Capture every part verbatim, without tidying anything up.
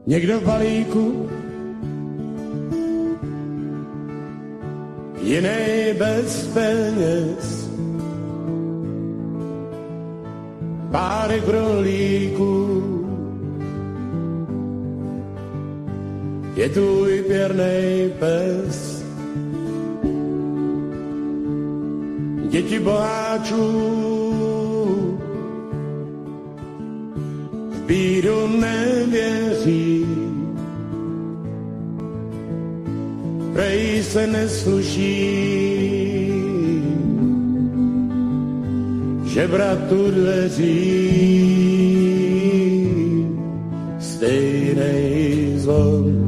někdo v balíku, jiný bez peněz, párek brolíků, je tvůj pěrnej pes. Děti boháčů v bídu nevěří, prej se nesluší žebratu dveří, stejnej zvon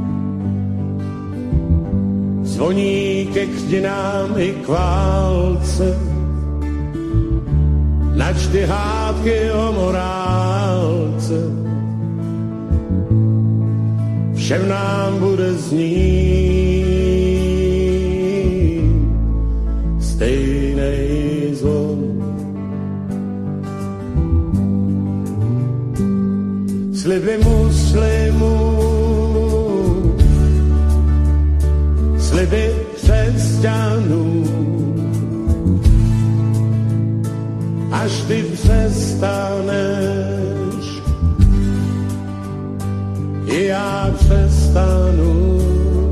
zvoní ke křtinám i k válce, načty hádky o morálce, všem nám bude znít stejnej zvon. Sliby muslimů, sliby křesťanů, až ty přestaneš, i já přestanu.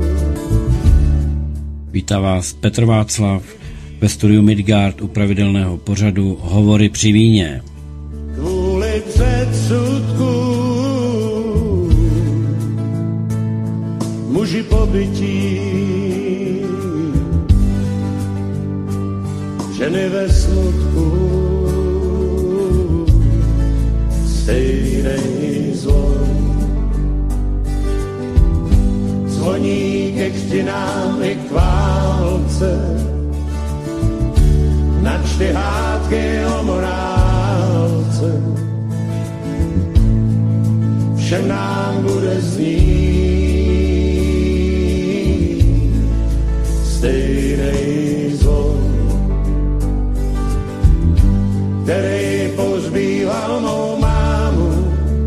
Vítá vás Petr Václav ve studiu Midgard u pravidelného pořadu Hovory při víně. Kvůli předsudku muži pobytí, ženy ve smutku, stejnej zvon zvoní ke křtinám i k válce, načty hádky o morálce, všem nám bude znít stejnej zvon, který pozbýval mou mámu.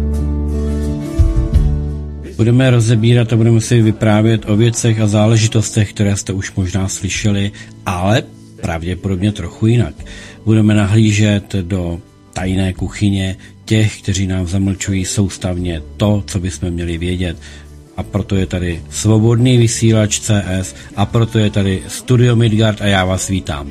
Budeme rozebírat a budeme si vyprávět o věcech a záležitostech, které jste už možná slyšeli, ale pravděpodobně trochu jinak. Budeme nahlížet do tajné kuchyně těch, kteří nám zamlčují soustavně to, co bychom měli vědět. A proto je tady Svobodný vysílač C S a proto je tady Studio Midgard a já vás vítám.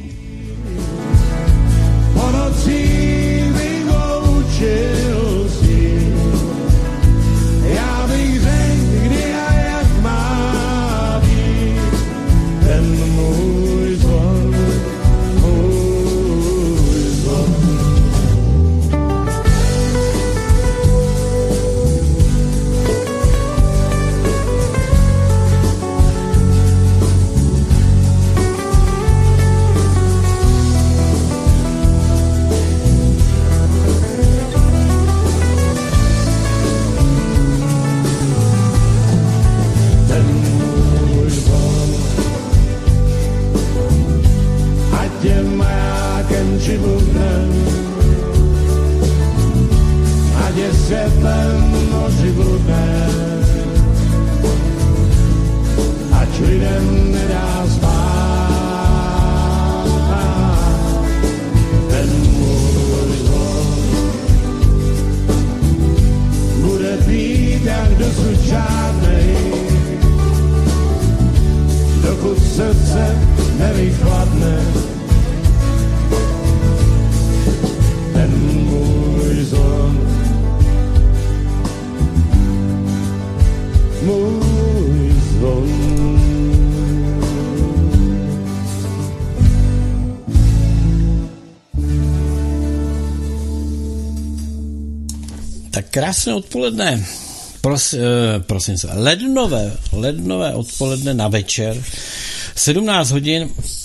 Krásné odpoledne, Pros, prosím se, lednové, lednové odpoledne na večer, sedmnáct hodin,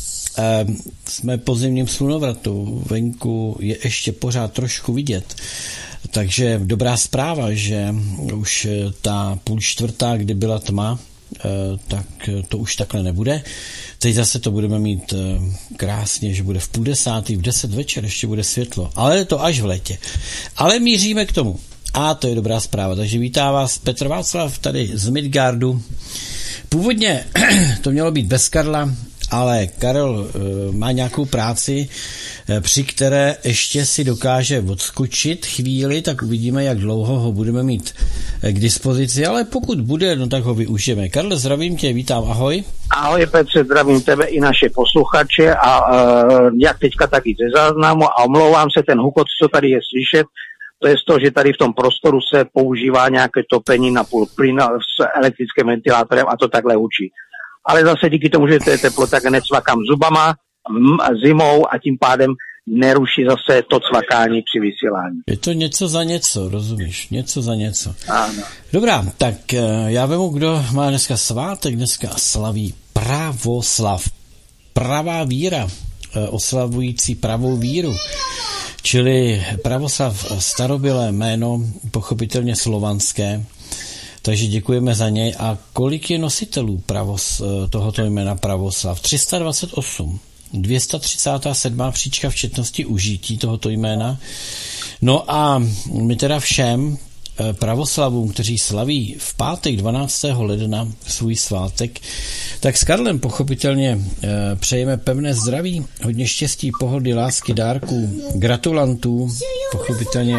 eh, jsme po zimním slunovratu, venku je ještě pořád trošku vidět, takže dobrá zpráva, že už ta půl čtvrtá, kdy byla tma, eh, tak to už takhle nebude. Teď zase to budeme mít eh, krásně, že bude v půl desátý, v deset večer ještě bude světlo, ale to až v létě. Ale míříme k tomu. A to je dobrá zpráva. Takže vítá vás Petr Václav tady z Midgardu. Původně to mělo být bez Karla, ale Karel e, má nějakou práci, e, při které ještě si dokáže odskočit chvíli, tak uvidíme, jak dlouho ho budeme mít e, k dispozici, ale pokud bude, no tak ho využijeme. Karle, zdravím tě, vítám, ahoj. Ahoj Petře, zdravím tebe i naše posluchače a e, jak teďka, tak i ze záznamu a omlouvám se, ten hukot, co tady je slyšet, to je z toho, že tady v tom prostoru se používá nějaké topení na půl plyn s elektrickým ventilátorem a to takhle hučí. Ale zase díky tomu, že to je teplo, tak necvakám zubama zimou a tím pádem neruší zase to cvakání při vysílání. Je to něco za něco, rozumíš? Něco za něco. Ano. Dobrá, tak já vemu, kdo má dneska svátek, dneska slaví pravoslav. Pravá víra, oslavující pravou víru. Čili pravoslav, starobylé jméno, pochopitelně slovanské, takže děkujeme za něj. A kolik je nositelů pravos, tohoto jména pravoslav? tři sta dvacet osm. dvě stě třicet sedm příčka v četnosti užití tohoto jména. No a my teda všem pravoslavům, kteří slaví v pátek dvanáctého ledna svůj svátek, tak s Karlem pochopitelně přejeme pevné zdraví, hodně štěstí, pohody, lásky, dárků, gratulantů, pochopitelně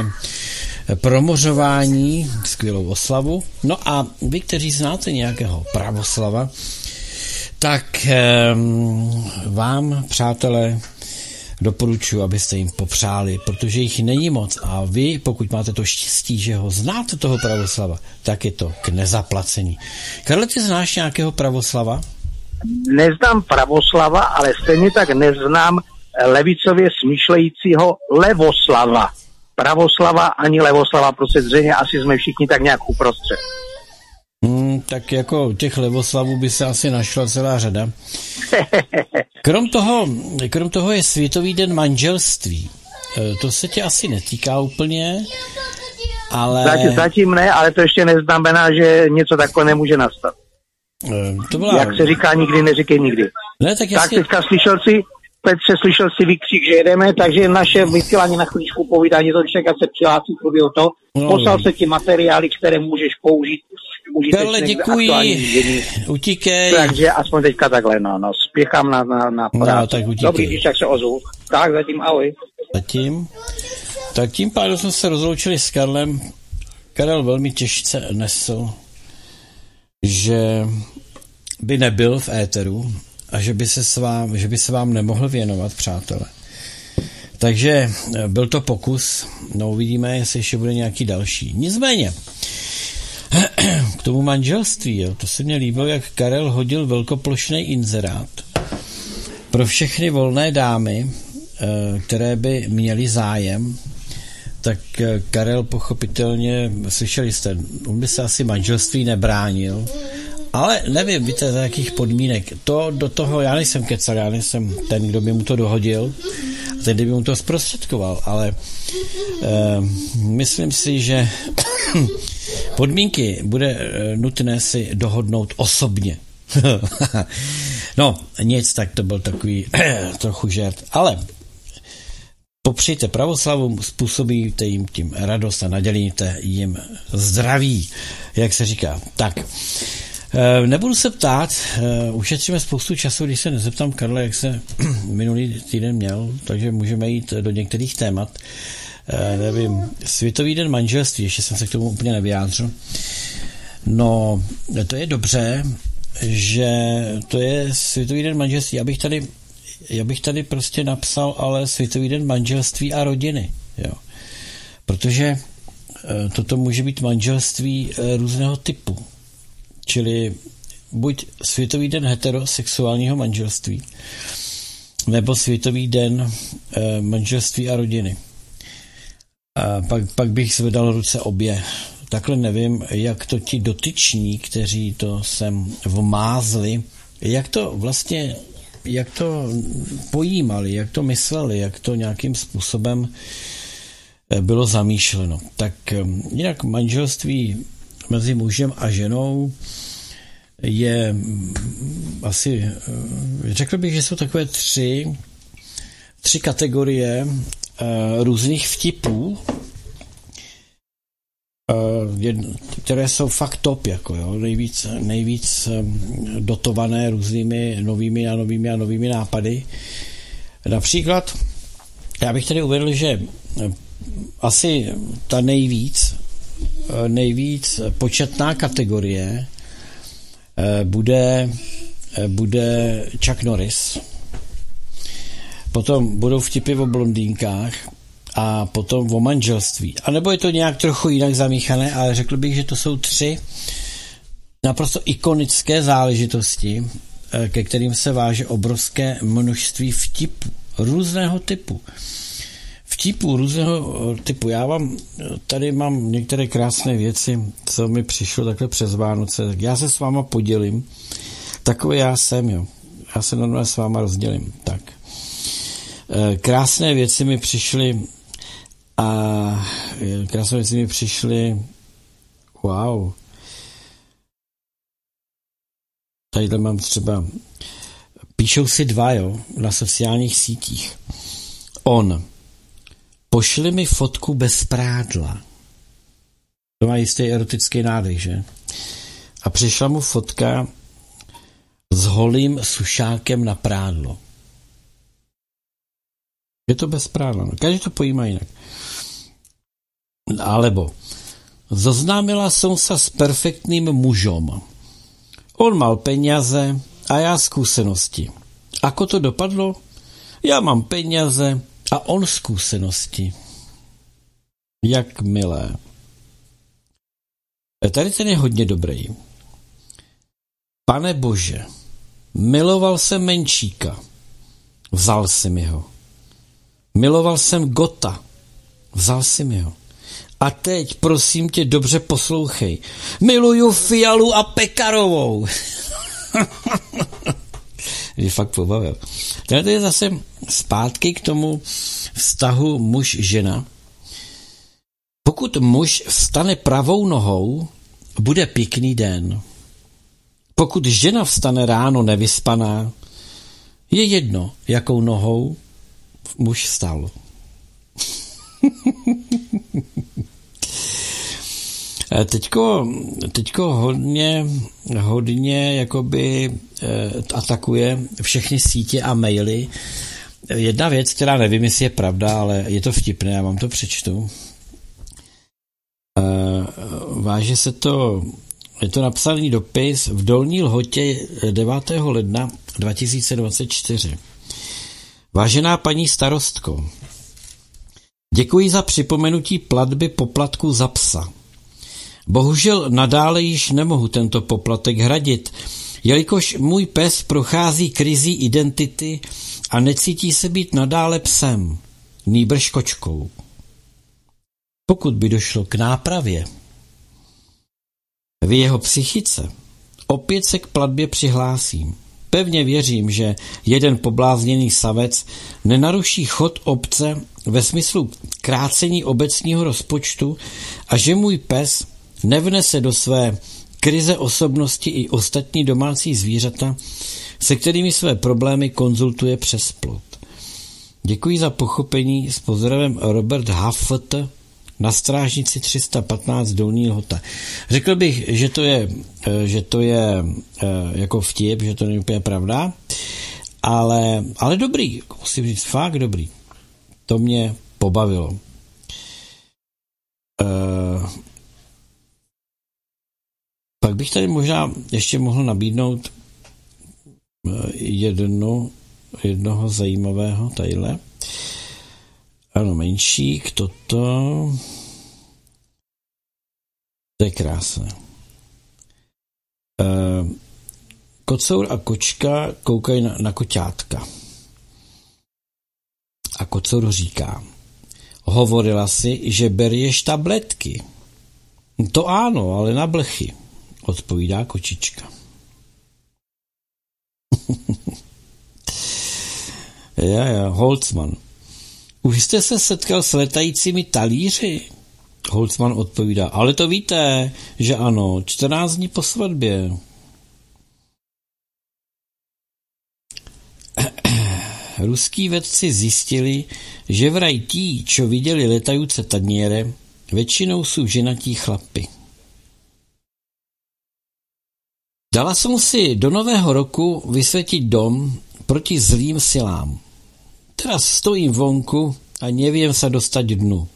promořování, skvělou oslavu. No a vy, kteří znáte nějakého pravoslava, tak vám, přátelé, doporučuji, abyste jim popřáli, protože jich není moc a vy, pokud máte to štěstí, že ho znáte, toho pravoslava, tak je to k nezaplacení. Karle, ty znáš nějakého pravoslava? Neznám pravoslava, ale stejně tak neznám levicově smýšlejícího levoslava. Pravoslava ani levoslava, prostě zřejmě asi jsme všichni tak nějak uprostřed. Hmm, tak jako těch levoslavů by se asi našla celá řada. Krom toho, krom toho je Světový den manželství. To se tě asi netýká úplně, ale... Zatím, zatím ne, ale to ještě neznamená, že něco takové nemůže nastat. To byla... Jak se říká, nikdy neříkej nikdy. Ne, tak, tak teďka slyšel si, Petře, slyšel si výkřik, že jedeme, takže naše vysílání na chvíličku povídání, to člověka se přihlásí k průběhu to. No. Poslal se ti materiály, které můžeš použít. Karle, děkuji, utíkej. Takže aspoň teďka takhle, no, no, spěchám na, na, na práci. No, tak utíkej. Dobrý, když tak se ozvu. Tak, zatím ahoj. Zatím. Tak tím pádem jsme se rozloučili s Karlem. Karel velmi těžce nesl, že by nebyl v éteru a že by se, s vám, že by se vám nemohl věnovat, přátelé. Takže byl to pokus, no uvidíme, jestli ještě bude nějaký další. Nicméně, k tomu manželství, jo, to se mně líbilo, jak Karel hodil velkoplošný inzerát pro všechny volné dámy, které by měly zájem, tak Karel pochopitelně, slyšeli jste, on by se asi manželství nebránil, ale nevím, víte, za jakých podmínek. To do toho, já nejsem kecal, já nejsem ten, kdo by mu to dohodil, a ten, by mu to zprostředkoval, ale eh, myslím si, že podmínky bude nutné si dohodnout osobně. No, nic, tak to byl takový trochu žert, ale popřijte pravoslavům, způsobíte jim tím radost a nadělíte jim zdraví, jak se říká. Tak, nebudu se ptát, ušetříme spoustu času, když se nezeptám Karla, jak se minulý týden měl, takže můžeme jít do některých témat. Nevím, Světový den manželství, ještě jsem se k tomu úplně nevyjádřil. No, to je dobře, že to je Světový den manželství. Já bych tady, já bych tady prostě napsal, ale Světový den manželství a rodiny. Jo. Protože toto může být manželství různého typu. Čili buď Světový den heterosexuálního manželství, nebo Světový den manželství a rodiny. A pak, pak bych zvedal ruce obě. Takhle nevím, jak to ti dotyční, kteří to sem vmázli, jak to vlastně, jak to pojímali, jak to mysleli, jak to nějakým způsobem bylo zamýšleno. Tak jinak manželství mezi mužem a ženou je asi, řekl bych, že jsou takové tři, tři kategorie různých vtipů, které jsou fakt top, jako jo, nejvíc, nejvíc dotované různými novými a novými a novými nápady. Například, já bych tady uvedl, že asi ta nejvíc, nejvíc početná kategorie bude, bude Chuck Norris, potom budou vtipy o blondýnkách a potom o manželství. A nebo je to nějak trochu jinak zamíchané, ale řekl bych, že to jsou tři naprosto ikonické záležitosti, ke kterým se váže obrovské množství vtipů různého typu. Vtipů různého typu. Já vám tady mám některé krásné věci, co mi přišlo takhle přes Vánoce. Tak já se s váma podělím. Takový já jsem, jo. Já se normálně s váma rozdělím. Tak. Krásné věci mi přišly a krásné věci mi přišly wow. Tadyhle mám třeba píšou si dva, jo, na sociálních sítích. On. Pošli mi fotku bez prádla. To má jistý erotický nádech, že? A přišla mu fotka s holým sušákem na prádlo. Je to bez prádla. No. Každý to pojímá jinak. Alebo zoznámila som sa s perfektným mužom. On mal peniaze a já skúsenosti. Ako to dopadlo? Já mám peníze a on zkušenosti. Jak milé. Tady ten je hodně dobrý. Pane Bože, miloval jsem Menšíka. Vzal si mi ho. Miloval jsem Gota. Vzal si mi ho. A teď, prosím tě, dobře poslouchej. Miluju Fialu a Pekarovou. Je fakt pobavil. Tady je zase zpátky k tomu vztahu muž-žena. Pokud muž vstane pravou nohou, bude pěkný den. Pokud žena vstane ráno nevyspaná, je jedno, jakou nohou muž vstal. Teďko, teďko hodně, hodně jakoby eh, atakuje všechny sítě a maily. Jedna věc, která nevím, jestli je pravda, ale je to vtipné, já vám to přečtu. Eh, váže se to, je to napsaný dopis v Dolní Lhotě devátého ledna dva tisíce dvacet čtyři. Vážená paní starostko, děkuji za připomenutí platby poplatku za psa. Bohužel nadále již nemohu tento poplatek hradit, jelikož můj pes prochází krizí identity a necítí se být nadále psem, nýbrž kočkou. Pokud by došlo k nápravě v jeho psychice, opět se k platbě přihlásím. Pevně věřím, že jeden poblázněný savec nenaruší chod obce ve smyslu krácení obecního rozpočtu a že můj pes nevnese do své krize osobnosti i ostatní domácí zvířata, se kterými své problémy konzultuje přes plot. Děkuji za pochopení, s pozdravem Robert Haft na Strážnici tři sta patnáct Dolní Lhota. Řekl bych, že to je, že to je jako vtip, že to není úplně pravda, ale, ale dobrý, musím říct, fakt dobrý. To mě pobavilo. Uh, pak bych tady možná ještě mohl nabídnout jedno, jednoho zajímavého tadyhle. Ano, Menšík, toto. To je krásné. Uh, Kocour a kočka koukají na, na koťátka. A Kocour říká, hovorila si, že berieš tabletky. To ano, ale na blechy, odpovídá kočička. ja, ja, Holcman. Už jste se setkal s letajícími talíři? Holcman odpovídá, ale to víte, že ano, čtrnáct dní po svatbě. Ruský vedci zjistili, že vraj tí, čo viděli letajúce taniere, Většinou jsou ženatí chlapy. Dala jsem si do nového roku vysvětit dom proti zlým silám. Teraz stojím vonku a nevím se dostat dnu.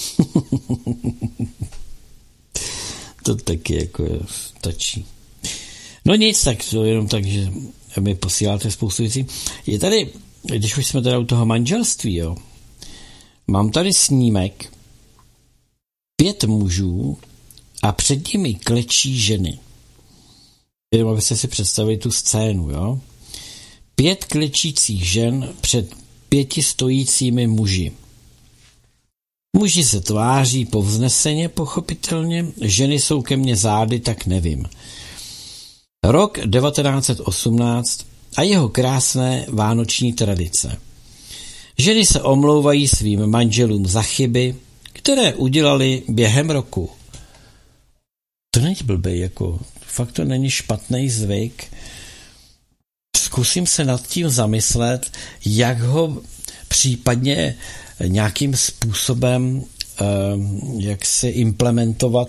To taky jako stačí. No nic, tak to jenom tak, že mi posíláte spoustu věcí. Je tady, když už jsme teda u toho manželství, jo, mám tady snímek pět mužů a před nimi klečí ženy. Jenom abyste si představili tu scénu, jo. Pět klečících žen před pěti stojícími muži. Muži se tváří povzneseně, pochopitelně, ženy jsou ke mně zády, tak nevím. Rok devatenáct set osmnáct a jeho krásné vánoční tradice. Ženy se omlouvají svým manželům za chyby, které udělali během roku. To není blbý, jako, fakt to není špatný zvyk. Zkusím se nad tím zamyslet, jak ho případně nějakým způsobem jak si implementovat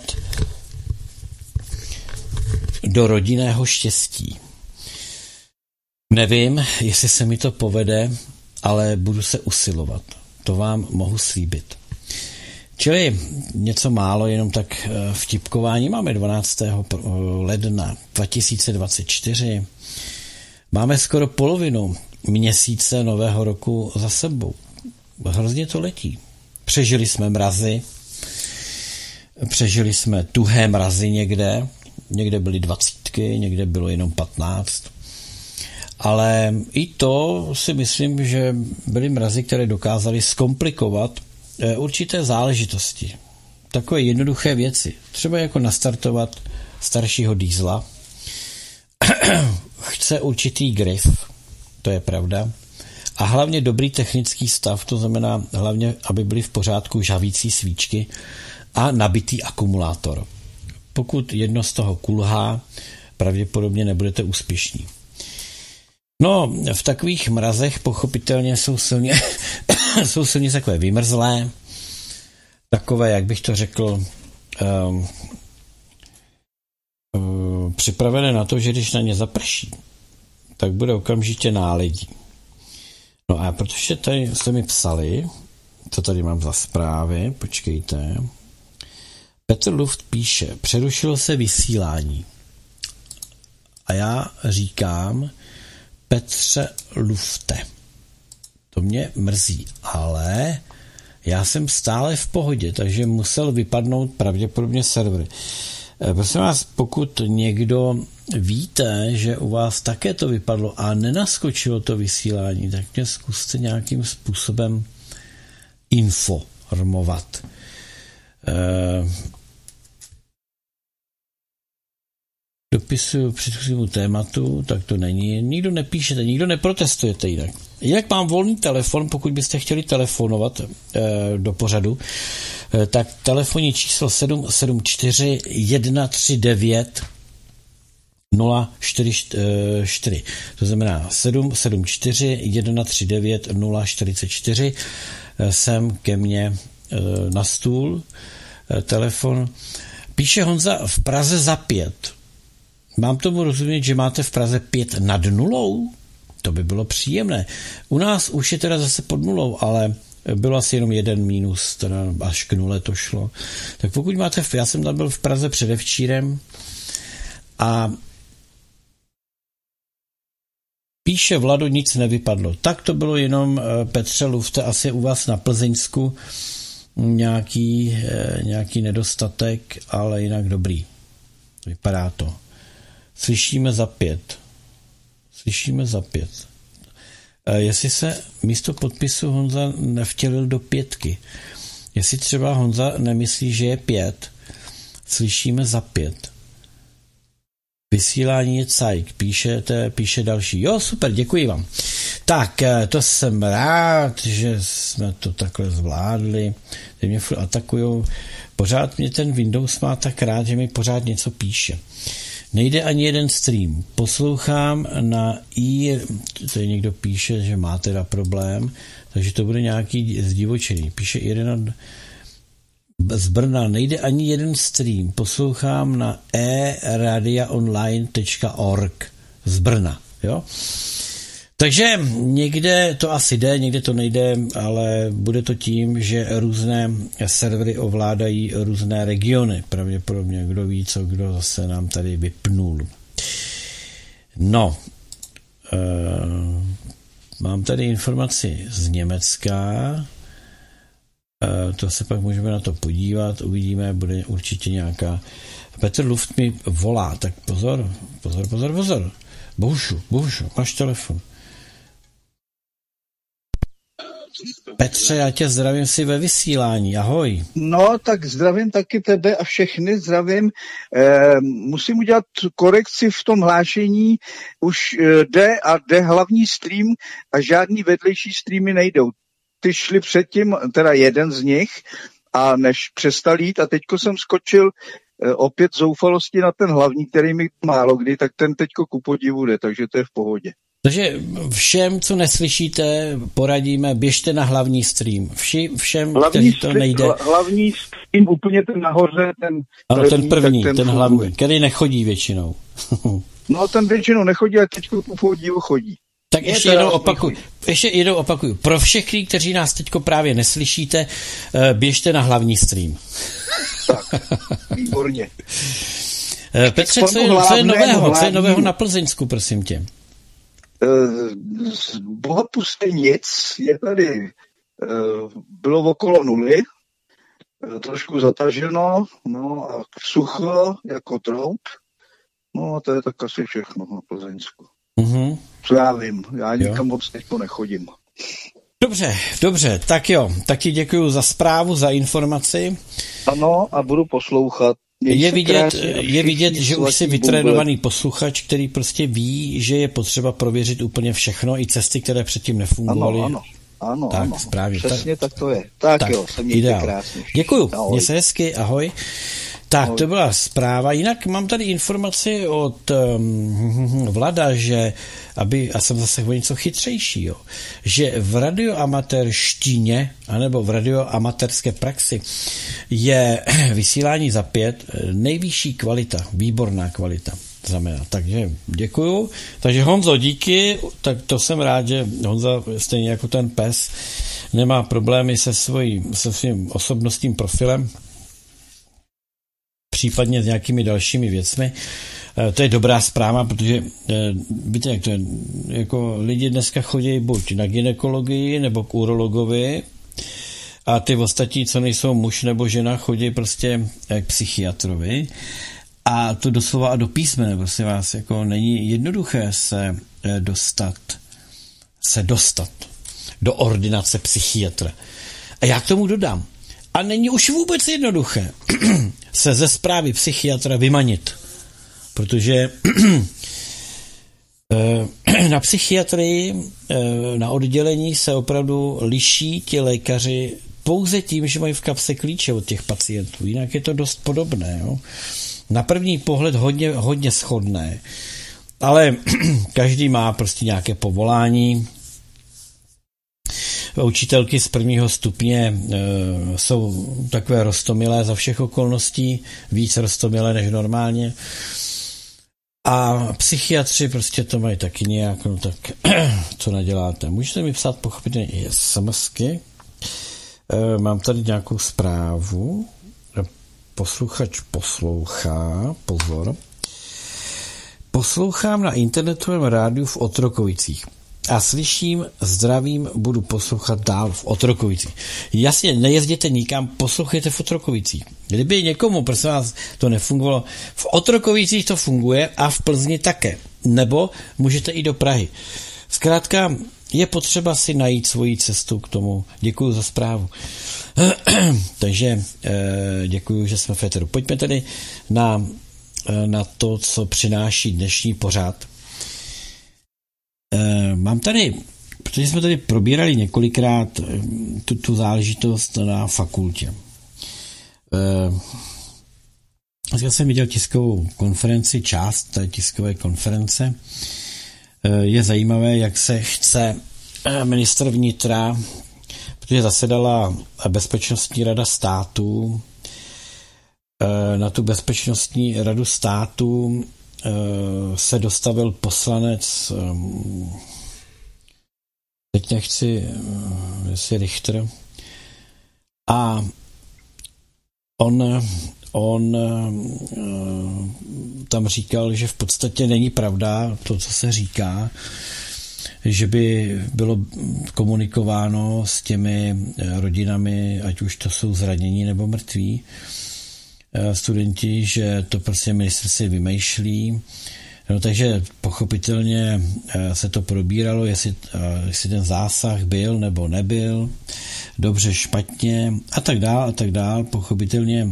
do rodinného štěstí. Nevím, jestli se mi to povede, ale budu se usilovat. To vám mohu slíbit. Čili něco málo, jenom tak vtipkování. Máme dvanáctého ledna dva tisíce dvacet čtyři. Máme skoro polovinu měsíce nového roku za sebou. Hrozně to letí. Přežili jsme mrazy, přežili jsme tuhé mrazy někde, někde byly dvacítky, někde bylo jenom patnáct. Ale i to si myslím, že byly mrazy, které dokázaly zkomplikovat určité záležitosti. Takové jednoduché věci. Třeba jako nastartovat staršího diesla. Chce určitý grif, to je pravda. A hlavně dobrý technický stav, to znamená hlavně, aby byly v pořádku žhavící svíčky a nabitý akumulátor. Pokud jedno z toho kulhá, pravděpodobně nebudete úspěšní. No, v takových mrazech pochopitelně jsou silně, jsou silně takové vymrzlé, takové, jak bych to řekl, um, um, připravené na to, že když na ně zaprší, tak bude okamžitě náledí. No a protože tady jste mi psali, co tady mám za zprávy, počkejte. Petr Luft píše, přerušilo se vysílání. A já říkám, Petře Lufte, to mě mrzí, ale já jsem stále v pohodě, takže musel vypadnout pravděpodobně server. Prosím vás, pokud někdo víte, že u vás také to vypadlo a nenaskočilo to vysílání, tak mě zkuste nějakým způsobem informovat. E, dopisuju předchozímu tématu, tak to není. Nikdo nepíšete, nikdo neprotestujete jinak. Jak mám volný telefon, pokud byste chtěli telefonovat e, do pořadu, e, tak telefonní číslo sedm sedm čtyři jedna tři devět nula čtyři čtyři. To znamená sedm sedm čtyři jedna tři devět nula čtyři čtyři. Sem ke mně e, na stůl e, telefon. Píše Honza v Praze za pět. Mám tomu rozumět, že máte v Praze pět nad nulou? To by bylo příjemné. U nás už je teda zase pod nulou, ale bylo asi jenom jeden mínus, teda až k nule to šlo. Tak pokud máte, já jsem tam byl v Praze předevčírem a píše Vlado, nic nevypadlo. Tak to bylo jenom Petře Lufte, asi u vás na Plzeňsku nějaký, nějaký nedostatek, ale jinak dobrý. Vypadá to. Slyšíme za pět. Slyšíme za pět. Jestli se místo podpisu Honza nevtělil do pětky. Jestli třeba Honza nemyslí, že je pět, slyšíme za pět. Vysílání je cajk, píšete, píše další. Jo, super, děkuji vám. Tak, to jsem rád, že jsme to takhle zvládli. Teď mě furt atakujou. Pořád mě ten Windows má tak rád, že mi pořád něco píše. Nejde ani jeden stream. Poslouchám na i... Tady někdo píše, že má teda problém, takže to bude nějaký zdivočený. Píše jeden z Brna nejde ani jeden stream. Poslouchám na e radia online tečka org z Brna. Jo? Takže někde to asi jde, někde to nejde, ale bude to tím, že různé servery ovládají různé regiony. Pravděpodobně kdo ví, co kdo zase nám tady vypnul. No, e, mám tady informaci z Německa. E, to se pak můžeme na to podívat, uvidíme, bude určitě nějaká... Petr Luft mi volá, tak pozor, pozor, pozor, pozor. Bohušu, Bohušu, máš telefon. Petře, já tě zdravím, si ve vysílání, ahoj. No, tak zdravím taky tebe a všechny, zdravím. E, musím udělat korekci v tom hlášení, už jde a jde hlavní stream a žádný vedlejší streamy nejdou. Ty šli předtím, teda jeden z nich, a než přestal jít a teďko jsem skočil e, opět zoufalosti na ten hlavní, který mi málo kdy, tak ten teďko ku podivu jde, takže to je v pohodě. Takže všem, co neslyšíte, poradíme, běžte na hlavní stream. Vši, všem, hlavní kteří to stream, nejde. Hlavní stream, úplně ten nahoře, ten ano, první, ten první, ten, ten hlavní, který nechodí většinou. No, ten většinou nechodí, ale teďko ku podivu chodí. Tak je ještě jednou opakuju, ještě jednou opakuju. Pro všechny, kteří nás teďko právě neslyšíte, běžte na hlavní stream. Tak, výborně. Petře, co je, co je nového? Co je nového na Plzeňsku, prosím tě? Z bohapusté nic, je tady, bylo okolo nuly, trošku zataženo, no a sucho jako trout, no a to je tak asi všechno na Plzeňsku. Mm-hmm. Co já vím, já nikam moc teďko nechodím. Dobře, dobře, tak jo, taky děkuju za zprávu, za informaci. Ano, a budu poslouchat. Je vidět, je vidět, že už jsi vytrénovaný posluchač, který prostě ví, že je potřeba prověřit úplně všechno, i cesty, které předtím nefungovaly. Ano, ano, ano, tak, ano. Správně, přesně tak, tak to je. Tak, tak jo, se mějte krásně. Děkuju, měj se hezky, ahoj. Tak, ahoj. To byla zpráva. Jinak mám tady informaci od um, Vlada, že, aby, a jsem zase o něco chytřejší, jo, že v radioamatérštině, anebo v radioamatérské praxi je vysílání za pět nejvyšší kvalita, výborná kvalita znamená. Takže děkuju. Takže Honzo, díky, tak to jsem rád, že Honza stejně jako ten pes nemá problémy se, svojí, se svým osobnostním profilem, případně s nějakými dalšími věcmi. To je dobrá zpráva, protože víte, jak to je, jako lidi dneska chodí buď na gynekologii nebo k urologovi a ty ostatní, co nejsou muž nebo žena, chodí prostě k psychiatrovi a to doslova a do písmene, prosím vás, jako není jednoduché se dostat se dostat do ordinace psychiatra. A já k tomu dodám, a není už vůbec jednoduché se ze zprávy psychiatra vymanit, protože na psychiatrii, na oddělení se opravdu liší ti lékaři pouze tím, že mají v kapse klíče od těch pacientů, jinak je to dost podobné. Jo? Na první pohled hodně, hodně shodné, ale každý má prostě nějaké povolání. Učitelky z prvního stupně e, jsou takové roztomilé za všech okolností, víc roztomilé než normálně. A psychiatři prostě to mají taky nějak, no tak co naděláte? Můžete mi psát pochopitelně i SMSky. E, mám tady nějakou zprávu. Posluchač poslouchá, pozor. Poslouchám na internetovém rádiu v Otrokovicích. A slyším, zdravím, budu poslouchat dál v Otrokovicích. Jasně, nejezděte nikam, poslouchejte v Otrokovicích. Kdyby někomu, prosím vás, to nefungovalo, v Otrokovicích to funguje a v Plzni také. Nebo můžete i do Prahy. Zkrátka, je potřeba si najít svoji cestu k tomu. Děkuju za zprávu. Takže děkuju, že jsme v éteru. Pojďme tedy na, na to, co přináší dnešní pořad. Mám tady, protože jsme tady probírali několikrát tu, tu záležitost na fakultě. Dneska jsem viděl tiskovou konferenci, část té tiskové konference. Je zajímavé, jak se chce ministr vnitra, protože zasedala Bezpečnostní rada státu. Na tu Bezpečnostní radu státu se dostavil poslanec, teď nechci, jestli Richter, a on, on tam říkal, že v podstatě není pravda to, co se říká, že by bylo komunikováno s těmi rodinami, ať už to jsou zranění nebo mrtví studenti, že to prostě ministr si vymýšlí. No, takže pochopitelně se to probíralo, jestli, jestli ten zásah byl nebo nebyl, dobře, špatně a tak dál a tak dál. Pochopitelně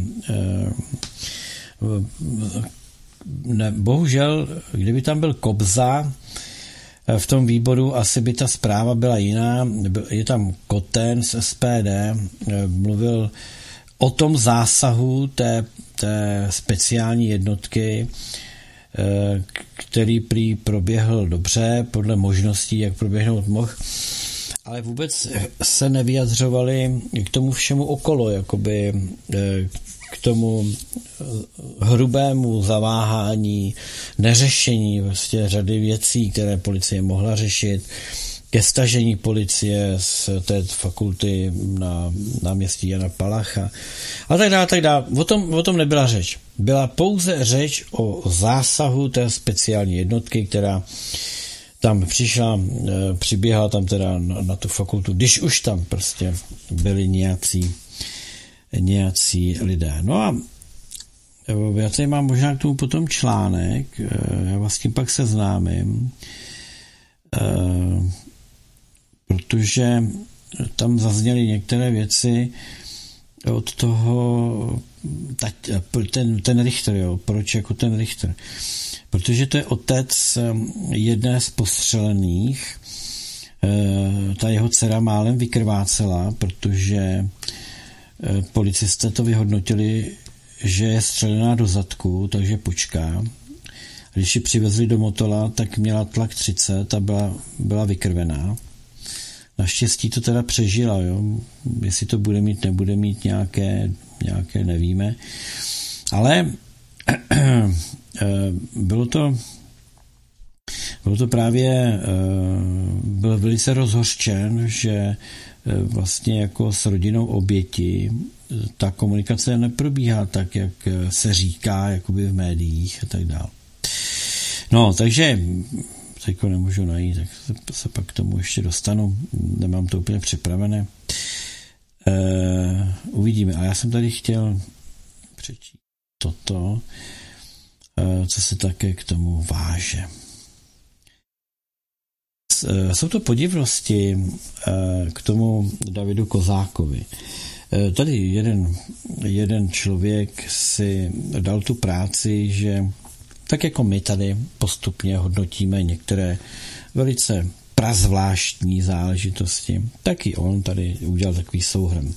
ne, bohužel, kdyby tam byl Kobza v tom výboru, asi by ta zpráva byla jiná. Je tam Koten z S P D, mluvil o tom zásahu té, té speciální jednotky, který prý proběhl dobře, podle možností, jak proběhnout mohl, ale vůbec se nevyjadřovali k tomu všemu okolo, jakoby k tomu hrubému zaváhání, neřešení vlastně řady věcí, které policie mohla řešit, ke stažení policie z té fakulty na náměstí Jana Palacha a tak dále, tak dále. O tom, o tom nebyla řeč. Byla pouze řeč o zásahu té speciální jednotky, která tam přišla, přiběhla tam teda na, na tu fakultu, když už tam prostě byli nějací, nějací lidé. No a já tady mám možná k tomu potom článek, já vás tím pak seznámím, protože tam zazněly některé věci od toho, ten, ten Richter, jo, proč jako ten Richter? Protože to je otec jedné z postřelených, ta jeho dcera málem vykrvácela, protože policisté to vyhodnotili, že je střelená do zadku, takže počká. Když ji přivezli do Motola, tak měla tlak třicet a byla, byla vykrvená. Naštěstí to teda přežila, jo. Jestli to bude mít, nebude mít nějaké, nějaké nevíme. Ale bylo to bylo to právě byl velice rozhořčen, že vlastně jako s rodinou oběti ta komunikace neprobíhá tak, jak se říká jakoby v médiích a tak dále. No, takže teďko nemůžu najít, tak se, se pak k tomu ještě dostanu. Nemám to úplně připravené. E, uvidíme. A já jsem tady chtěl přečíst toto, e, co se také k tomu váže. E, jsou to podivnosti e, k tomu Davidu Kozákovi. E, tady jeden, jeden člověk si dal tu práci, že tak jako my tady postupně hodnotíme některé velice prazvláštní záležitosti, tak i on tady udělal takový souhrn.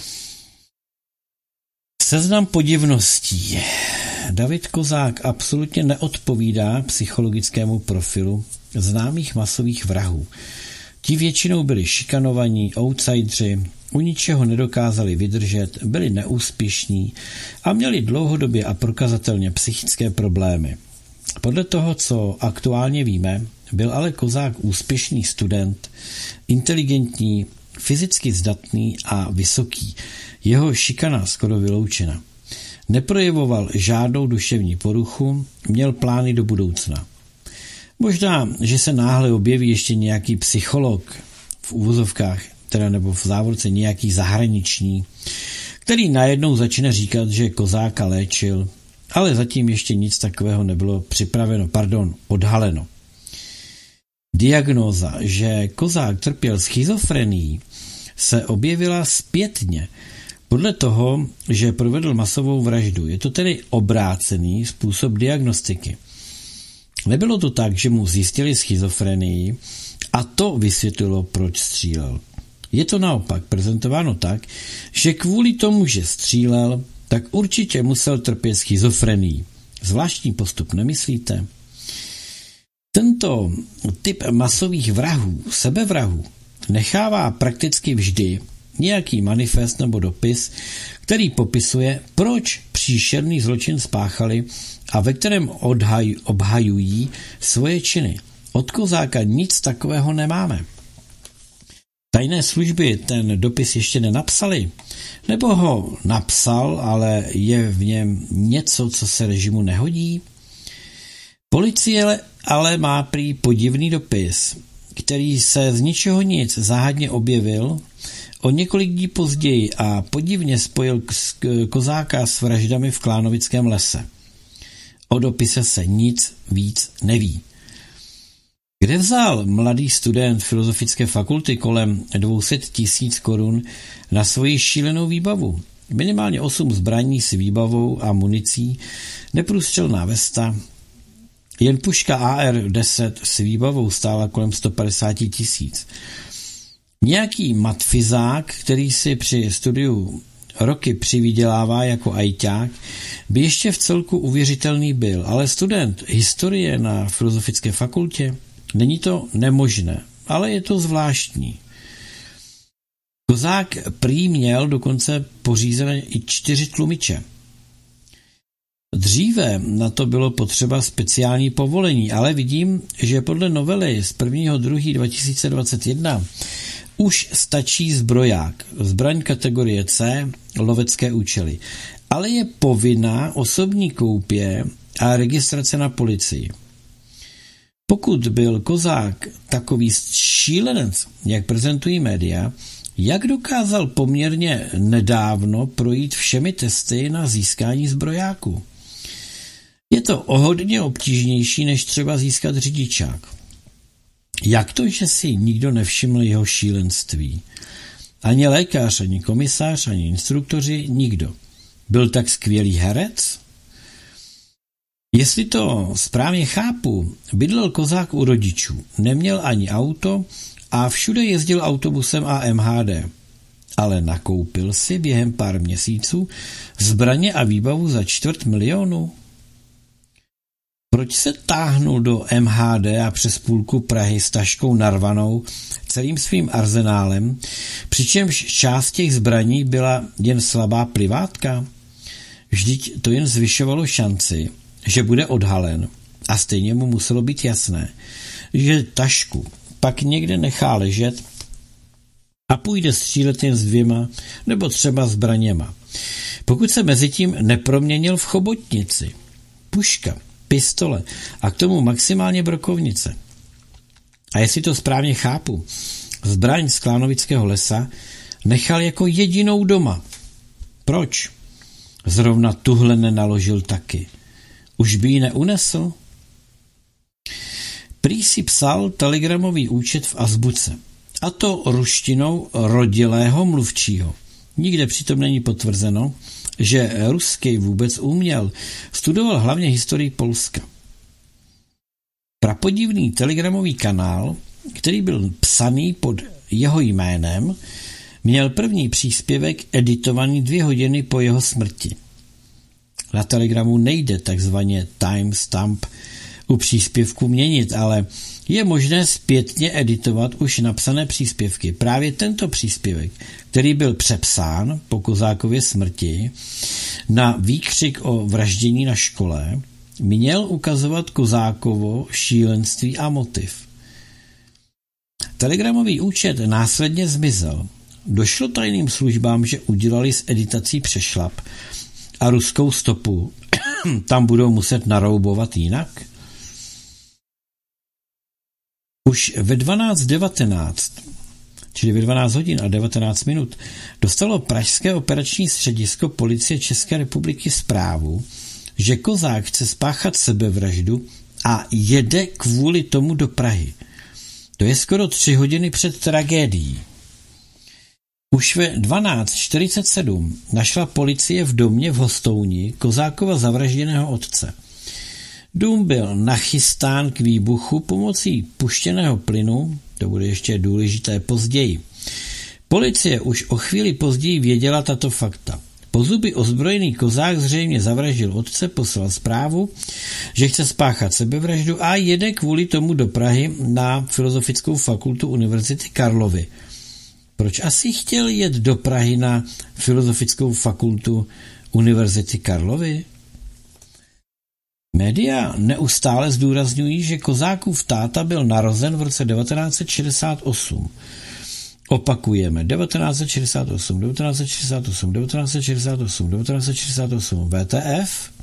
Seznam podivností. David Kozák absolutně neodpovídá psychologickému profilu známých masových vrahů. Ti většinou byli šikanovaní, outsidři, u ničeho nedokázali vydržet, byli neúspěšní a měli dlouhodobě a prokazatelně psychické problémy. Podle toho, co aktuálně víme, byl ale Kozák úspěšný student, inteligentní, fyzicky zdatný a vysoký. Jeho šikana skoro vyloučena. Neprojevoval žádnou duševní poruchu, měl plány do budoucna. Možná, že se náhle objeví ještě nějaký psycholog v uvozovkách, teda nebo v závorce nějaký zahraniční, který najednou začne říkat, že Kozáka léčil, ale zatím ještě nic takového nebylo připraveno, pardon, odhaleno. Diagnóza, že Kozák trpěl schizofrenií, se objevila zpětně, podle toho, že provedl masovou vraždu. Je to tedy obrácený způsob diagnostiky. Nebylo to tak, že mu zjistili schizofrenii a to vysvětlilo, proč střílel. Je to naopak prezentováno tak, že kvůli tomu, že střílel, tak určitě musel trpět schizofrenií. Zvláštní postup, nemyslíte? Tento typ masových vrahů, sebevrahů, nechává prakticky vždy nějaký manifest nebo dopis, který popisuje, proč příšerný zločin spáchali a ve kterém odhaj, obhajují svoje činy. Od Kozáka nic takového nemáme. Tajné služby ten dopis ještě nenapsali, nebo ho napsal, ale je v něm něco, co se režimu nehodí? Policie ale má prý podivný dopis, který se z ničeho nic záhadně objevil o několik dní později a podivně spojil Kozáka s vraždami v Klánovickém lese. O dopise se nic víc neví. Kde vzal mladý student filozofické fakulty kolem dvě stě tisíc korun na svoji šílenou výbavu? Minimálně osm zbraní s výbavou a municí, neprůstřelná vesta. Jen puška A R deset s výbavou stála kolem sto padesát tisíc. Nějaký matfizák, který si při studiu roky přivydělává jako ajťák, by ještě v celku uvěřitelný byl, ale student historie na filozofické fakultě? Není to nemožné, ale je to zvláštní. Kozák prý měl dokonce pořízené i čtyři tlumiče. Dříve na to bylo potřeba speciální povolení, ale vidím, že podle novely z prvního druhého dva tisíce dvacet jedna už stačí zbroják, zbraň kategorie C, lovecké účely, ale je povinná osobní koupě a registrace na policii. Pokud byl Kozák takový šílenec, jak prezentují média, jak dokázal poměrně nedávno projít všemi testy na získání zbrojáku? Je to o hodně obtížnější, než třeba získat řidičák. Jak to, že si nikdo nevšiml jeho šílenství? Ani lékař, ani komisař, ani instruktoři, nikdo. Byl tak skvělý herec? Jestli to správně chápu, bydlel Kozák u rodičů, neměl ani auto a všude jezdil autobusem a M H D. Ale nakoupil si během pár měsíců zbraně a výbavu za čtvrt milionu. Proč se táhnul do M H D a přes půlku Prahy s taškou narvanou celým svým arzenálem, přičemž část těch zbraní byla jen slabá plivátka? Vždyť to jen zvyšovalo šanci, že bude odhalen a stejně mu muselo být jasné, že tašku pak někde nechá ležet a půjde střílet jen s dvěma nebo třeba zbraněma. Pokud se mezitím neproměnil v chobotnici, puška, pistole a k tomu maximálně brokovnice. A jestli to správně chápu, zbraň z Klánovického lesa nechal jako jedinou doma. Proč? Zrovna tuhle nenaložil taky. Už by ji neunesl? Prý si psal telegramový účet v azbuce, a to ruštinou rodilého mluvčího. Nikde přitom není potvrzeno, že ruský vůbec uměl. Studoval hlavně historii Polska. Prapodivný telegramový kanál, který byl psaný pod jeho jménem, měl první příspěvek editovaný dvě hodiny po jeho smrti. Na telegramu nejde takzvaně timestamp u příspěvku měnit, ale je možné zpětně editovat už napsané příspěvky. Právě tento příspěvek, který byl přepsán po Kozákově smrti na výkřik o vraždění na škole, měl ukazovat Kozákovo šílenství a motiv. Telegramový účet následně zmizel. Došlo tajným službám, že udělali s editací přešlap a ruskou stopu tam budou muset naroubovat jinak? Už ve dvanáct devatenáct, čili ve dvanáct hodin a devatenáct minut, dostalo pražské operační středisko policie České republiky zprávu, že Kozák chce spáchat sebevraždu a jede kvůli tomu do Prahy. To je skoro tři hodiny před tragédií. Už ve dvanáct čtyřicet sedm našla policie v domě v Hostouni Kozákova zavražděného otce. Dům byl nachystán k výbuchu pomocí puštěného plynu, to bude ještě důležité později. Policie už o chvíli později věděla tato fakta. Po zuby ozbrojený Kozák zřejmě zavraždil otce, poslal zprávu, že chce spáchat sebevraždu a jede kvůli tomu do Prahy na Filozofickou fakultu Univerzity Karlovy. Proč asi chtěl jet do Prahy na Filozofickou fakultu Univerzity Karlovy? Média neustále zdůrazňují, že Kozákův táta byl narozen v roce devatenáct set šedesát osm. Opakujeme. devatenáct set šedesát osm, devatenáct set šedesát osm, devatenáct set šedesát osm, devatenáct set šedesát osm. W T F.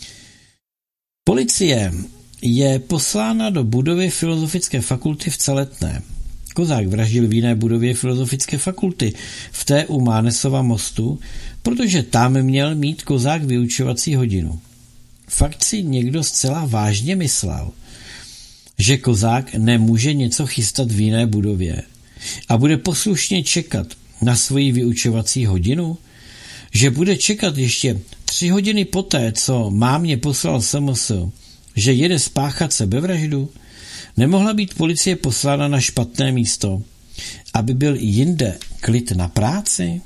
Policie je poslána do budovy Filozofické fakulty v Celetné. Kozák vraždil v jiné budově Filozofické fakulty, v té u Mánesova mostu, protože tam měl mít Kozák vyučovací hodinu. Fakt si někdo zcela vážně myslel, že Kozák nemůže něco chystat v jiné budově a bude poslušně čekat na svoji vyučovací hodinu? Že bude čekat ještě tři hodiny poté, co mámě poslal S M S, že jede spáchat sebevraždu? Nemohla být policie poslána na špatné místo, aby byl jinde klid na práci?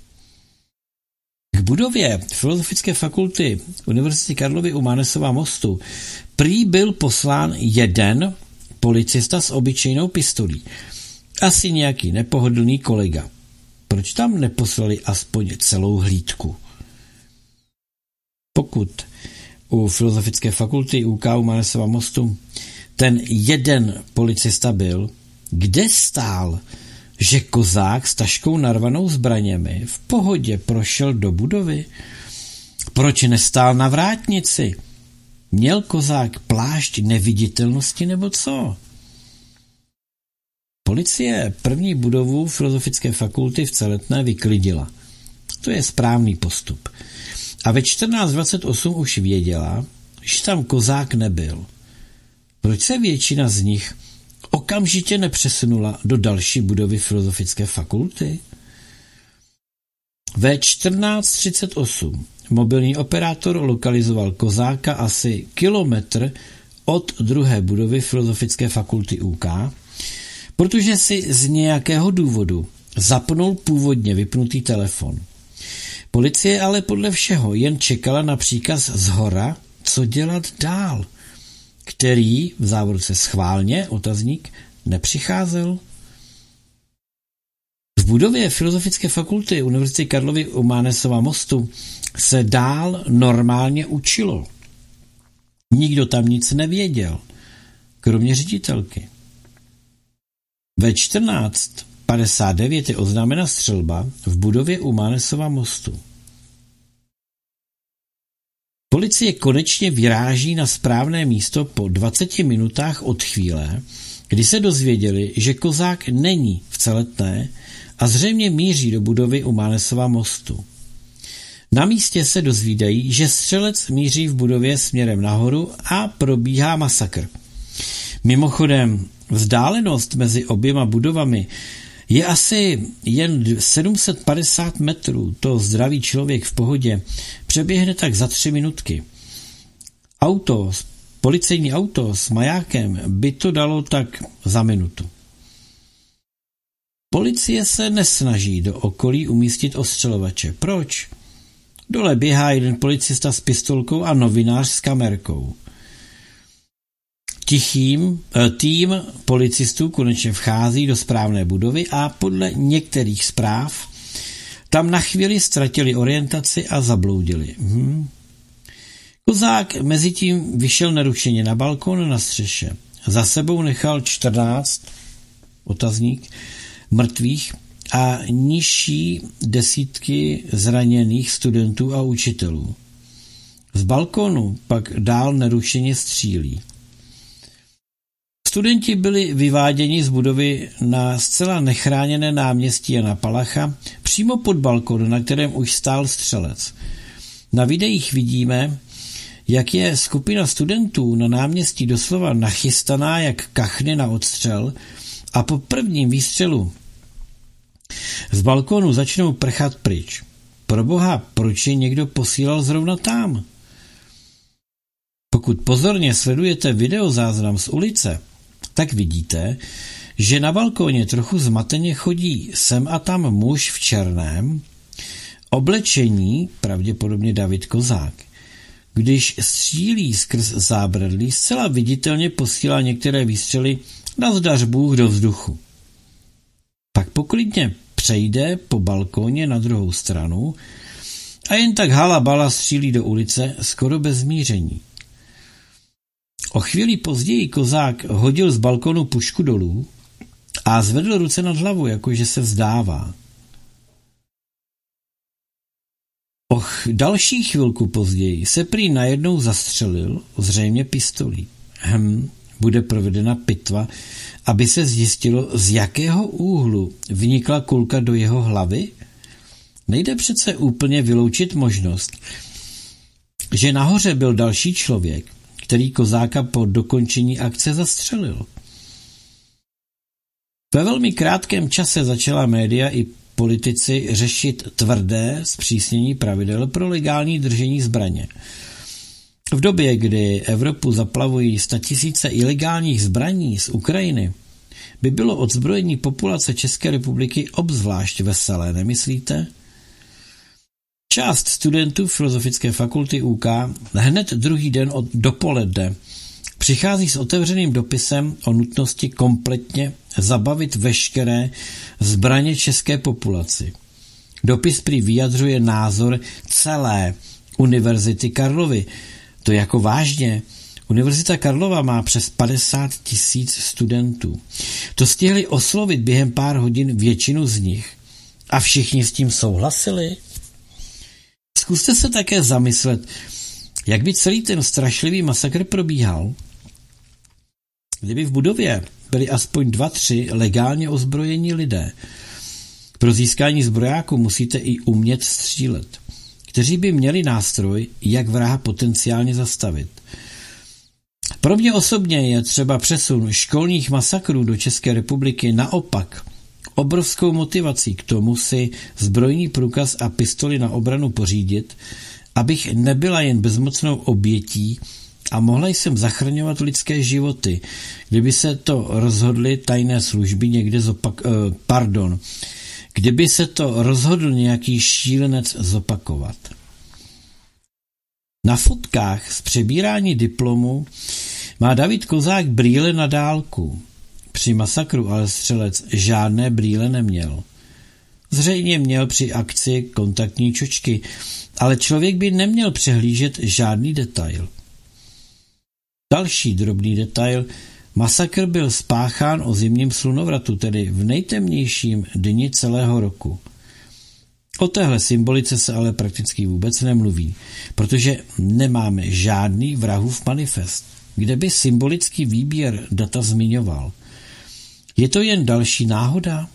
K budově Filozofické fakulty Univerzity Karlovy u Mánesova mostu prý byl poslán jeden policista s obyčejnou pistolí. Asi nějaký nepohodlný kolega. Proč tam neposlali aspoň celou hlídku? Pokud u Filozofické fakulty U K u Mánesova mostu ten jeden policista byl, kde stál, že Kozák s taškou narvanou zbraněmi v pohodě prošel do budovy? Proč nestál na vrátnici? Měl Kozák plášť neviditelnosti nebo co? Policie první budovu Filozofické fakulty v Celetné vyklidila. To je správný postup. A ve čtrnáct dvacet osm už věděla, že tam Kozák nebyl. Proč se většina z nich okamžitě nepřesunula do další budovy Filozofické fakulty? Ve čtrnáct třicet osm mobilní operátor lokalizoval Kozáka asi kilometr od druhé budovy Filozofické fakulty U K, protože si z nějakého důvodu zapnul původně vypnutý telefon. Policie ale podle všeho jen čekala na příkaz zhora, co dělat dál, který v závorce schválně, otazník, nepřicházel. V budově Filozofické fakulty Univerzity Karlovy u Mánesova mostu se dál normálně učilo. Nikdo tam nic nevěděl, kromě ředitelky. Ve čtrnáct padesát devět je oznámena střelba v budově u Mánesova mostu. Policie konečně vyráží na správné místo po dvaceti minutách od chvíle, kdy se dozvěděli, že Kozák není v Celetné a zřejmě míří do budovy u Mánesova mostu. Na místě se dozvídají, že střelec míří v budově směrem nahoru a probíhá masakr. Mimochodem, vzdálenost mezi oběma budovami je asi jen sedm set padesát metrů. To zdravý člověk v pohodě přeběhne tak za tři minutky. Auto, policejní auto s majákem by to dalo tak za minutu. Policie se nesnaží do okolí umístit ostřelovače. Proč? Dole běhá jeden policista s pistolkou a novinář s kamerkou. Tichým, tým policistů konečně vchází do správné budovy a podle některých zpráv tam na chvíli ztratili orientaci a zabloudili. Hm. Kozák mezitím vyšel nerušeně na balkon na střeše. Za sebou nechal čtrnáct otazník mrtvých a nižší desítky zraněných studentů a učitelů. Z balkonu pak dál nerušeně střílí. Studenti byli vyváděni z budovy na zcela nechráněné náměstí Jana Palacha přímo pod balkon, na kterém už stál střelec. Na videích vidíme, jak je skupina studentů na náměstí doslova nachystaná jak kachny na odstřel a po prvním výstřelu z balkonu začnou prchat pryč. Proboha, proč je někdo posílal zrovna tam? Pokud pozorně sledujete videozáznam z ulice, tak vidíte, že na balkóně trochu zmateně chodí sem a tam muž v černém, oblečení, pravděpodobně David Kozák. Když střílí skrz zábradlí, zcela viditelně posílá některé výstřely na zdař Bůh do vzduchu. Pak poklidně přejde po balkóně na druhou stranu a jen tak hala bala střílí do ulice skoro bez zmíření. O chvíli později kozák hodil z balkonu pušku dolů a zvedl ruce nad hlavu, jakože se vzdává. Och, další chvilku později se prý najednou zastřelil, zřejmě pistolí. Hm, bude provedena pitva, aby se zjistilo, z jakého úhlu vnikla kulka do jeho hlavy? Nejde přece úplně vyloučit možnost, že nahoře byl další člověk, který kozáka po dokončení akce zastřelil. Ve velmi krátkém čase začala média i politici řešit tvrdé zpřísnění pravidel pro legální držení zbraně. V době, kdy Evropu zaplavují statisíce ilegálních zbraní z Ukrajiny, by bylo odzbrojení populace České republiky obzvlášť veselé, nemyslíte? Část studentů Filozofické fakulty U K hned druhý den od dopoledne přichází s otevřeným dopisem o nutnosti kompletně zabavit veškeré zbraně české populaci. Dopis prý vyjadřuje názor celé Univerzity Karlovy. To jako vážně. Univerzita Karlova má přes padesát tisíc studentů. To stihli oslovit během pár hodin většinu z nich. A všichni s tím souhlasili? Zkuste se také zamyslet, jak by celý ten strašlivý masakr probíhal, kdyby v budově byli aspoň dva, tři legálně ozbrojení lidé. Pro získání zbrojáku musíte i umět střílet, kteří by měli nástroj, jak vraha potenciálně zastavit. Pro mě osobně je třeba přesun školních masakrů do České republiky naopak obrovskou motivací k tomu si zbrojní průkaz a pistoli na obranu pořídit, abych nebyla jen bezmocnou obětí a mohla jsem zachraňovat lidské životy, kdyby se to rozhodly tajné služby někde zopak... Eh, pardon, kdyby se to rozhodl nějaký šílenec zopakovat. Na fotkách z přebírání diplomu má David Kozák brýle na dálku. Při masakru ale střelec žádné brýle neměl. Zřejmě měl při akci kontaktní čočky, ale člověk by neměl přehlížet žádný detail. Další drobný detail. Masakr byl spáchán o zimním slunovratu, tedy v nejtemnějším dni celého roku. O téhle symbolice se ale prakticky vůbec nemluví, protože nemáme žádný vrahův manifest, kde by symbolický výběr data zmiňoval. Je to jen další náhoda?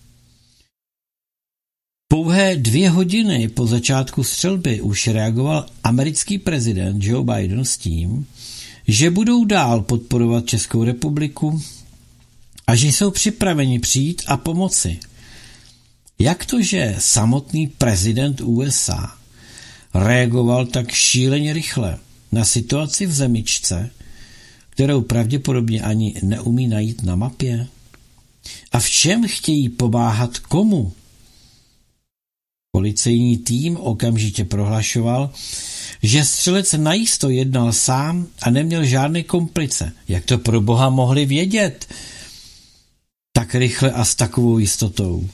Pouhé dvě hodiny po začátku střelby už reagoval americký prezident Joe Biden s tím, že budou dál podporovat Českou republiku a že jsou připraveni přijít a pomoci. Jak to, že samotný prezident U S A reagoval tak šíleně rychle na situaci v zemičce, kterou pravděpodobně ani neumí najít na mapě? A v čem chtějí pomáhat komu? Policejní tým okamžitě prohlašoval, že střelec najisto jednal sám a neměl žádné komplice. Jak to pro boha mohli vědět? Tak rychle a s takovou jistotou.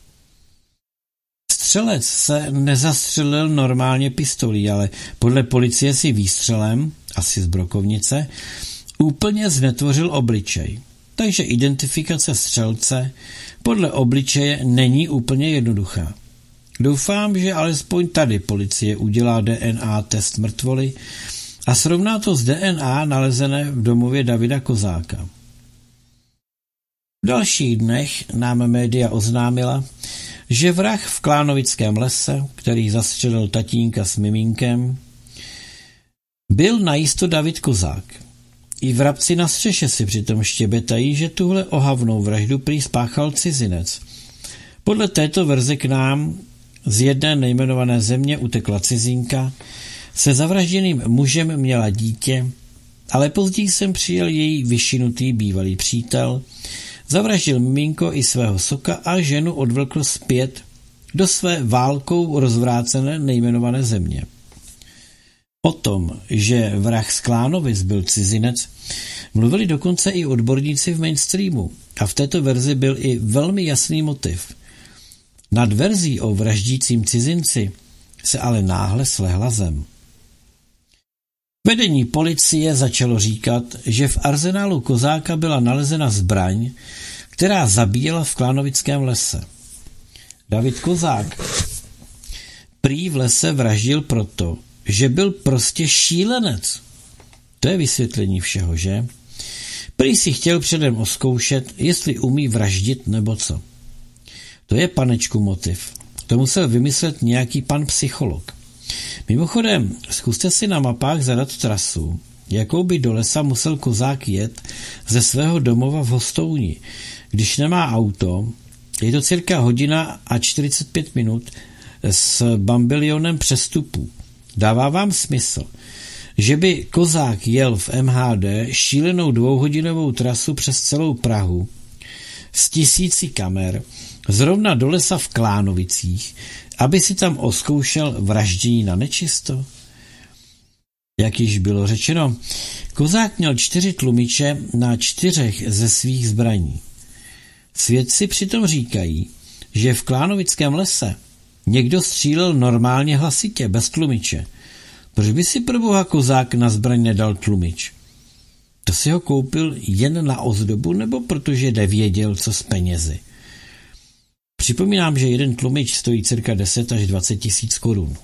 Střelec se nezastřelil normálně pistolí, ale podle policie si výstřelem, asi z brokovnice, úplně znetvořil obličej. Takže identifikace střelce podle obličeje není úplně jednoduchá. Doufám, že alespoň tady policie udělá D N A test mrtvoly a srovná to s D N A nalezené v domově Davida Kozáka. V dalších dnech nám média oznámila, že vrah v Klánovickém lese, který zastřelil tatínka s miminkem, byl najisto David Kozák. I vrabci na střeše si přitom štěbetají, že tuhle ohavnou vraždu prý spáchal cizinec. Podle této verze k nám z jedné nejmenované země utekla cizinka, se zavražděným mužem měla dítě, ale později sem přijel její vyšinutý bývalý přítel, zavraždil miminko i svého soka a ženu odvlekl zpět do své válkou rozvrácené nejmenované země. O tom, že vrah z Klánovic byl cizinec, mluvili dokonce i odborníci v mainstreamu a v této verzi byl i velmi jasný motiv. Nad verzí o vraždícím cizinci se ale náhle slehla zem. Vedení policie začalo říkat, že v arzenálu Kozáka byla nalezena zbraň, která zabíjela v Klánovickém lese. David Kozák prý v lese vraždil proto, že byl prostě šílenec. To je vysvětlení všeho, že? Prý si chtěl předem oskoušet, jestli umí vraždit nebo co. To je, panečku, motiv. To musel vymyslet nějaký pan psycholog. Mimochodem, zkuste si na mapách zadat trasu, jakou by do lesa musel Kozák jet ze svého domova v Hostouni. Když nemá auto, je to cirka hodina a čtyřicet pět minut s bambilionem přestupů. Dává vám smysl, že by Kozák jel v M H D šílenou dvouhodinovou trasu přes celou Prahu s tisíci kamer zrovna do lesa v Klánovicích, aby si tam oskoušel vraždění na nečisto? Jak již bylo řečeno, Kozák měl čtyři tlumiče na čtyřech ze svých zbraní. Svědci přitom říkají, že v Klánovickém lese někdo střílel normálně hlasitě, bez tlumiče. Proč by si proboha Kozák na zbraň nedal tlumič? To si ho koupil jen na ozdobu, nebo protože nevěděl, co s penězi? Připomínám, že jeden tlumič stojí cirka deset až dvacet tisíc korun.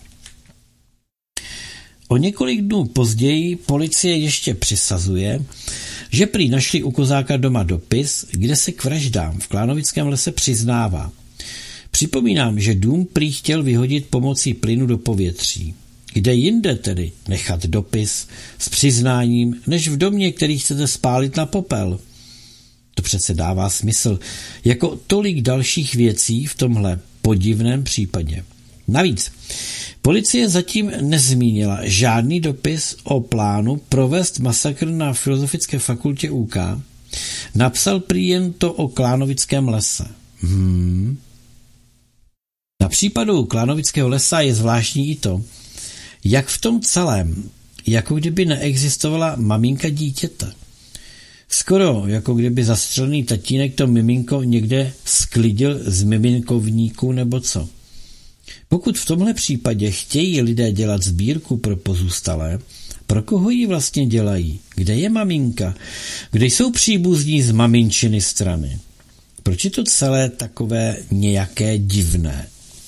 O několik dnů později policie ještě přisazuje, že prý našli u Kozáka doma dopis, kde se k vraždám v Klánovickém lese přiznává. Připomínám, že dům prý chtěl vyhodit pomocí plynu do povětří. Kde jinde tedy nechat dopis s přiznáním, než v domě, který chcete spálit na popel? To přece dává smysl, jako tolik dalších věcí v tomhle podivném případě. Navíc, policie zatím nezmínila žádný dopis o plánu provést masakr na Filozofické fakultě U K. Napsal prý jen to o Klánovickém lese. Hmm. Na případu Klánovického lesa je zvláštní i to, jak v tom celém, jako kdyby neexistovala maminka dítěte. Skoro jako kdyby zastřelený tatínek to miminko někde sklidil z miminkovníku nebo co. Pokud v tomhle případě chtějí lidé dělat sbírku pro pozůstalé, pro koho ji vlastně dělají? Kde je maminka? Kde jsou příbuzní z maminčiny strany? Proč je to celé takové nějaké divné?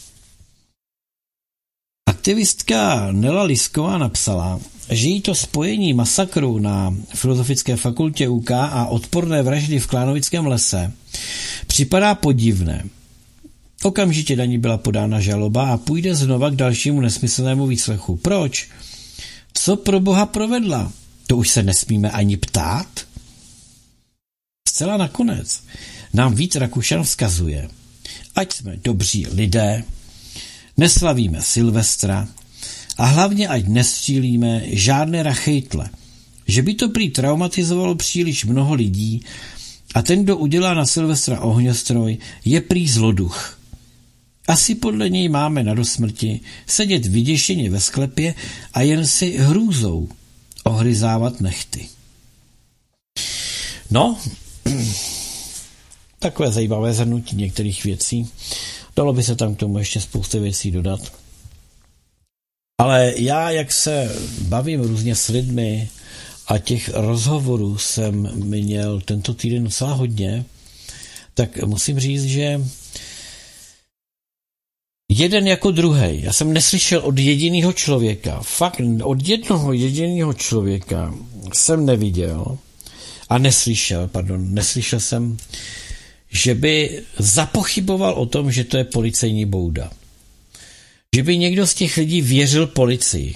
Aktivistka Nela Lisková napsala, že jí to spojení masakru na Filozofické fakultě U K a odporné vraždy v Klánovickém lese připadá podivné. Okamžitě na ní byla podána žaloba a půjde znova k dalšímu nesmyslnému výslechu. Proč? Co pro boha provedla? To už se nesmíme ani ptát? Zcela nakonec nám Vít Rakušan vzkazuje, ať jsme dobří lidé, neslavíme Silvestra a hlavně ať nestřílíme žádné rachejtle, že by to prý traumatizovalo příliš mnoho lidí a ten, kdo udělá na Silvestra ohňostroj, je prý zloduch. Asi podle něj máme na dosmrti sedět vyděšeně ve sklepě a jen si hrůzou ohryzávat nechty. No, takové zajímavé zhrnutí některých věcí. Dalo by se tam k tomu ještě spoustu věcí dodat. Ale já, jak se bavím různě s lidmi a těch rozhovorů jsem měl tento týden docela hodně, tak musím říct, že jeden jako druhej. Já jsem neslyšel od jediného člověka, fakt od jednoho jediného člověka jsem neviděl a neslyšel, pardon, neslyšel jsem, že by zapochyboval o tom, že to je policejní bouda. Že by někdo z těch lidí věřil policii.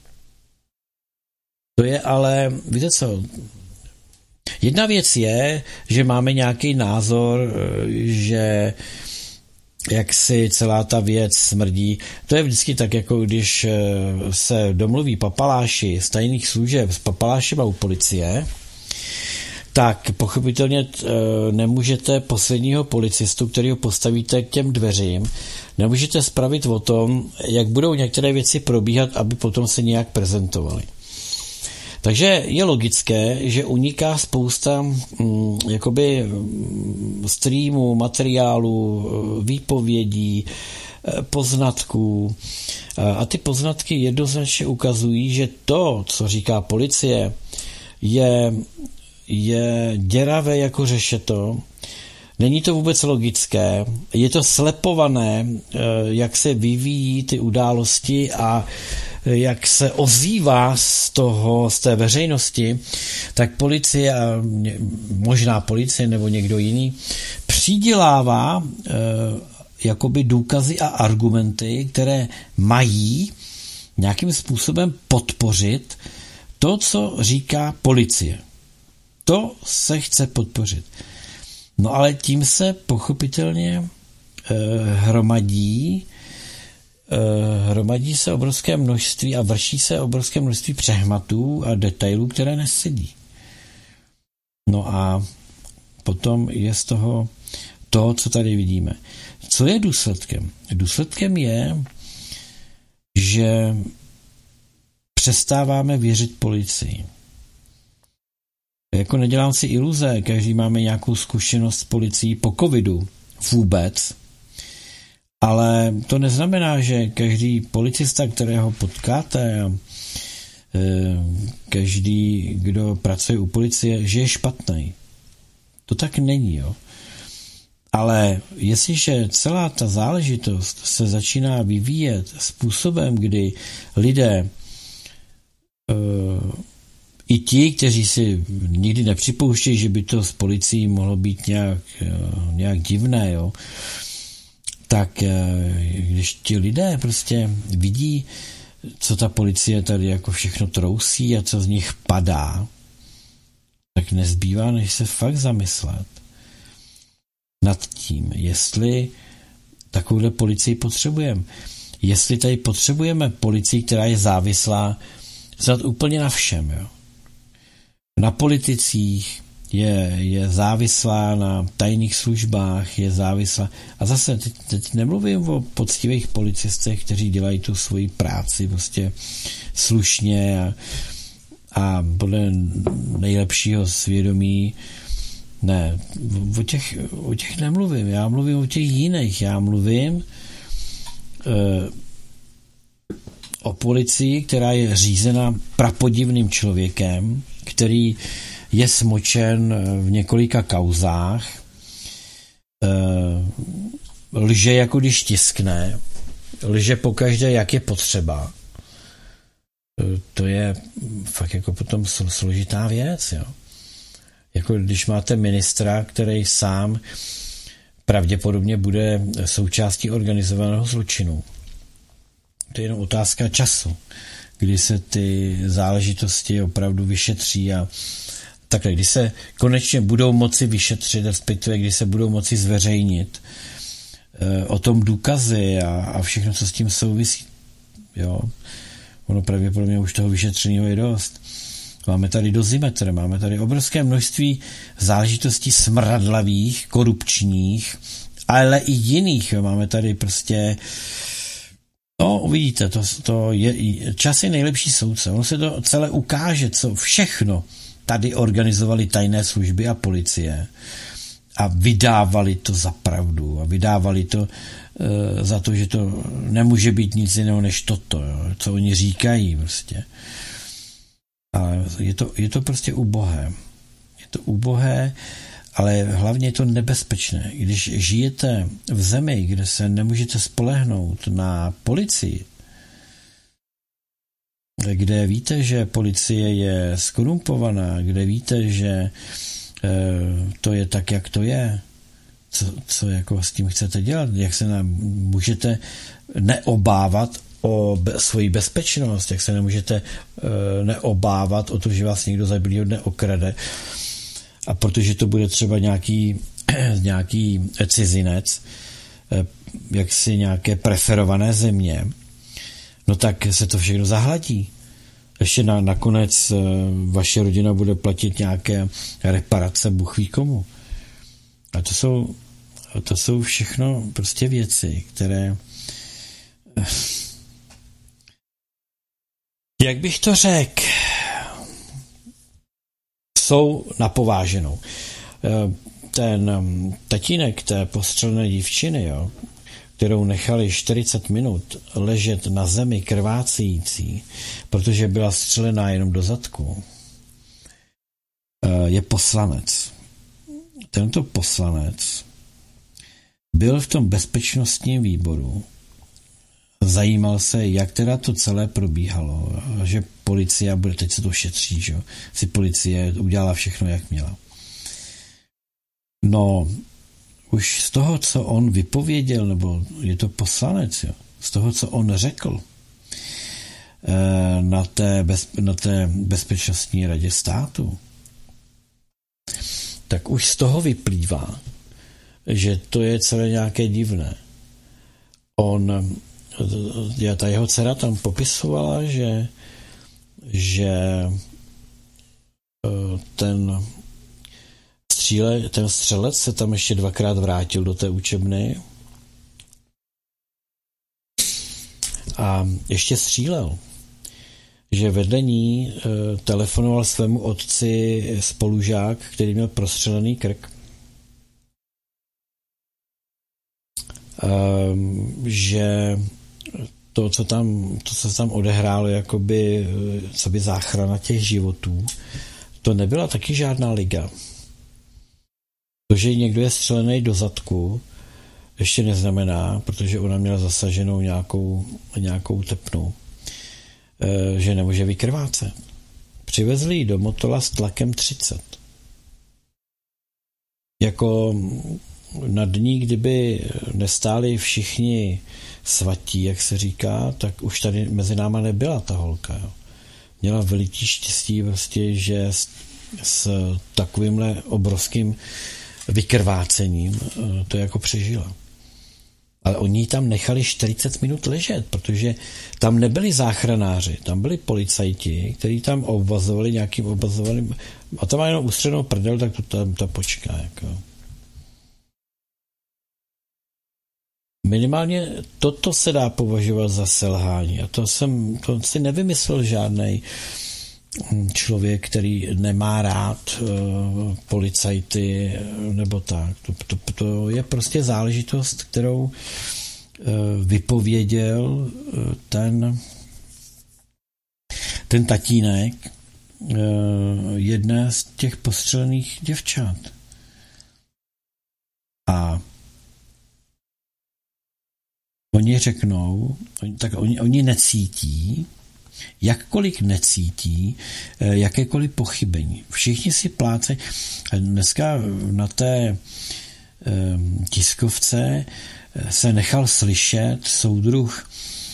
To je ale, víte co, jedna věc je, že máme nějaký názor, že jak si celá ta věc smrdí. To je vždycky tak, jako když se domluví papaláši z tajných služeb s papalášima u policie, tak pochopitelně nemůžete posledního policistu, který ho postavíte k těm dveřím, nemůžete spravit o tom, jak budou některé věci probíhat, aby potom se nějak prezentovaly. Takže je logické, že uniká spousta mm, jakoby streamů, materiálů, výpovědí, poznatků. A ty poznatky jednoznačně ukazují, že to, co říká policie, je, je děravé jako řešeto. Není to vůbec logické, je to slepované, jak se vyvíjí ty události a jak se ozývá z toho, z té veřejnosti, tak policie, možná policie nebo někdo jiný, přidělává eh, jakoby důkazy a argumenty, které mají nějakým způsobem podpořit to, co říká policie. To se chce podpořit. No ale tím se pochopitelně eh, hromadí hromadí se obrovské množství a vrší se obrovské množství přehmatů a detailů, které nesedí. No a potom je z toho to, co tady vidíme. Co je důsledkem? Důsledkem je, že přestáváme věřit policii. Jako nedělám si iluze, každý máme nějakou zkušenost s policií po covidu. Vůbec. Ale to neznamená, že každý policista, kterého potkáte, a každý, kdo pracuje u policie, že je špatný. To tak není, jo. Ale jestliže celá ta záležitost se začíná vyvíjet způsobem, kdy lidé, i ti, kteří si nikdy nepřipouštějí, že by to s policií mohlo být nějak, nějak divné, jo, tak když ti lidé prostě vidí, co ta policie tady jako všechno trousí a co z nich padá, tak nezbývá, než se fakt zamyslet nad tím, jestli takovouhle policii potřebujeme. Jestli tady potřebujeme policii, která je závislá snad úplně na všem. Jo. Na politicích, je, je závislá na tajných službách, je závislá. A zase, teď, teď nemluvím o poctivých policistech, kteří dělají tu svoji práci prostě slušně a, a podle nejlepšího svědomí. Ne, o těch, o těch nemluvím. Já mluvím o těch jiných. Já mluvím e, o policii, která je řízena prapodivným člověkem, který je smočen v několika kauzách, lže jako když tiskne, lže pokaždé, jak je potřeba. To je fakt jako potom složitá věc. Jo. Jako když máte ministra, který sám pravděpodobně bude součástí organizovaného zločinu. To je jenom otázka času, kdy se ty záležitosti opravdu vyšetří a takhle, když se konečně budou moci vyšetřit, respektive když se budou moci zveřejnit e, o tom důkazy a, a všechno, co s tím souvisí. Jo. Ono pravděpodobně už toho vyšetřeného je dost. Máme tady dozimetr, máme tady obrovské množství záležitostí smradlavých, korupčních, ale i jiných. Jo. Máme tady prostě no, uvidíte, to, to je, čas je nejlepší soudce. Ono se to celé ukáže, co všechno tady organizovali tajné služby a policie a vydávali to za pravdu a vydávali to e, za to, že to nemůže být nic jiného než toto, jo, co oni říkají prostě. A je to, je to prostě ubohé. Je to ubohé, ale hlavně je to nebezpečné. Když žijete v zemi, kde se nemůžete spolehnout na policii, kde víte, že policie je skorumpovaná, kde víte, že e, to je tak, jak to je, co, co jako s tím chcete dělat, jak se nám můžete neobávat o be, svoji bezpečnost, jak se nemůžete e, neobávat o to, že vás někdo za bílýho dne okrade, a protože to bude třeba nějaký, nějaký cizinec, e, jaksi nějaké preferované země, no tak se to všechno zahladí. Ještě na, nakonec vaše rodina bude platit nějaké reparace, Bůh ví komu. A to jsou, to jsou všechno prostě věci, které... Jak bych to řekl? jsou napováženou. Ten tatínek té postřelené dívčiny, jo, kterou nechali čtyřicet minut ležet na zemi krvácející, protože byla střelená jenom do zadku, je poslanec. Tento poslanec byl v tom bezpečnostním výboru, zajímal se, jak teda to celé probíhalo, že policie bude, teď se to šetří, že si policie udělala všechno, jak měla. No, už z toho, co on vypověděl, nebo je to poslanec, jo, z toho, co on řekl na té, bez, na té bezpečnostní radě státu, tak už z toho vyplývá, že to je celé nějaké divné. On, ta jeho dcera tam popisovala, že, že ten stříle, ten střelec se tam ještě dvakrát vrátil do té učebny a ještě střílel. Že vedle ní e, telefonoval svému otci spolužák, který měl prostřelený krk. E, že to, co tam, to, co se tam odehrálo, jakoby, co by záchrana těch životů, to nebyla taky žádná liga. To, že někdo je střelený do zadku, ještě neznamená, protože ona měla zasaženou nějakou, nějakou tepnu, že nemůže vykrvácet. Přivezli ji do Motola s tlakem třicet. Jako na dní, kdyby nestáli všichni svatí, jak se říká, tak už tady mezi náma nebyla ta holka. Jo. Měla veliký štěstí, prostě, že s, s takovýmhle obrovským vykrvácením to jako přežila. Ale oni tam nechali čtyřicet minut ležet, protože tam nebyli záchranáři, tam byli policajti, kteří tam obvazovali nějakým obvazovaným, a tam má jenom ustřenou prdel, tak to tam ta počká. Jako. Minimálně toto se dá považovat za selhání. A to jsem, to si nevymyslel žádnej člověk, který nemá rád uh, policajty nebo tak. To, to, to je prostě záležitost, kterou uh, vypověděl uh, ten ten tatínek uh, jedné z těch postřelených děvčat. A oni řeknou, tak oni, oni necítí, jakkoliv necítí, jakékoliv pochybení. Všichni si pláce. Dneska na té tiskovce se nechal slyšet soudruh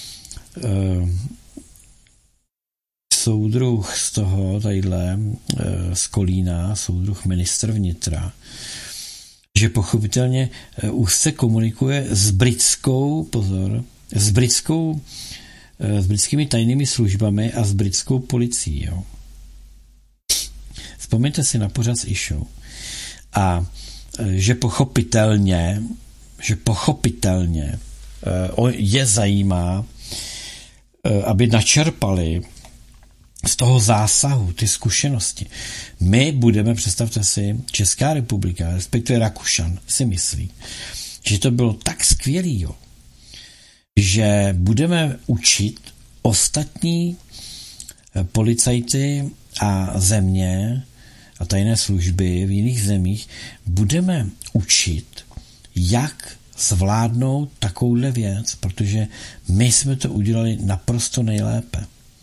soudruh z toho tadyhle z Kolína, soudruh ministr vnitra, že pochopitelně úzce komunikuje s britskou, pozor, s britskou s britskými tajnými službami a s britskou policií. Jo. Vzpomeňte si na pořad s Išou. A že pochopitelně, že pochopitelně je zajímá, aby načerpali z toho zásahu ty zkušenosti. My budeme, představte si, Česká republika, respektive Rakušan, si myslí, že to bylo tak skvělý, jo, že budeme učit ostatní policajty a země a tajné služby v jiných zemích, budeme učit, jak zvládnout takovouhle věc, protože my jsme to udělali naprosto nejlépe.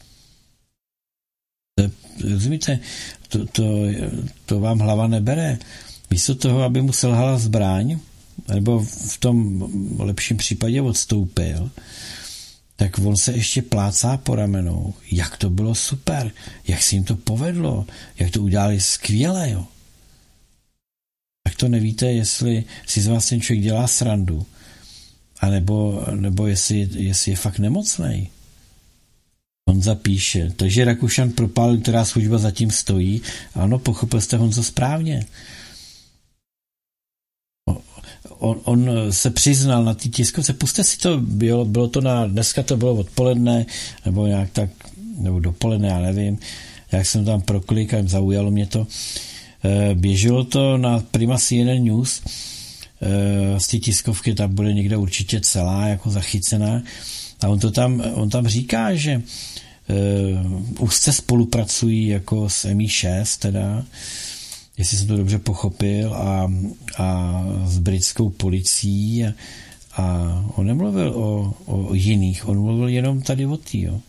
Rozumíte, to, to, to vám hlava nebere. Místo toho, aby mu selhala zbraň, nebo v tom lepším případě odstoupil, tak on se ještě plácá po ramenou. Jak to bylo super, jak se jim to povedlo, jak to udělali skvěle, jo. Tak to nevíte, jestli si z vás ten člověk dělá srandu, anebo, nebo jestli, jestli je fakt nemocnej. Honza píše, takže Rakušan propálil, která služba zatím stojí. Ano, pochopil jste, Honzo, správně. On, on se přiznal na té tiskovce, puste si to, bylo, bylo to na, dneska to bylo odpoledne, nebo nějak tak, nebo dopoledne, já nevím, jak jsem tam proklik a zaujalo mě to. Běželo to na Prima C N N News, z té tiskovky, ta bude někde určitě celá jako zachycená. A on to tam, on tam říká, že uh, úzce spolupracují jako s M I šest, teda, jestli jsem to dobře pochopil, a, a s britskou policií. A, a on nemluvil o, o jiných, on mluvil jenom tady o tý, jo.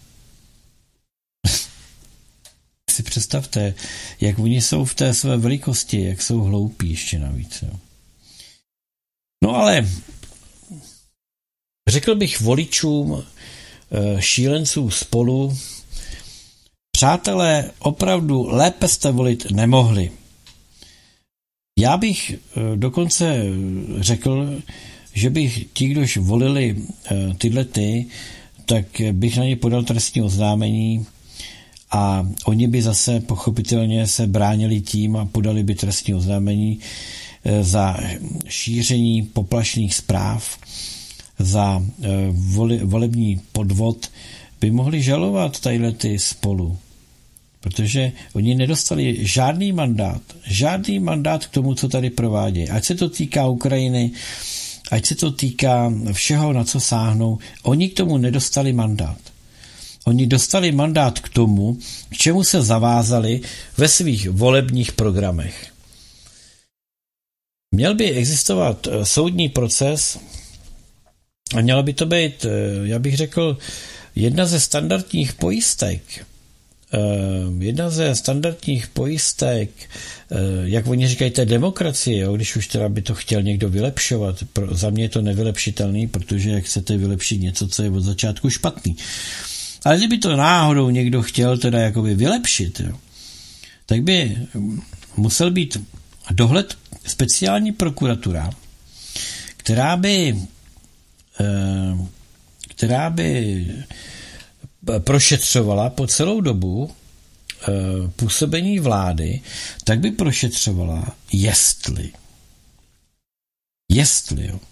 Si představte, jak oni jsou v té své velikosti, jak jsou hloupí ještě navíc, jo. No ale řekl bych voličům šílenců Spolu, přátelé, opravdu lépe jste volit nemohli. Já bych dokonce řekl, že bych ti, kdož volili tyhle ty, tak bych na ně podal trestní oznámení a oni by zase pochopitelně se bránili tím a podali by trestní oznámení za šíření poplašných zpráv, za voli, volební podvod, by mohli žalovat tadyhle ty Spolu. Protože oni nedostali žádný mandát, žádný mandát k tomu, co tady provádějí. Ať se to týká Ukrajiny, ať se to týká všeho, na co sáhnou, oni k tomu nedostali mandát. Oni dostali mandát k tomu, k čemu se zavázali ve svých volebních programech. Měl by existovat soudní proces a mělo by to být, já bych řekl, jedna ze standardních pojistek, jedna ze standardních pojistek, jak oni říkají, té demokracie, jo, když už teda by to chtěl někdo vylepšovat. Pro, za mě je to nevylepšitelný, protože jak chcete vylepšit něco, co je od začátku špatný. Ale kdyby to náhodou někdo chtěl teda jakoby vylepšit, jo, tak by musel být dohled speciální prokuratura, která by která by prošetřovala po celou dobu působení vlády, tak by prošetřovala, jestli jestli jo,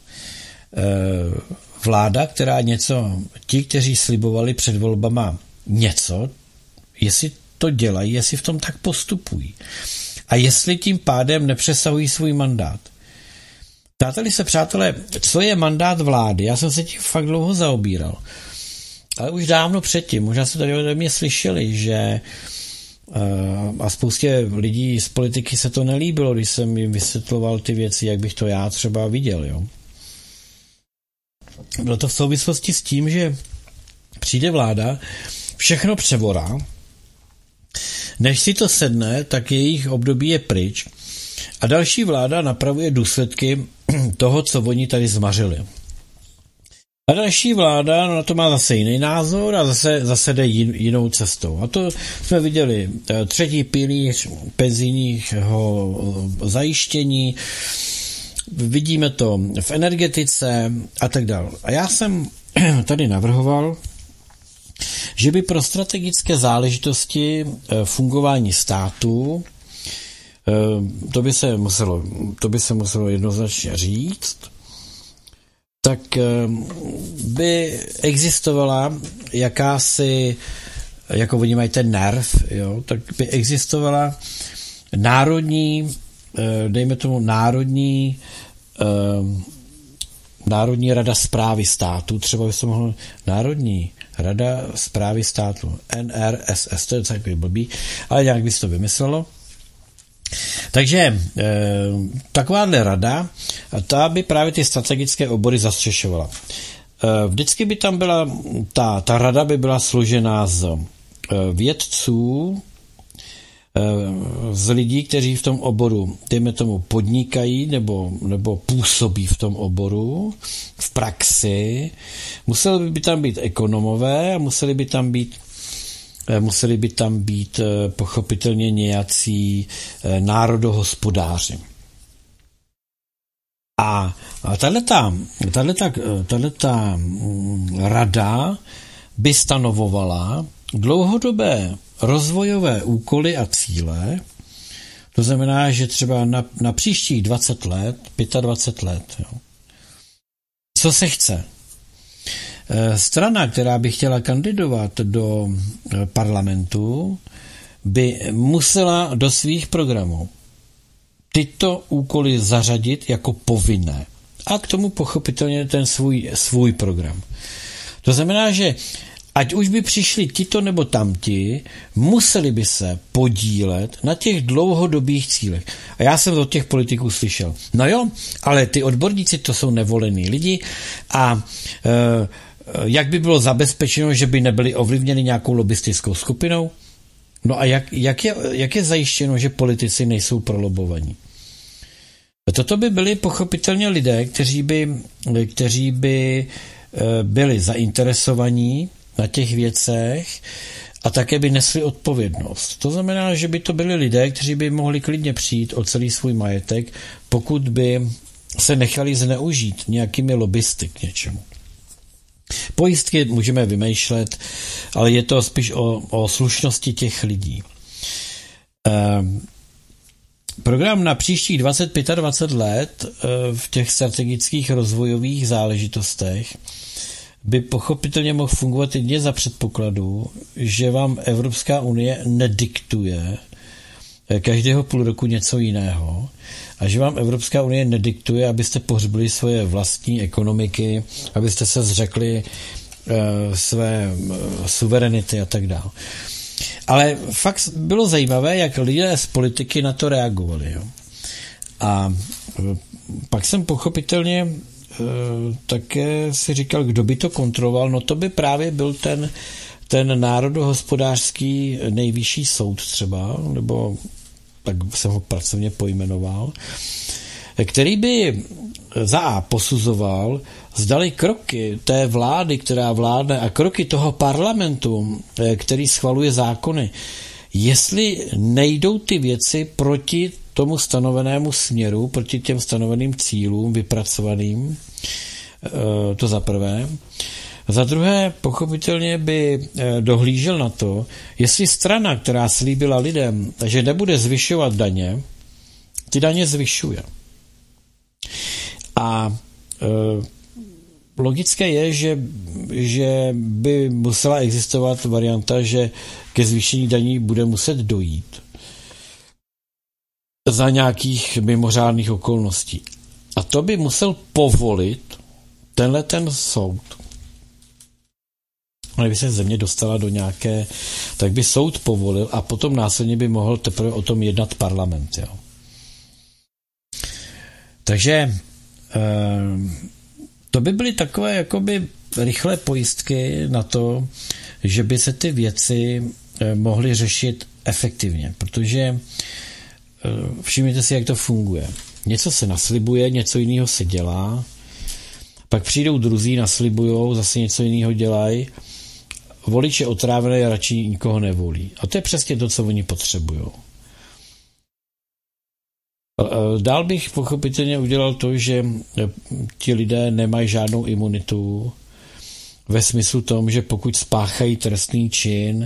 vláda, která něco, ti, kteří slibovali před volbama něco, jestli to dělají, jestli v tom tak postupují. A jestli tím pádem nepřesahují svůj mandát. Ptáteli se, přátelé, co je mandát vlády? Já jsem se tím fakt dlouho zaobíral. Ale už dávno předtím, možná se tady ode mě slyšeli, že a spoustě lidí z politiky se to nelíbilo, když jsem jim vysvětloval ty věci, jak bych to já třeba viděl. Jo. Bylo to v souvislosti s tím, že přijde vláda, všechno převorá, než si to sedne, tak jejich období je pryč a další vláda napravuje důsledky toho, co oni tady zmařili. A další vláda no, na to má zase jiný názor a zase, zase jde jin, jinou cestou. A to jsme viděli třetí pilíř penzijního zajištění, vidíme to v energetice a tak dále. A já jsem tady navrhoval, že by pro strategické záležitosti fungování státu, to by se muselo, to by se muselo jednoznačně říct, tak by existovala jakási, jako oni mají ten nerv, jo, tak by existovala národní, dejme tomu národní Národní rada správy státu, třeba by se mohlo Národní rada správy státu, N R S S, to je takový blbý, ale nějak by se to vymyslelo. Takže e, takováhle rada, ta by právě ty strategické obory zastřešovala. E, vždycky by tam byla, ta, ta rada by byla složená z e, vědců, z lidí, kteří v tom oboru, dejme tomu, podnikají nebo, nebo působí v tom oboru, v praxi. Museli by tam být ekonomové a museli by tam být museli by tam být pochopitelně nějací národohospodáři. A tato, tato, tato rada by stanovovala dlouhodobé rozvojové úkoly a cíle, to znamená, že třeba na, na příštích dvacet let, dvacet pět let, jo. Co se chce? Strana, která by chtěla kandidovat do parlamentu, by musela do svých programů tyto úkoly zařadit jako povinné. A k tomu pochopitelně ten svůj, svůj program. To znamená, že ať už by přišli tito nebo tamti, museli by se podílet na těch dlouhodobých cílech. A já jsem od těch politiků slyšel, no jo, ale ty odborníci to jsou nevolení lidi a e, jak by bylo zabezpečeno, že by nebyli ovlivněni nějakou lobistickou skupinou? No a jak, jak, je, jak je zajištěno, že politici nejsou prolobovaní? Toto by byli pochopitelně lidé, kteří by, kteří by byli zainteresovaní na těch věcech a také by nesli odpovědnost. To znamená, že by to byli lidé, kteří by mohli klidně přijít o celý svůj majetek, pokud by se nechali zneužít nějakými lobbysty k něčemu. Pojistky můžeme vymýšlet, ale je to spíš o, o slušnosti těch lidí. Ehm, program na příštích dvacet dvacet pět let v těch strategických rozvojových záležitostech by pochopitelně mohl fungovat jedině za předpokladu, že vám Evropská unie nediktuje každého půl roku něco jiného a že vám Evropská unie nediktuje, abyste pohřbili svoje vlastní ekonomiky, abyste se zřekli e, své suverenity a tak dále. Ale fakt bylo zajímavé, jak lidé z politiky na to reagovali. Jo. A pak jsem pochopitelně e, také si říkal, kdo by to kontroloval, no to by právě byl ten, ten národohospodářský nejvyšší soud třeba, nebo tak jsem ho pracovně pojmenoval, který by za A posuzoval, zdali kroky té vlády, která vládne, a kroky toho parlamentu, který schvaluje zákony, jestli nejdou ty věci proti tomu stanovenému směru, proti těm stanoveným cílům vypracovaným, to za prvé. Za druhé, pochopitelně by dohlížel na to, jestli strana, která slíbila lidem, že nebude zvyšovat daně, ty daně zvyšuje. A e, logické je, že, že by musela existovat varianta, že ke zvýšení daní bude muset dojít za nějakých mimořádných okolností. A to by musel povolit tenhle ten soud. Ale kdyby se země dostala do nějaké, tak by soud povolil a potom následně by mohl teprve o tom jednat parlament. Jo. Takže to by byly takové jakoby rychlé pojistky na to, že by se ty věci mohly řešit efektivně, protože všimněte si, jak to funguje. Něco se naslibuje, něco jiného se dělá, pak přijdou druzí, naslibujou, zase něco jiného dělají, volič je otrávený a radši nikoho nevolí. A to je přesně to, co oni potřebují. Dál bych pochopitelně udělal to, že ti lidé nemají žádnou imunitu ve smyslu tom, že pokud spáchají trestný čin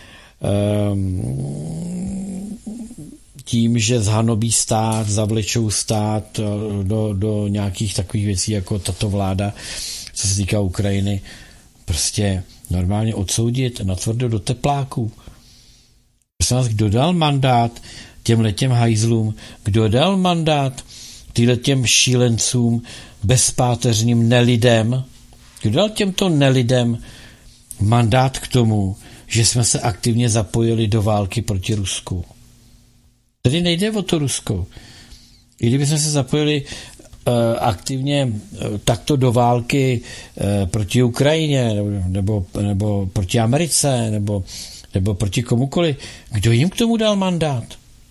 tím, že zhanobí stát, zavlečou stát do, do nějakých takových věcí, jako tato vláda, co se týká Ukrajiny, prostě normálně odsoudit natvrdo do tepláků. Prosím vás, kdo dal mandát těmhletěm hajzlům, kdo dal mandát tyhletěm šílencům, bezpáteřním nelidem, kdo dal těmto nelidem mandát k tomu, že jsme se aktivně zapojili do války proti Rusku. Tady nejde o to Rusko. I kdyby jsme se zapojili uh, aktivně uh, takto do války uh, proti Ukrajině, nebo, nebo proti Americe, nebo, nebo proti komukoli, kdo jim k tomu dal mandát?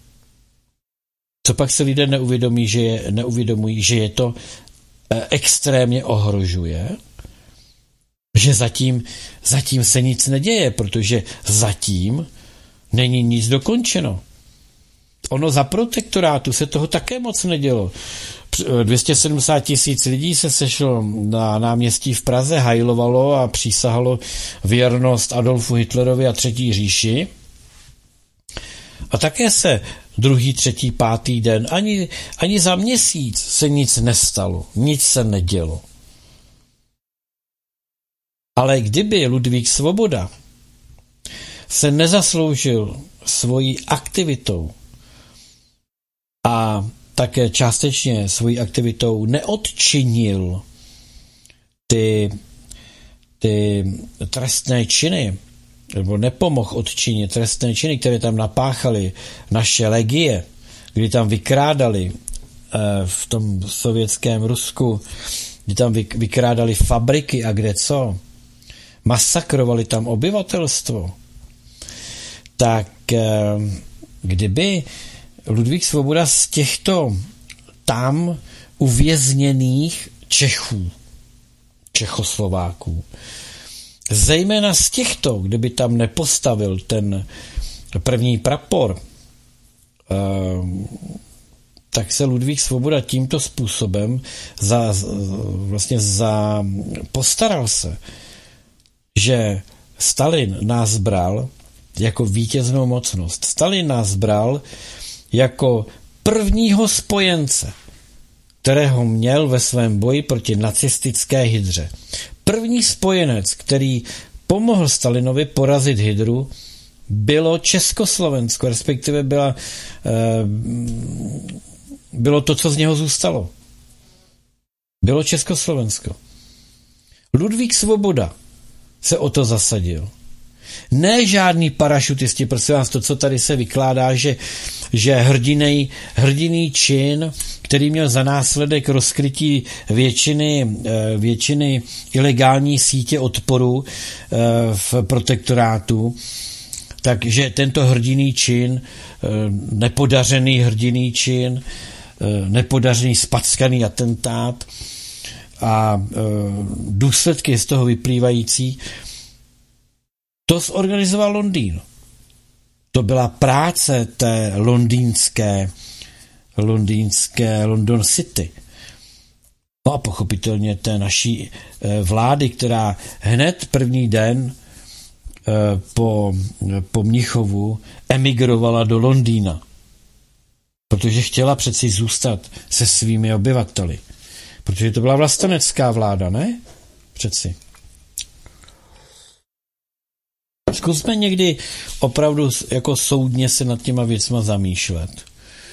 Co pak se lidé neuvědomí, že je, neuvědomují, že je to e, extrémně ohrožuje? Že zatím, zatím se nic neděje, protože zatím není nic dokončeno. Ono za protektorátu se toho také moc nedělo. dvě stě sedmdesát tisíc lidí se sešlo na náměstí v Praze, hajlovalo a přísahalo věrnost Adolfu Hitlerovi a Třetí říši. A také se druhý, třetí, pátý den, ani, ani za měsíc se nic nestalo, nic se nedělo. Ale kdyby Ludvík Svoboda se nezasloužil svojí aktivitou a také částečně svojí aktivitou neodčinil ty, ty trestné činy, nebo nepomohl odčinit trestné činy, které tam napáchali naše legie, kdy tam vykrádali v tom sovětském Rusku, kdy tam vykrádali fabriky a kde co, masakrovali tam obyvatelstvo, tak kdyby Ludvík Svoboda z těchto tam uvězněných Čechů, Čechoslováků, zejména z těchto, kdyby tam nepostavil ten první prapor, tak se Ludvík Svoboda tímto způsobem za, vlastně za, postaral se, že Stalin nás bral jako vítěznou mocnost. Stalin nás bral jako prvního spojence, kterého měl ve svém boji proti nacistické hydře. První spojenec, který pomohl Stalinovi porazit hydru, bylo Československo, respektive byla, bylo to, co z něho zůstalo. Bylo Československo. Ludvík Svoboda se o to zasadil. Ne žádný parašutisti, prosím vás, to, co tady se vykládá, že, že hrdinej, hrdiný čin, který měl za následek rozkrytí většiny, většiny ilegální sítě odporu v protektorátu, takže tento hrdiný čin, nepodařený hrdiný čin, nepodařený spackaný atentát a důsledky z toho vyplývající, to zorganizoval Londýn. To byla práce té londýnské, londýnské London City. No a pochopitelně té naší vlády, která hned první den po, po Mnichovu emigrovala do Londýna. Protože chtěla přeci zůstat se svými obyvateli. Protože to byla vlastenecká vláda, ne? Přeci. Zkusme někdy opravdu jako soudně se nad těma věcma zamýšlet.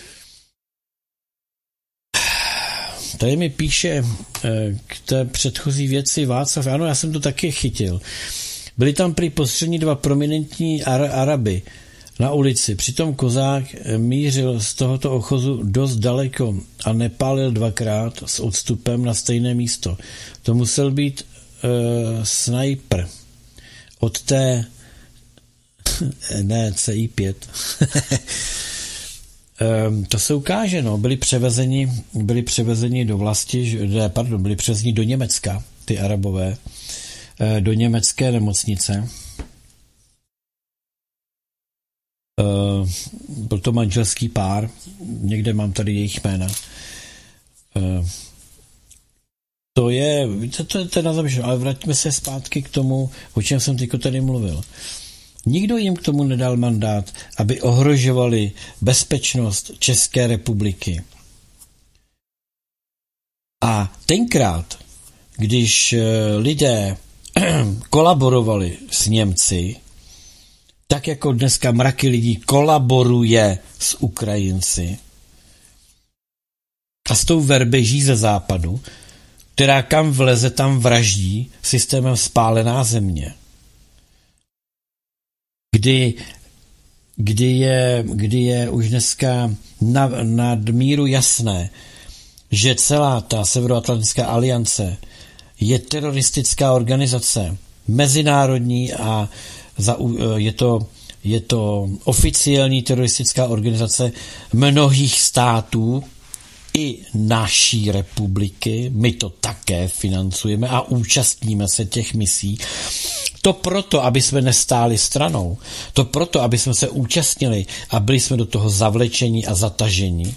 Tady mi píše k té předchozí věci Václav. Ano, já jsem to taky chytil. Byli tam prý postření dva prominentní Ar- Araby na ulici. Přitom Kozák mířil z tohoto ochozu dost daleko a nepálil dvakrát s odstupem na stejné místo. To musel být uh, sniper od té ne, C I pět. um, to se ukáže, no. Byli převezeni, byli převezeni do vlasti, ne, pardon, byli převezeni do Německa, ty Arabové, do německé nemocnice. Uh, byl to manželský pár, někde mám tady jejich jména. Uh, to je, to, to, to je na zamýšlení, ale vraťme se zpátky k tomu, o čem jsem teďko tady mluvil. Nikdo jim k tomu nedal mandát, aby ohrožovali bezpečnost České republiky. A tenkrát, když lidé kolaborovali s Němci, tak jako dneska mraky lidí kolaboruje s Ukrajinci a s tou verbeží ze západu, která kam vleze, tam vraždí systémem spálená země. Kdy, kdy, je, kdy je už dneska nad, nad míru jasné, že celá ta Severoatlantická aliance je teroristická organizace, mezinárodní a za, je, to, je to oficiální teroristická organizace mnohých států i naší republiky. My to také financujeme a účastníme se těch misí. To proto, aby jsme nestáli stranou. To proto, aby jsme se účastnili a byli jsme do toho zavlečeni a zataženi.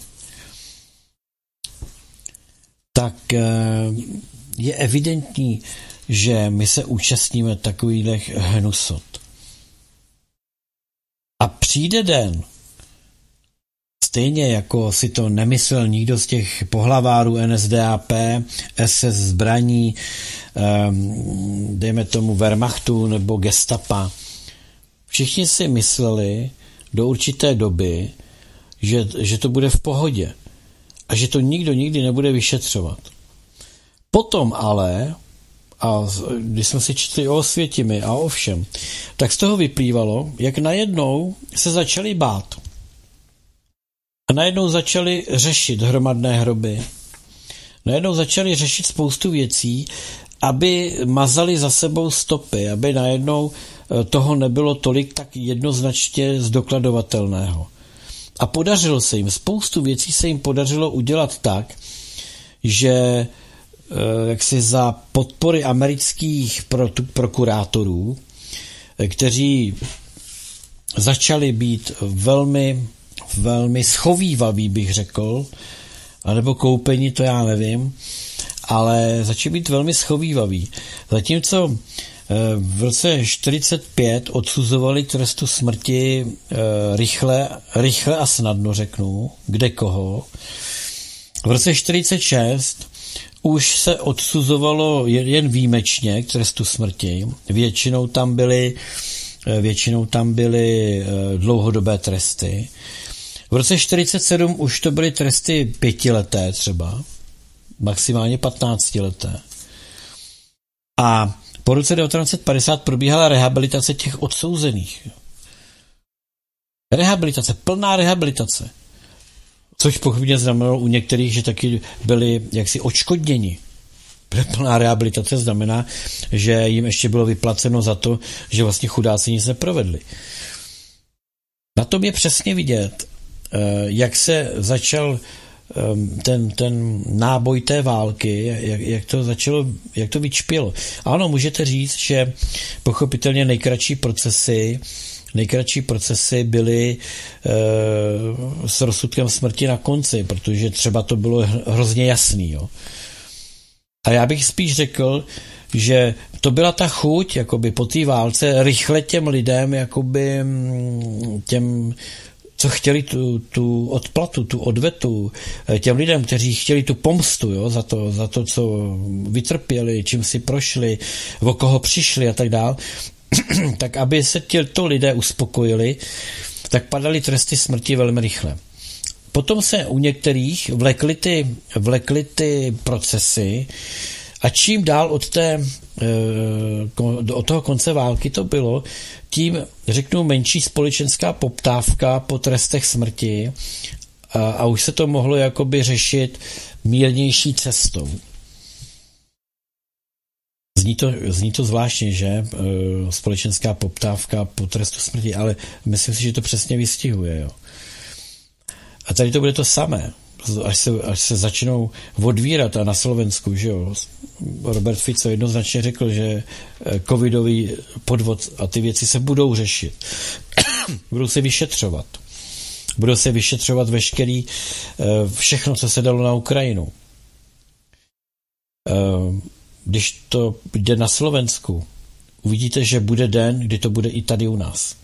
Tak je evidentní, že my se účastníme takových hnusot. A přijde den, stejně jako si to nemyslel nikdo z těch pohlavárů N S D A P, S S zbraní, dejme tomu Wehrmachtu nebo Gestapa. Všichni si mysleli, do určité doby, že, že to bude v pohodě a že to nikdo nikdy nebude vyšetřovat. Potom ale, a když jsme si četli o Osvětimi a o všem, tak z toho vyplývalo, jak najednou se začali bát. A najednou začali řešit hromadné hroby. Najednou začali řešit spoustu věcí, aby mazali za sebou stopy, aby najednou toho nebylo tolik tak jednoznačně zdokladovatelného. A podařilo se jim, spoustu věcí se jim podařilo udělat tak, že jaksi za podpory amerických prokurátorů, kteří začali být velmi, velmi schovývaví, bych řekl, anebo koupení, to já nevím, ale začali být velmi schovývaví. Zatímco v roce čtyřicet pět odsuzovali k trestu smrti rychle, rychle a snadno, řeknu, kde koho. V roce čtyřicet šest už se odsuzovalo jen výjimečně k trestu smrti. Většinou tam byly, většinou tam byly dlouhodobé tresty. V roce čtyřicet sedm už to byly tresty pětileté třeba, maximálně patnáctileté. A po roce devatenáct set padesát probíhala rehabilitace těch odsouzených. Rehabilitace, plná rehabilitace. Což pochopně znamenalo u některých, že taky byli jaksi odškodněni. Plná rehabilitace znamená, že jim ještě bylo vyplaceno za to, že vlastně chudáci nic neprovedli. Na tom je přesně vidět, jak se začal ten, ten náboj té války, jak, jak to začalo, jak to vyčpělo. Ano, můžete říct, že pochopitelně nejkratší procesy Nejkratší procesy byly e, s rozsudkem smrti na konci, protože třeba to bylo hrozně jasný. Jo. A já bych spíš řekl, že to byla ta chuť jakoby po té válce rychle těm lidem, jakoby těm, co chtěli tu, tu odplatu, tu odvetu, těm lidem, kteří chtěli tu pomstu, jo, za to, za to, co vytrpěli, čím si prošli, o koho přišli a tak dál, tak aby se těto lidé uspokojili, tak padaly tresty smrti velmi rychle. Potom se u některých vlekly ty, vlekly ty procesy a čím dál od, té, od toho konce války to bylo, tím, řeknu, menší společenská poptávka po trestech smrti a, a už se to mohlo jakoby řešit mírnější cestou. Zní to, zní to zvláštně, že? Společenská poptávka po trestu smrti, ale myslím si, že to přesně vystihuje. Jo. A tady to bude to samé. Až se, až se začnou odvírat a na Slovensku, že jo. Robert Fico jednoznačně řekl, že covidový podvod a ty věci se budou řešit. Budou se vyšetřovat. Budou se vyšetřovat veškerý všechno, co se dalo na Ukrajinu. Když to jde na Slovensku, uvidíte, že bude den, kdy to bude i tady u nás.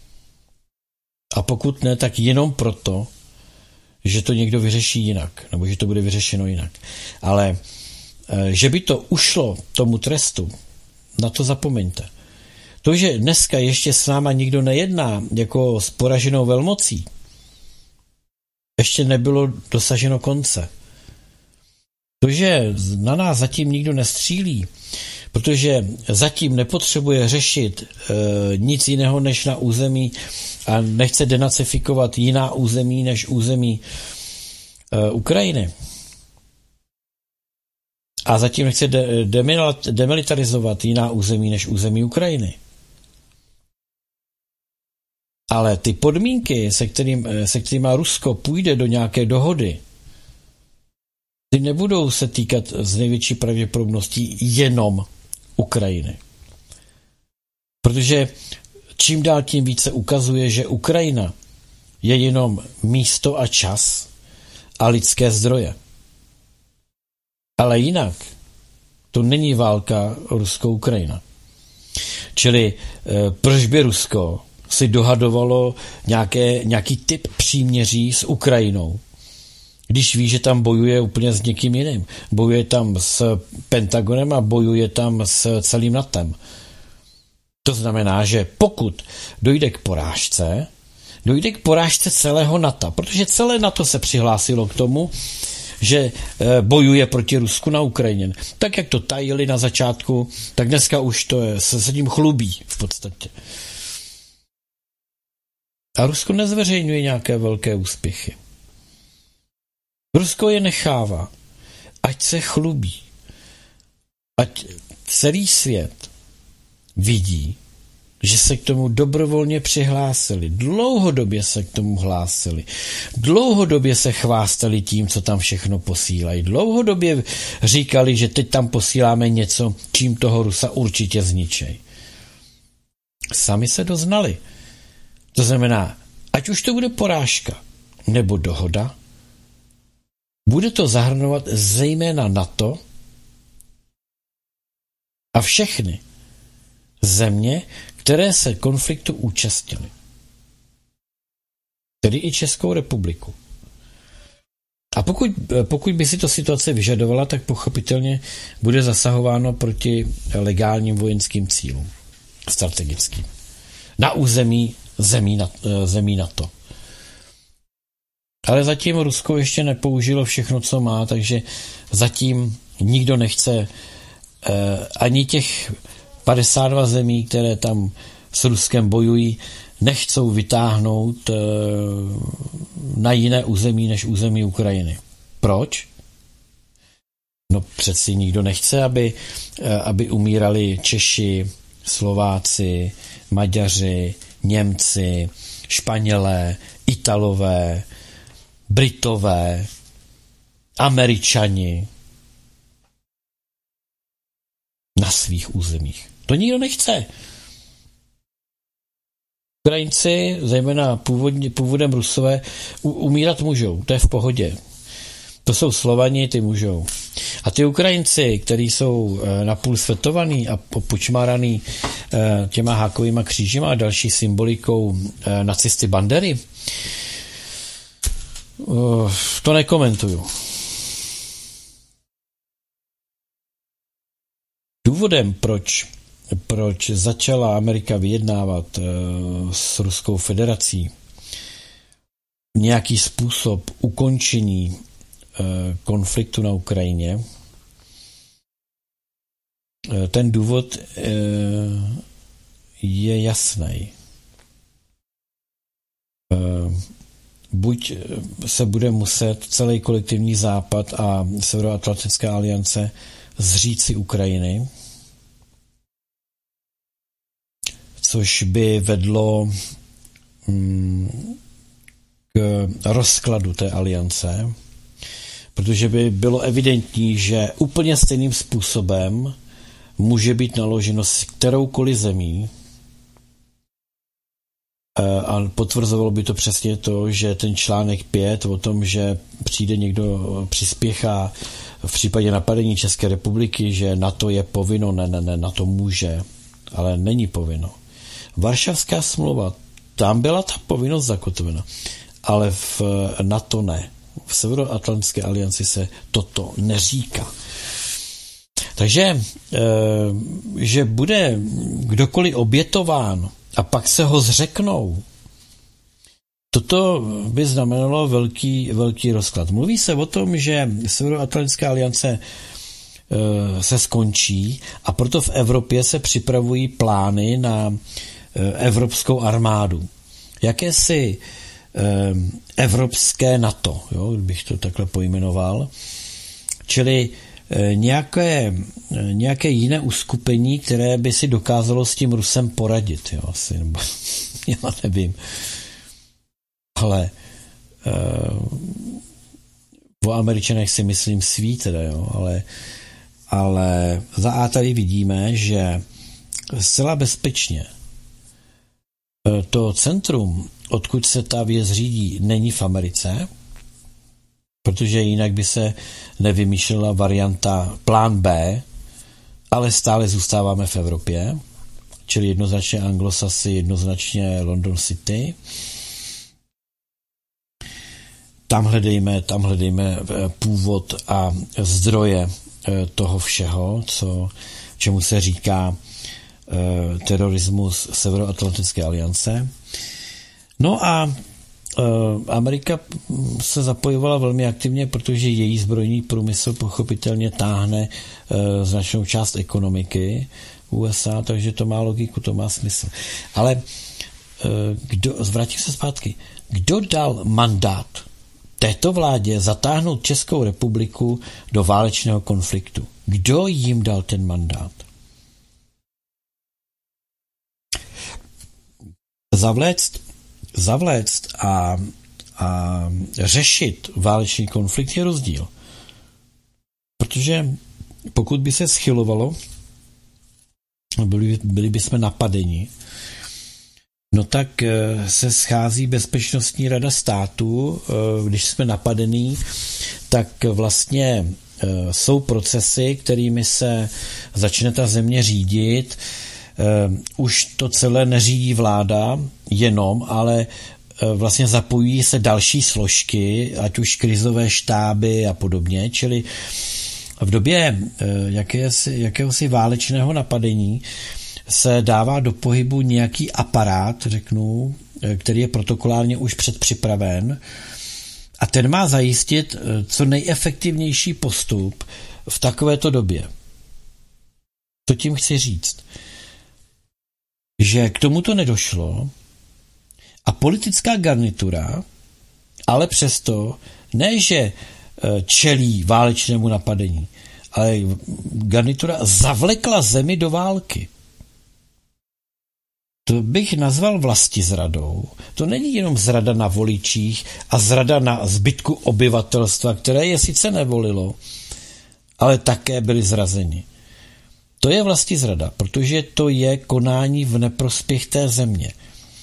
A pokud ne, tak jenom proto, že to někdo vyřeší jinak, nebo že to bude vyřešeno jinak. Ale že by to ušlo tomu trestu, na to zapomeňte. To, že dneska ještě s náma nikdo nejedná jako s poraženou velmocí, ještě nebylo dosaženo konce. To, že na nás zatím nikdo nestřílí, protože zatím nepotřebuje řešit e, nic jiného než na území a nechce denacifikovat jiná území než území e, Ukrajiny. A zatím nechce de, demilitarizovat jiná území než území Ukrajiny. Ale ty podmínky, se, kterým, se kterými Rusko půjde do nějaké dohody, ty nebudou se týkat z největší pravděpodobností jenom Ukrajiny. Protože čím dál tím více ukazuje, že Ukrajina je jenom místo a čas a lidské zdroje. Ale jinak to není válka Rusko-Ukrajina. Čili e, proč by Rusko si dohadovalo nějaké, nějaký typ příměří s Ukrajinou, když ví, že tam bojuje úplně s někým jiným. Bojuje tam s Pentagonem a bojuje tam s celým NATOem. To znamená, že pokud dojde k porážce, dojde k porážce celého NATO, protože celé NATO se přihlásilo k tomu, že bojuje proti Rusku na Ukrajině. Tak, jak to tajili na začátku, tak dneska už to je, se, se tím chlubí v podstatě. A Rusko nezveřejňuje nějaké velké úspěchy. Rusko je nechává, ať se chlubí. Ať celý svět vidí, že se k tomu dobrovolně přihlásili. Dlouhodobě se k tomu hlásili. Dlouhodobě se chvástali tím, co tam všechno posílají. Dlouhodobě říkali, že teď tam posíláme něco, čím toho Rusa určitě zničej. Sami se doznali. To znamená, ať už to bude porážka nebo dohoda, bude to zahrnovat zejména NATO a všechny země, které se konfliktu účastnily. Tedy i Českou republiku. A pokud, pokud by si to situace vyžadovala, tak pochopitelně bude zasahováno proti legálním vojenským cílům. Strategickým. Na území zemí, zemí NATO. Ale zatím Rusko ještě nepoužilo všechno, co má, takže zatím nikdo nechce eh, ani těch padesát dva zemí, které tam s Ruskem bojují, nechcou vytáhnout e, na jiné území než území Ukrajiny. Proč? No přeci nikdo nechce, aby, e, aby umírali Češi, Slováci, Maďaři, Němci, Španělé, Italové, Britové, Američani na svých územích. To nikdo nechce. Ukrajinci, zejména původně, původem Rusové, u, umírat můžou. To je v pohodě. To jsou Slovani, ty můžou. A ty Ukrajinci, kteří jsou e, napůl svetovaný a počmáraný e, těma hákovýma křížima a další symbolikou e, nacisty Bandery, e, to nekomentuju. Důvodem, proč proč začala Amerika vyjednávat e, s Ruskou federací nějaký způsob ukončení e, konfliktu na Ukrajině, e, ten důvod e, je jasný. E, buď se bude muset celý kolektivní Západ a Severoatlantická aliance zříci Ukrajiny, což by vedlo mm, k rozkladu té aliance, protože by bylo evidentní, že úplně stejným způsobem může být naloženo s kteroukoliv zemí a potvrzovalo by to přesně to, že ten článek pět o tom, že přijde někdo, přispěchá v případě napadení České republiky, že NATO je povinno, ne, ne, ne, NATO může, ale není povinno. Varšavská smlouva, tam byla ta povinnost zakotvena, ale v NATO ne. V Severoatlantické alianci se toto neříká. Takže, že bude kdokoliv obětován a pak se ho zřeknou, toto by znamenalo velký, velký rozklad. Mluví se o tom, že Severoatlantická aliance se skončí a proto v Evropě se připravují plány na evropskou armádu. Jakési evropské NATO, jo, bych to takhle pojmenoval, čili nějaké, nějaké jiné uskupení, které by si dokázalo s tím Rusem poradit, jo, asi, nebo já nevím. Ale uh, o Američanech si myslím sví teda, jo, ale, ale za A tady vidíme, že zcela bezpečně to centrum, odkud se ta věc řídí, není v Americe, protože jinak by se nevymýšlela varianta plán B, ale stále zůstáváme v Evropě, čili jednoznačně Anglosasy, jednoznačně London City. Tam hledejme, tam hledejme původ a zdroje toho všeho, co, čemu se říká terorismus Severoatlantické aliance. No a Amerika se zapojovala velmi aktivně, protože její zbrojní průmysl pochopitelně táhne značnou část ekonomiky U S A, takže to má logiku, to má smysl. Ale kdo, vrátím se zpátky, kdo dal mandát této vládě zatáhnout Českou republiku do válečného konfliktu? Kdo jim dal ten mandát? Zavléct Zavléct a, a řešit válečný konflikt je rozdíl. Protože pokud by se schylovalo, byli, byli bychom napadeni, no tak se schází Bezpečnostní rada státu, když jsme napadení, tak vlastně jsou procesy, kterými se začne ta země řídit. Už to celé neřídí vláda jenom, ale vlastně zapojí se další složky, ať už krizové štáby a podobně, čili v době jakési, jakéhosi válečného napadení se dává do pohybu nějaký aparát, řeknu, který je protokolárně už předpřipraven a ten má zajistit co nejefektivnější postup v takovéto době. To tím chci říct, že k tomuto nedošlo a politická garnitura, ale přesto ne, že čelí válečnému napadení, ale garnitura zavlekla zemi do války. To bych nazval vlastizradou. To není jenom zrada na voličích a zrada na zbytku obyvatelstva, které je sice nevolilo, ale také byli zrazeni. To je vlastizrada, protože to je konání v neprospěch té země.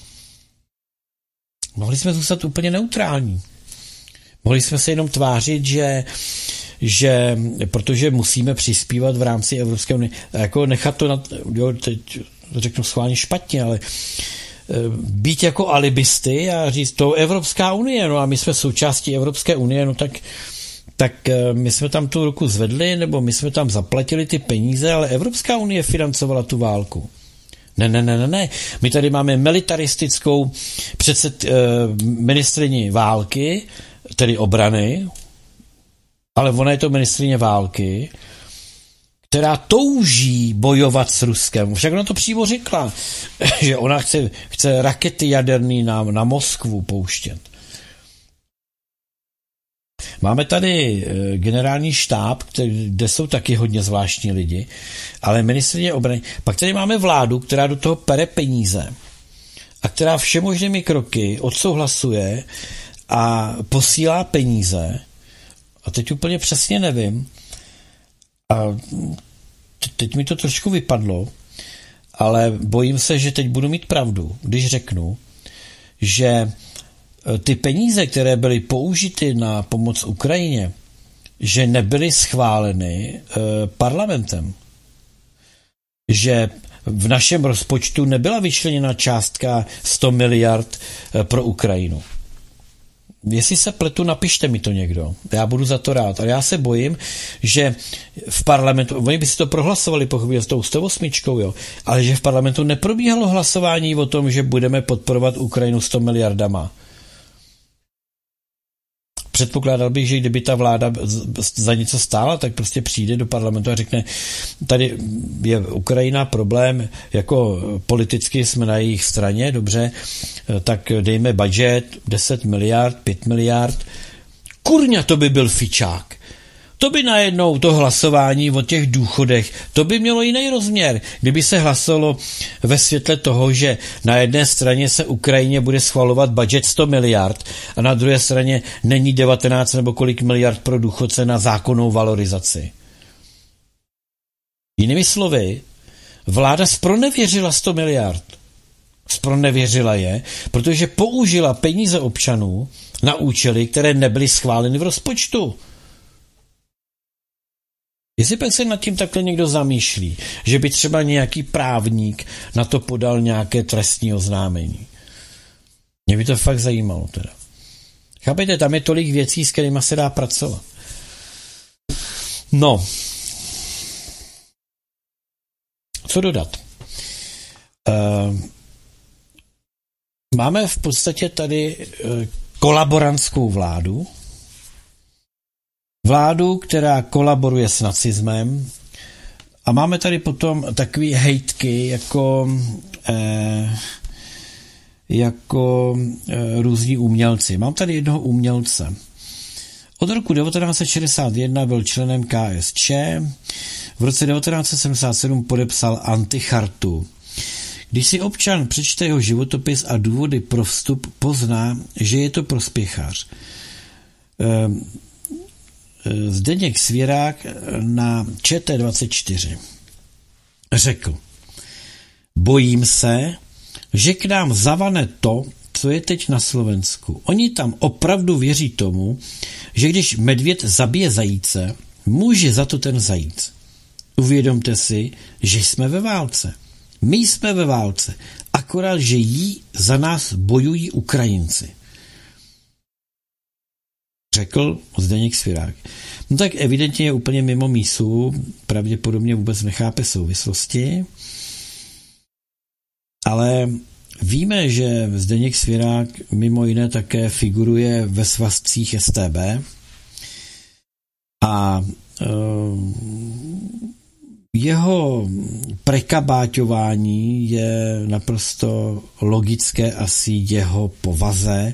Mohli jsme zůstat úplně neutrální. Mohli jsme se jenom tvářit, že, že protože musíme přispívat v rámci Evropské unie, jako nechat to, na, jo, teď řeknu schválně špatně, ale být jako alibisty a říct, to Evropská unie, no a my jsme součástí Evropské unie, no tak tak my jsme tam tu ruku zvedli, nebo my jsme tam zaplatili ty peníze, ale Evropská unie financovala tu válku. Ne, ne, ne, ne, ne. My tady máme militaristickou předsed, eh, ministryni války, tedy obrany, ale ona je to ministryně války, která touží bojovat s Ruskem. Však ona to přímo řekla, že ona chce, chce rakety jaderný na, na Moskvu pouštět. Máme tady generální štáb, kde jsou taky hodně zvláštní lidi, ale ministryně obrany. Pak tady máme vládu, která do toho pere peníze a která všemožnými kroky odsouhlasuje a posílá peníze. A teď úplně přesně nevím. A teď mi to trošku vypadlo, ale bojím se, že teď budu mít pravdu, když řeknu, že ty peníze, které byly použity na pomoc Ukrajině, že nebyly schváleny e, parlamentem. Že v našem rozpočtu nebyla vyčleněna částka sto miliard e, pro Ukrajinu. Jestli se pletu, napište mi to někdo. Já budu za to rád. Ale já se bojím, že v parlamentu, oni by si to prohlasovali pochopitelně s tou sto osm, jo, ale že v parlamentu neprobíhalo hlasování o tom, že budeme podporovat Ukrajinu sto miliardama. Předpokládal bych, že kdyby ta vláda za něco stála, tak prostě přijde do parlamentu a řekne, tady je Ukrajina problém, jako politicky jsme na jejich straně, dobře, tak dejme budget deset miliard, pět miliard. Kurňa, to by byl fičák. To by najednou to hlasování o těch důchodech, to by mělo jiný rozměr. Kdyby se hlasovalo ve světle toho, že na jedné straně se Ukrajině bude schvalovat budget sto miliard a na druhé straně není devatenáct nebo kolik miliard pro důchodce na zákonnou valorizaci. Jinými slovy, vláda zpronevěřila sto miliard. Zpronevěřila je, protože použila peníze občanů na účely, které nebyly schváleny v rozpočtu. Jestli pak se nad tím takhle někdo zamýšlí, že by třeba nějaký právník na to podal nějaké trestní oznámení. Mě by to fakt zajímalo teda. Chápejte, tam je tolik věcí, s kterými se dá pracovat. No. Co dodat? Uh, máme v podstatě tady kolaborantskou vládu, vládu, která kolaboruje s nacismem, a máme tady potom takový hejtky jako eh, jako eh, různí umělci. Mám tady jednoho umělce. Od roku devatenáct set šedesát jedna byl členem K S Č, v roce devatenáct set sedmdesát sedm podepsal antichartu. Když si občan přečte jeho životopis a důvody pro vstup, pozná, že je to prospěchař. Zdeněk Svěrák na Č T dvacet čtyři řekl: bojím se, že k nám zavane to, co je teď na Slovensku. Oni tam opravdu věří tomu, že když medvěd zabije zajíce, může za to ten zajíc. Uvědomte si, že jsme ve válce. My jsme ve válce, akorát, že jí za nás bojují Ukrajinci. Řekl Zdeněk Svěrák. No tak evidentně je úplně mimo mísu, pravděpodobně vůbec nechápe souvislosti, ale víme, že Zdeněk Svěrák mimo jiné také figuruje ve svazcích S T B a uh, jeho prekabáťování je naprosto logické asi jeho povaze.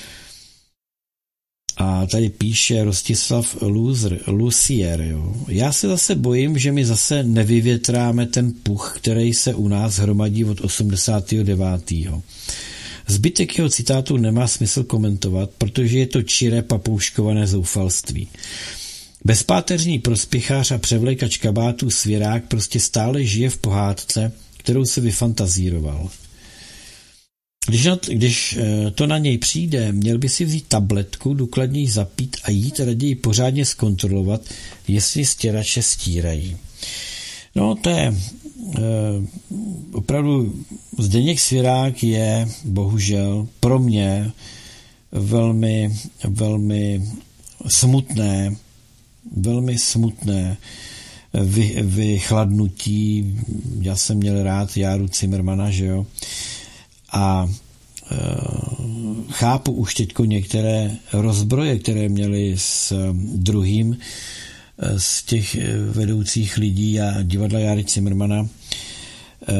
A tady píše Rostislav Lucier, jo. Já se zase bojím, že my zase nevyvětráme ten puch, který se u nás hromadí od osmdesátého devátého Zbytek jeho citátu nemá smysl komentovat, protože je to čiré papouškované zoufalství. Bezpáteřní prospěchář a převlekač kabátů Svěrák prostě stále žije v pohádce, kterou si vyfantazíroval. Když, na, když to na něj přijde, měl by si vzít tabletku, důkladně ji zapít a jít raději pořádně zkontrolovat, jestli stěrače stírají. No to je eh, opravdu Zdeněk Svěrák je bohužel pro mě velmi, velmi smutné, velmi smutné vy, vychladnutí. Já jsem měl rád Járu Cimrmana, že jo, a e, chápu už teďko některé rozbroje, které měli s druhým z těch vedoucích lidí a divadla Járy Cimrmana, e,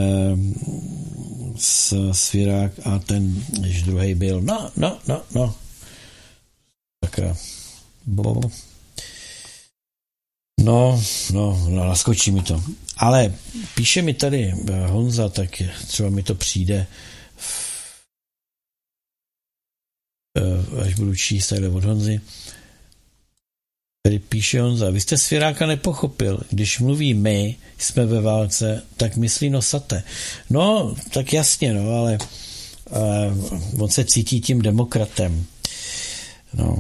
s Svěrák a ten, když druhý byl, no, no, no, no, sakra, bo. No, no, no, naskočí mi to. Ale píše mi tady Honza, tak třeba mi to přijde, až budu číst takhle od Honzy. Tady píše Honza: vy jste Svěráka nepochopil. Když mluví my, jsme ve válce, tak myslí nosaté. No, tak jasně, no, ale uh, on se cítí tím demokratem. No.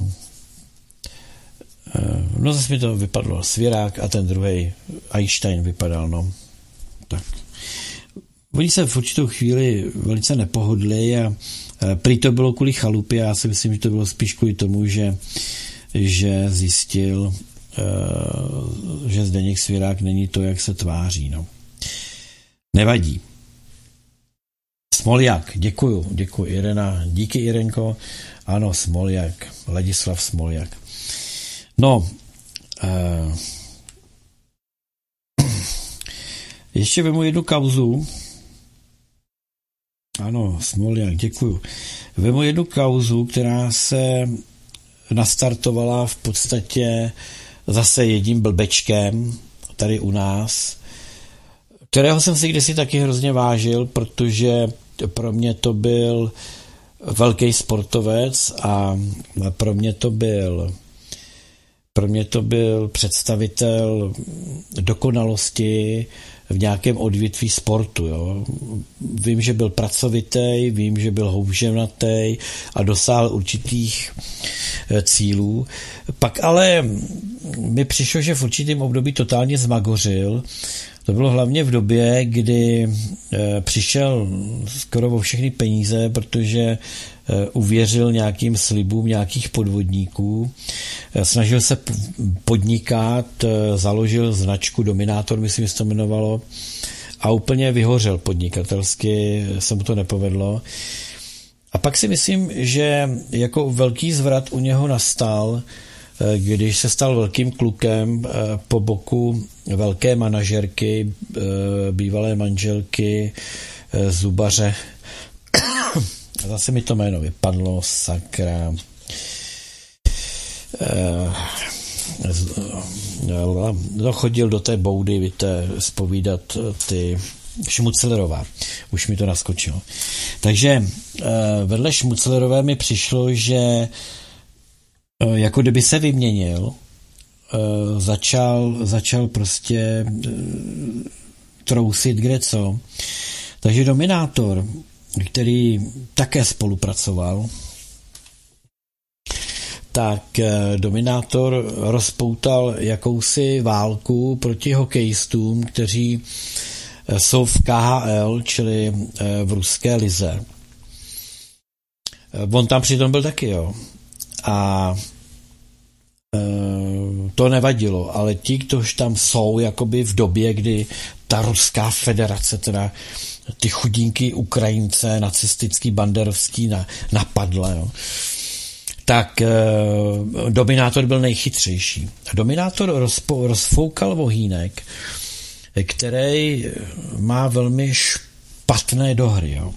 Uh, no zase mi to vypadlo Svěrák a ten druhý Einstein vypadal, no. Tak. Oni se v určitou chvíli velice nepohodli a prý to bylo kvůli chalupě, já si myslím, že to bylo spíš kvůli tomu, že, že zjistil, že Zdeněk Svěrák není to, jak se tváří. No. Nevadí. Smoljak, děkuju, děkuju Irena, díky Irenko, ano, Smoljak, Ladislav Smoljak. No, uh, ještě vemu jednu kauzu. Ano, Smoljak, děkuju. Vemu jednu kauzu, která se nastartovala v podstatě zase jedním blbečkem tady u nás, kterého jsem si kdysi taky hrozně vážil, protože pro mě to byl velký sportovec a pro mě to byl pro mě to byl představitel dokonalosti v nějakém odvětví sportu. Jo. Vím, že byl pracovitý, vím, že byl houževnatý a dosáhl určitých cílů. Pak ale mi přišlo, že v určitém období totálně zmagořil. To bylo hlavně v době, kdy přišel skoro o všechny peníze, protože uvěřil nějakým slibům nějakých podvodníků. Snažil se podnikat, založil značku Dominátor, myslím, že se to jmenovalo, a úplně vyhořel podnikatelsky, se mu to nepovedlo. A pak si myslím, že jako velký zvrat u něho nastal, když se stal velkým klukem po boku velké manažerky, bývalé manželky zubaře. Zase mi to jméno vypadlo, sakra. No, chodil do té boudy, víte, zpovídat ty Šmuclerová. Už mi to naskočilo. Takže vedle Šmuclerové mi přišlo, že jako kdyby se vyměnil, začal, začal prostě trousit kde co. Takže Dominátor, který také spolupracoval, tak Dominátor rozpoutal jakousi válku proti hokejistům, kteří jsou v K H L, čili v ruské lize. On tam přitom byl taky, jo. A to nevadilo, ale ti, kdož tam jsou jakoby v době, kdy ta ruská federace, teda ty chudinky Ukrajince, nacistický, banderovský napadla, jo, tak Dominátor byl nejchytřejší. Dominátor rozpo, rozfoukal vohýnek, který má velmi špatné dohry. Jo.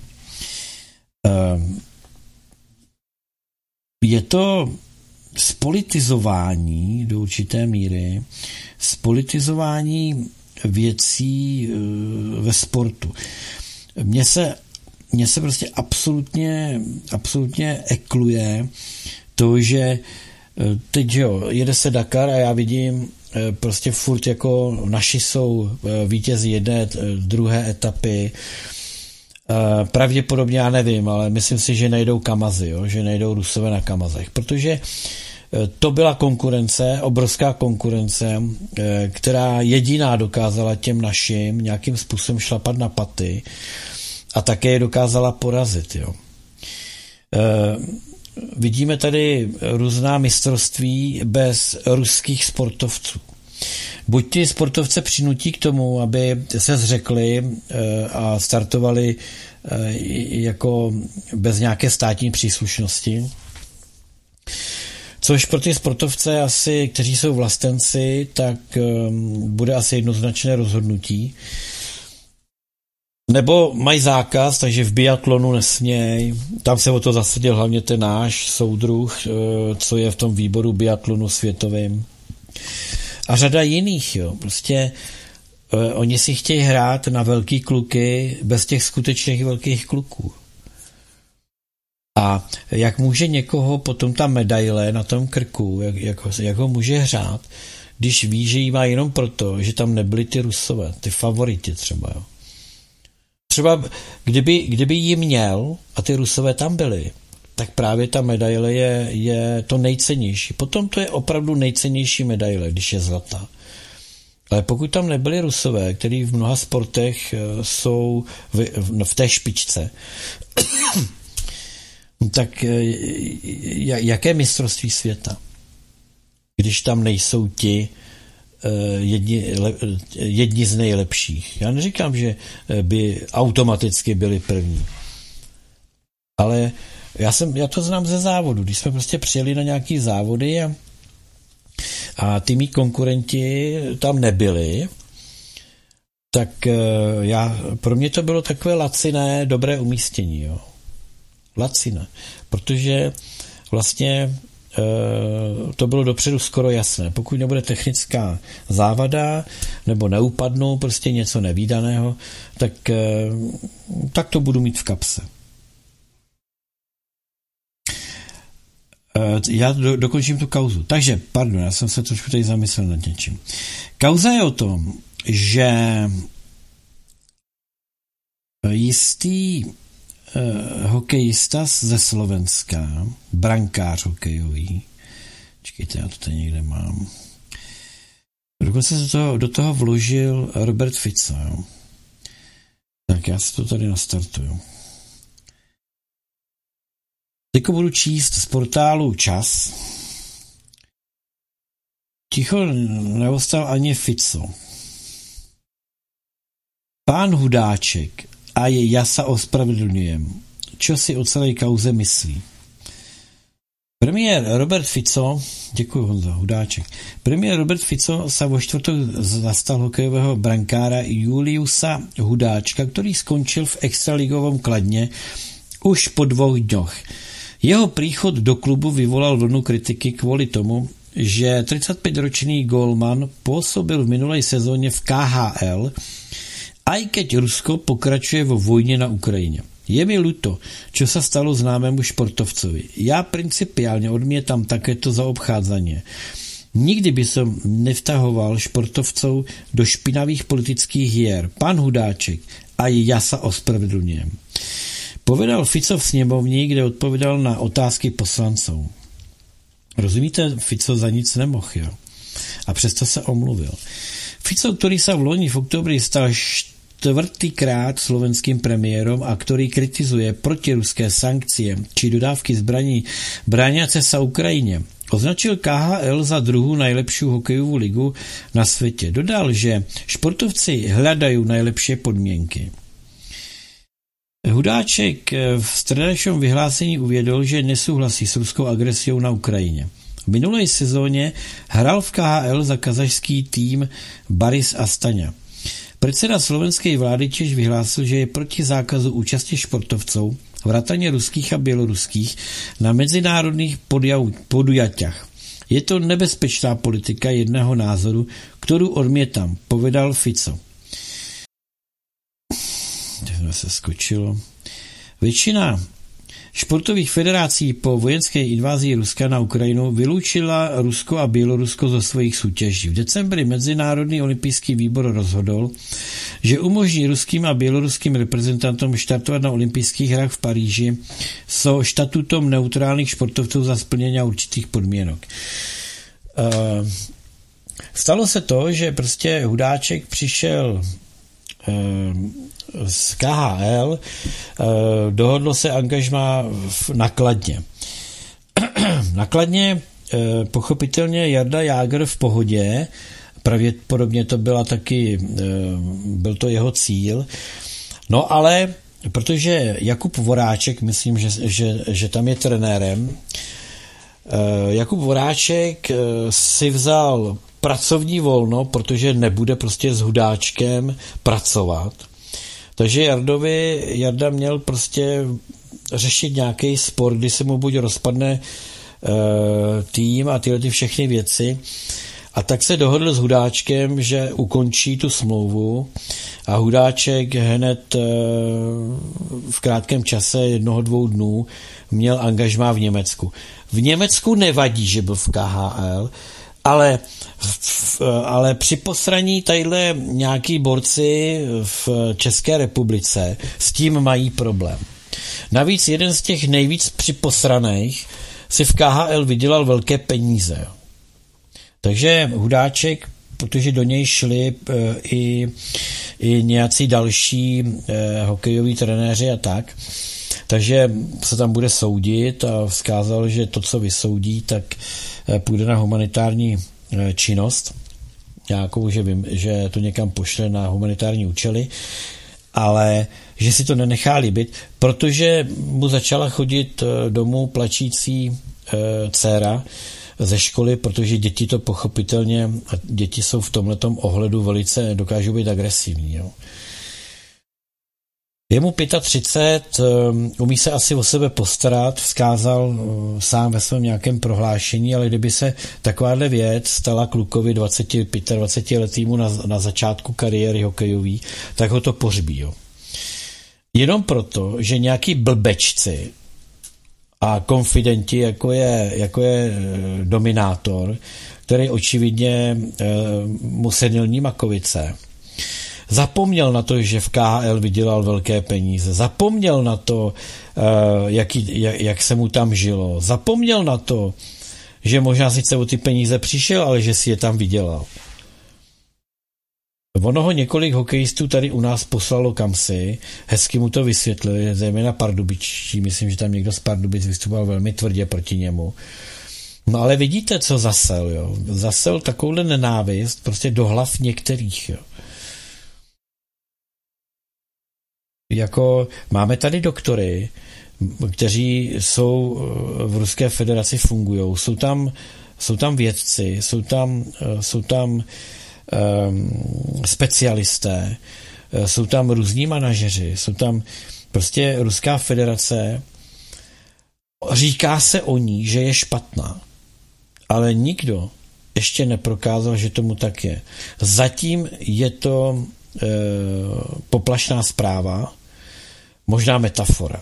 Je to spolitizování do určité míry, spolitizování věcí ve sportu. Mně se, mně se prostě absolutně, absolutně ekluje to, že teď, jo, jede se Dakar a já vidím prostě furt jako naši jsou vítězi jedné, druhé etapy. Pravděpodobně, já nevím, ale myslím si, že nejdou Kamazy, jo? Že nejdou Rusové na Kamazech, protože to byla konkurence, obrovská konkurence, která jediná dokázala těm našim nějakým způsobem šlapat na paty a také je dokázala porazit. Jo? Vidíme tady různá mistrovství bez ruských sportovců. Buď ty sportovce přinutí k tomu, aby se zřekli a startovali jako bez nějaké státní příslušnosti, což pro ty sportovce asi, kteří jsou vlastenci, tak bude asi jednoznačné rozhodnutí. Nebo mají zákaz, takže v biatlonu nesměj. Tam se o to zasadil hlavně ten náš soudruh, co je v tom výboru biatlonu světovým. A řada jiných, jo. Prostě eh, oni si chtějí hrát na velký kluky bez těch skutečných velkých kluků. A jak může někoho potom ta medaile na tom krku, jak, jak, jak ho může hrát, když ví, že jí má jenom proto, že tam nebyli ty Rusové, ty favoriti třeba, jo. Třeba kdyby, kdyby jí měl a ty Rusové tam byli, tak právě ta medaile je, je to nejcennější. Potom to je opravdu nejcennější medaile, když je zlatá. Ale pokud tam nebyli Rusové, kteří v mnoha sportech jsou v, v, v té špičce, tak jaké mistrovství světa? Když tam nejsou ti jedni, jedni z nejlepších. Já neříkám, že by automaticky byli první. Ale já, jsem, já to znám ze závodu. Když jsme prostě přijeli na nějaký závody a, a ty mý konkurenti tam nebyli, tak já, pro mě to bylo takové laciné, dobré umístění. Jo. Laciné. Protože vlastně to bylo dopředu skoro jasné. Pokud nebude technická závada nebo neupadnou, prostě něco nevídaného, tak, tak to budu mít v kapse. Já do, dokončím tu kauzu. Takže, pardon, já jsem se trošku tady zamyslel nad něčím. Kauza je o tom, že jistý Uh, hokejista ze Slovenska, brankář hokejový, čekejte, já to tady někde mám, dokonce se to, do toho vložil Robert Fico, jo. Tak já si to tady nastartuju. Teď budu číst z portálu Čas. Ticho neostal ani Fico. Pán Hudáček a je, já se ospravedlňujem. čo si o celé kauze myslí. Premiér Robert Fico, děkuji Honzo, Hudáček, premiér Robert Fico sa vo štvrtok zastal hokejového brankára Juliusa Hudáčka, který skončil v extraligovom Kladně už po dvou dňoch. Jeho príchod do klubu vyvolal vlnu kritiky kvůli tomu, že tridsaťpäťročný gólman pôsobil v minulej sezóně v K H L, aj keď Rusko pokračuje vo vojně na Ukrajině. Je mi ľúto, čo sa stalo známému športovcovi. Já principiálně odmietam takéto zaobchádzanie. Nikdy by som nevtahoval športovcov do špinavých politických hier. Pán Hudáček, aj ja sa ospravedlňujem. Povedal Fico v sněmovni, kde odpovedal na otázky poslancov. Rozumíte, Fico za nic nemohl, jo? A přesto se omluvil. Fico, ktorý sa v loni v oktobri stal štvrtýkrát slovenským premiérom a ktorý kritizuje protiruské sankcie či dodávky zbraní brániace sa Ukrajině, označil K H L za druhou nejlepší hokejovou ligu na světě. Dodal, že športovci hľadajú najlepšie podmienky. Hudáček v středečnom vyhlásení uvědol, že nesouhlasí s ruskou agresiou na Ukrajině. V minulej sezóně hral v K H L za kazašský tým Baris Astaňa. Predseda slovenskej vlády tiež vyhlásil, že je proti zákazu účasti športovcov, vrátane ruských a bieloruských, na medzinárodných podujatiach. Je to nebezpečná politika jedného názoru, ktorú odmietam, povedal Fico. Se skočilo. Většina športových federací po vojenské invázi Ruska na Ukrajinu vyloučila Rusko a Bělorusko zo svojich súťaží. V decembri Mezinárodný olympijský výbor rozhodol, že umožní ruským a běloruským reprezentantům štartovat na olympijských hrách v Paríži so štatutom neutrálních športovců za splnění určitých podmienok. Uh, stalo se to, že prostě Hudáček přišel z K H L, dohodlo se angažmá na Kladně. Na Kladně pochopitelně Jarda Jágr v pohodě, pravděpodobně to byla taky, byl to jeho cíl, no ale protože Jakub Voráček, myslím, že, že, že tam je trenérem, Jakub Voráček si vzal pracovní volno, protože nebude prostě s Hudáčkem pracovat. Takže Jardovi, Jarda měl prostě řešit nějaký spor, kdy se mu buď rozpadne e, tým a tyhle ty všechny věci. A tak se dohodl s Hudáčkem, že ukončí tu smlouvu a Hudáček hned e, v krátkém čase jednoho, dvou dnů měl angažmá v Německu. V Německu nevadí, že byl v K H L, Ale, ale při posraní tadyhle nějaký borci v České republice s tím mají problém. Navíc jeden z těch nejvíc připosraných si v K H L vydělal velké peníze. Takže Hudáček, protože do něj šli i, i nějací další eh, hokejoví trenéři a tak, takže se tam bude soudit a vzkázal, že to, co vysoudí, tak půjde na humanitární činnost, nějakou, že, vím, že to někam pošle na humanitární účely, ale že si to nenechá líbit, protože mu začala chodit domů plačící dcéra ze školy, protože děti to pochopitelně, a děti jsou v tomhletom ohledu velice, dokážou být agresivní. Jo. Je mu třicet pět, umí se asi o sebe postarat, vzkázal sám ve svém nějakém prohlášení, ale kdyby se takováhle věc stala klukovi dvacet pět dvacet letýmu na, na začátku kariéry hokejový, tak ho to pohřbí. Jo. Jenom proto, že nějaký blbečci a konfidenti, jako je, jako je Dominátor, který očividně e, mu senilní makovice, zapomněl na to, že v K H L vydělal velké peníze. Zapomněl na to, jak, jak, jak se mu tam žilo. Zapomněl na to, že možná sice o ty peníze přišel, ale že si je tam vydělal. Ono ho několik hokejistů tady u nás poslalo kamsi, hezky mu to vysvětlili, zejména pardubičtí, myslím, že tam někdo z Pardubic vystupoval velmi tvrdě proti němu. No ale vidíte, co zasel, jo. Zasel takovouhle nenávist prostě do hlav některých, jo. Jako máme tady doktory, kteří jsou v Ruské federaci fungují. Jsou tam, jsou tam vědci, jsou tam, jsou tam um, specialisté, jsou tam různí manažeři, jsou tam prostě Ruská federace. Říká se o ní, že je špatná, ale nikdo ještě neprokázal, že tomu tak je. Zatím je to e, poplašná zpráva, možná metafora.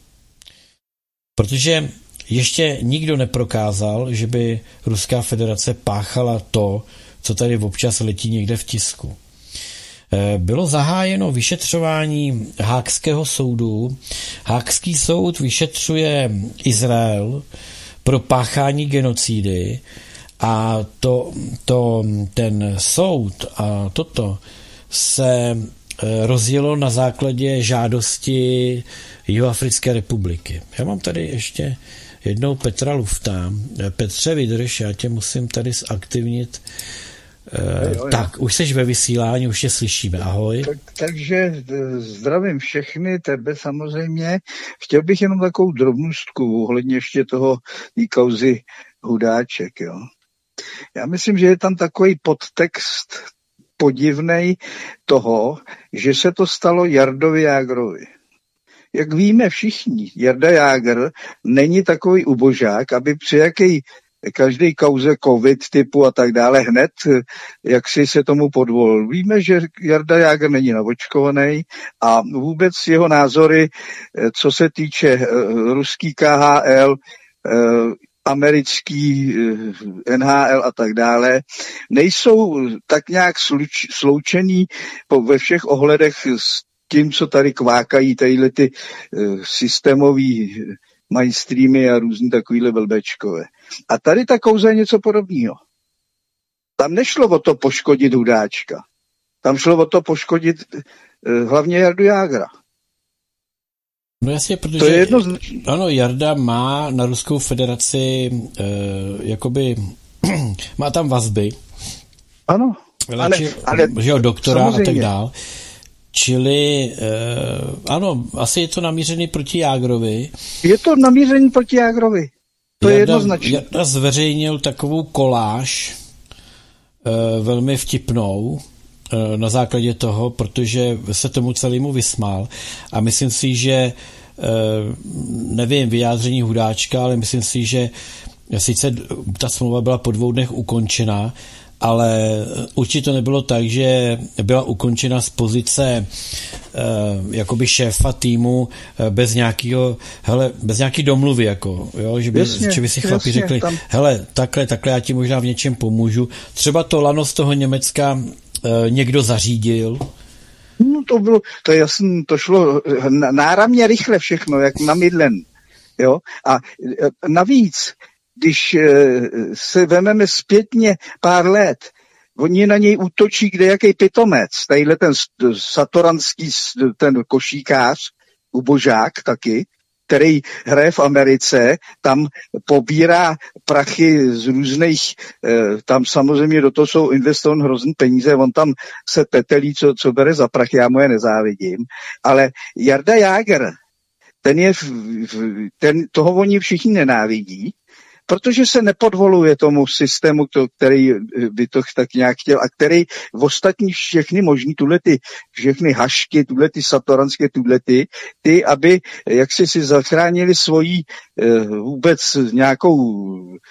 Protože ještě nikdo neprokázal, že by Ruská federace páchala to, co tady občas letí někde v tisku. E, bylo zahájeno vyšetřování Haagského soudu. Haagský soud vyšetřuje Izrael pro páchání genocidy. A to, to, ten soud a toto se rozjelo na základě žádosti Jihoafrické republiky. Já mám tady ještě jednou Petra Lufta. Petře, vydrž, já tě musím tady zaktivnit. Jo, jo. Tak, už jsi ve vysílání, už tě slyšíme. Ahoj. Tak, takže zdravím všechny, tebe samozřejmě. Chtěl bych jenom takovou drobnostku ohledně ještě toho tý kauzy Hudáček, jo. Já myslím, že je tam takový podtext podivnej toho, že se to stalo Jardovi Jágrovi. Jak víme všichni, Jarda Jágr není takový ubožák, aby při jaký každý kauze covid typu a tak dále hned, jak si se tomu podvolil. Víme, že Jarda Jágr není navočkovaný a vůbec jeho názory, co se týče ruský K H L, americký N H L a tak dále, nejsou tak nějak sluč, sloučený po, ve všech ohledech s tím, co tady kvákají tadyhle ty uh, systémový mainstreamy a různý takovýhle blbečkové. A tady ta kauza je něco podobného. Tam nešlo o to poškodit Hudáčka. Tam šlo o to poškodit uh, hlavně Jardu Jágra. No jasně, protože to je jedno... ano, Jarda má na Ruskou federaci e, jakoby má tam vazby. Ano, ale, či, ale že jo, doktora samozřejmě. A tak dál. Čili e, ano, asi je to namířený proti Jágrovi. Je to namířený proti Jágrovi. To Jarda, je jednoznačné. Jarda zveřejnil takovou koláž e, velmi vtipnou e, na základě toho, protože se tomu celému vysmál a myslím si, že nevím vyjádření Hudáčka, ale myslím si, že sice ta smlouva byla po dvou dnech ukončena, ale určitě to nebylo tak, že byla ukončena z pozice eh, jakoby šéfa týmu eh, bez nějakého, hele, bez nějaký domluvy, jako, jo, že by, jasně, že by si chlapi jasně, řekli, tam... hele, takhle, takhle, já ti možná v něčem pomůžu. Třeba to lano z toho Německa eh, někdo zařídil. No to bylo, to je jasný, to šlo náramně rychle všechno, jak na mydlen, jo, a navíc, když se vememe zpětně pár let, oni na něj útočí kdejaký pitomec, tadyhle ten satoranský, ten košíkář, ubožák taky, který hraje v Americe, tam pobírá prachy z různých, tam samozřejmě do toho jsou investované hrozný peníze, on tam se petelí, co, co bere za prachy, já mu je nezávidím, ale Jarda Jágr, ten je, ten, toho oni všichni nenávidí, protože se nepodvoluje tomu systému, který by to tak nějak chtěl a který v ostatní všechny možný, tuhle ty všechny hašky, tuhle ty satoranské, tuhle ty, ty, aby jak si si zachránili svoji eh, vůbec nějakou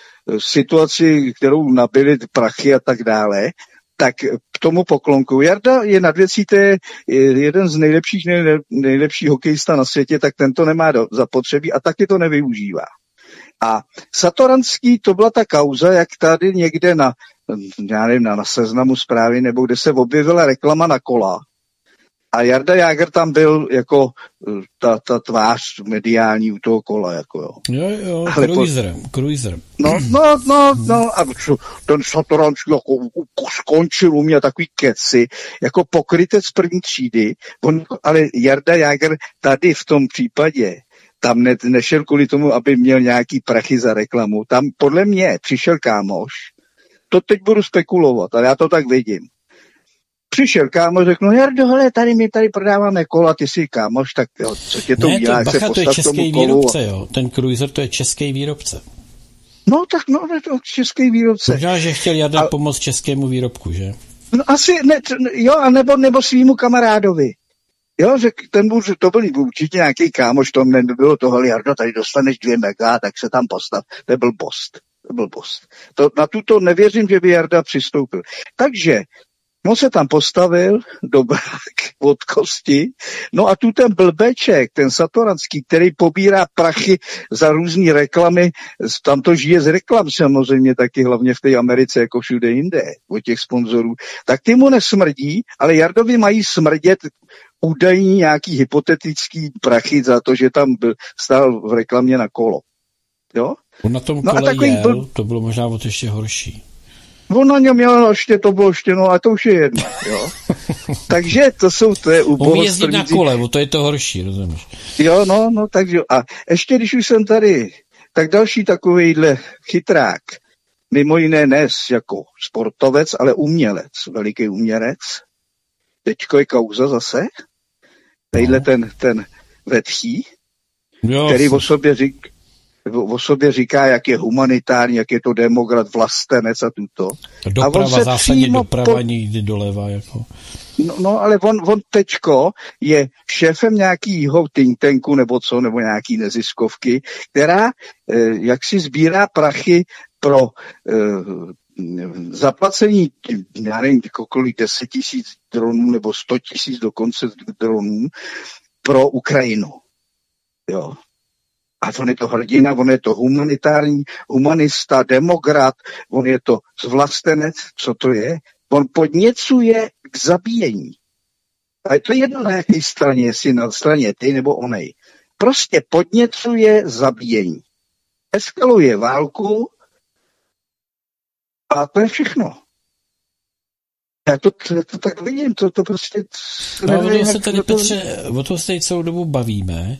situaci, kterou nabili prachy a tak dále, tak k tomu poklonku. Jarda je nad věcí, to je jeden z nejlepších, nej, nejlepších hokejista na světě, tak tento nemá do, zapotřebí a taky to nevyužívá. A Satoranský, to byla ta kauza, jak tady někde na, já nevím, na, na Seznamu Zprávy, nebo kde se objevila reklama na kola. A Jarda Jágr tam byl jako ta, ta tvář mediální u toho kola. Jako jo, jo, jo cruiser, po... cruiser. No, no, no, no, a ten Satoranský jako skončil u mě takový keci, jako pokrytec první třídy, on, ale Jarda Jágr tady v tom případě tam ne, nešel kvůli tomu, aby měl nějaký prachy za reklamu. Tam podle mě přišel kámoš, to teď budu spekulovat, ale já to tak vidím. přišel kámoš, řekl, no Jardo, hele, tady my tady prodáváme kola, ty jsi kámoš, tak jo, co tě to ne, udělá, to, jak se bacha, to je postav český tomu kolu. výrobce, jo. Ten Cruiser to je český výrobce. No tak no, to český výrobce. Možná, že chtěl Jarda a... pomoct českému výrobku, že? No asi, ne, jo, a nebo, nebo svýmu kamarádovi. Jo, řek, ten byl, to byl určitě nějaký kámoš, to nebylo toho, Jardo, tady dostaneš dvě mega, tak se tam postav. To byl bost. To byl bost. To, na tuto nevěřím, že by Jarda přistoupil. Takže on se tam postavil, dobrák od kosti, no a tu ten blbeček, ten Satoranský, který pobírá prachy za různý reklamy, tam to žije z reklam samozřejmě taky, hlavně v té Americe, jako všude jinde, od těch sponzorů, tak ty mu nesmrdí, ale Jardovi mají smrdět údajní nějaký hypotetický prachy za to, že tam byl, stál v reklamě na kolo. Jo? On na tom no kole jel, byl... to bylo možná o to ještě horší. On na něm měl ještě, to bylo ještě, no a to už je jedno, jo. Takže to jsou, to je ubohost. Umí jezdit na kole, o to je to horší, rozumíš? Jo, no, no, takže, a ještě když už jsem tady, tak další takovejhle chytrák, mimo jiné nes jako sportovec, ale umělec, veliký umělec, teďko je kauza zase, tadyhle no. ten, ten Vetchý, jo, který o sobě říká, o sobě říká, jak je humanitární, jak je to demokrat, vlastenec a tuto. Doprava, zásadně doprava, po... nikdy doleva. Jako. No, no, ale on, on tečko je šéfem nějakýho think tanku nebo co, nebo nějaký neziskovky, která eh, jak si sbírá prachy pro eh, zaplacení, já nevím, kolik deset tisíc dronů nebo sto tisíc dokonce dronů pro Ukrajinu. Jo. A on je to hrdina, on je to humanitární, humanista, demokrat, on je to zvlastenec, co to je? On podněcuje k zabíjení. A je to jedno na jaké straně, jestli na straně ty nebo onej. Prostě podněcuje zabíjení. Eskaluje válku a to je všechno. Já to, to, to tak vidím, to, to prostě... No, nevím, o to se tady, to... Petře, o to se tady celou dobu bavíme,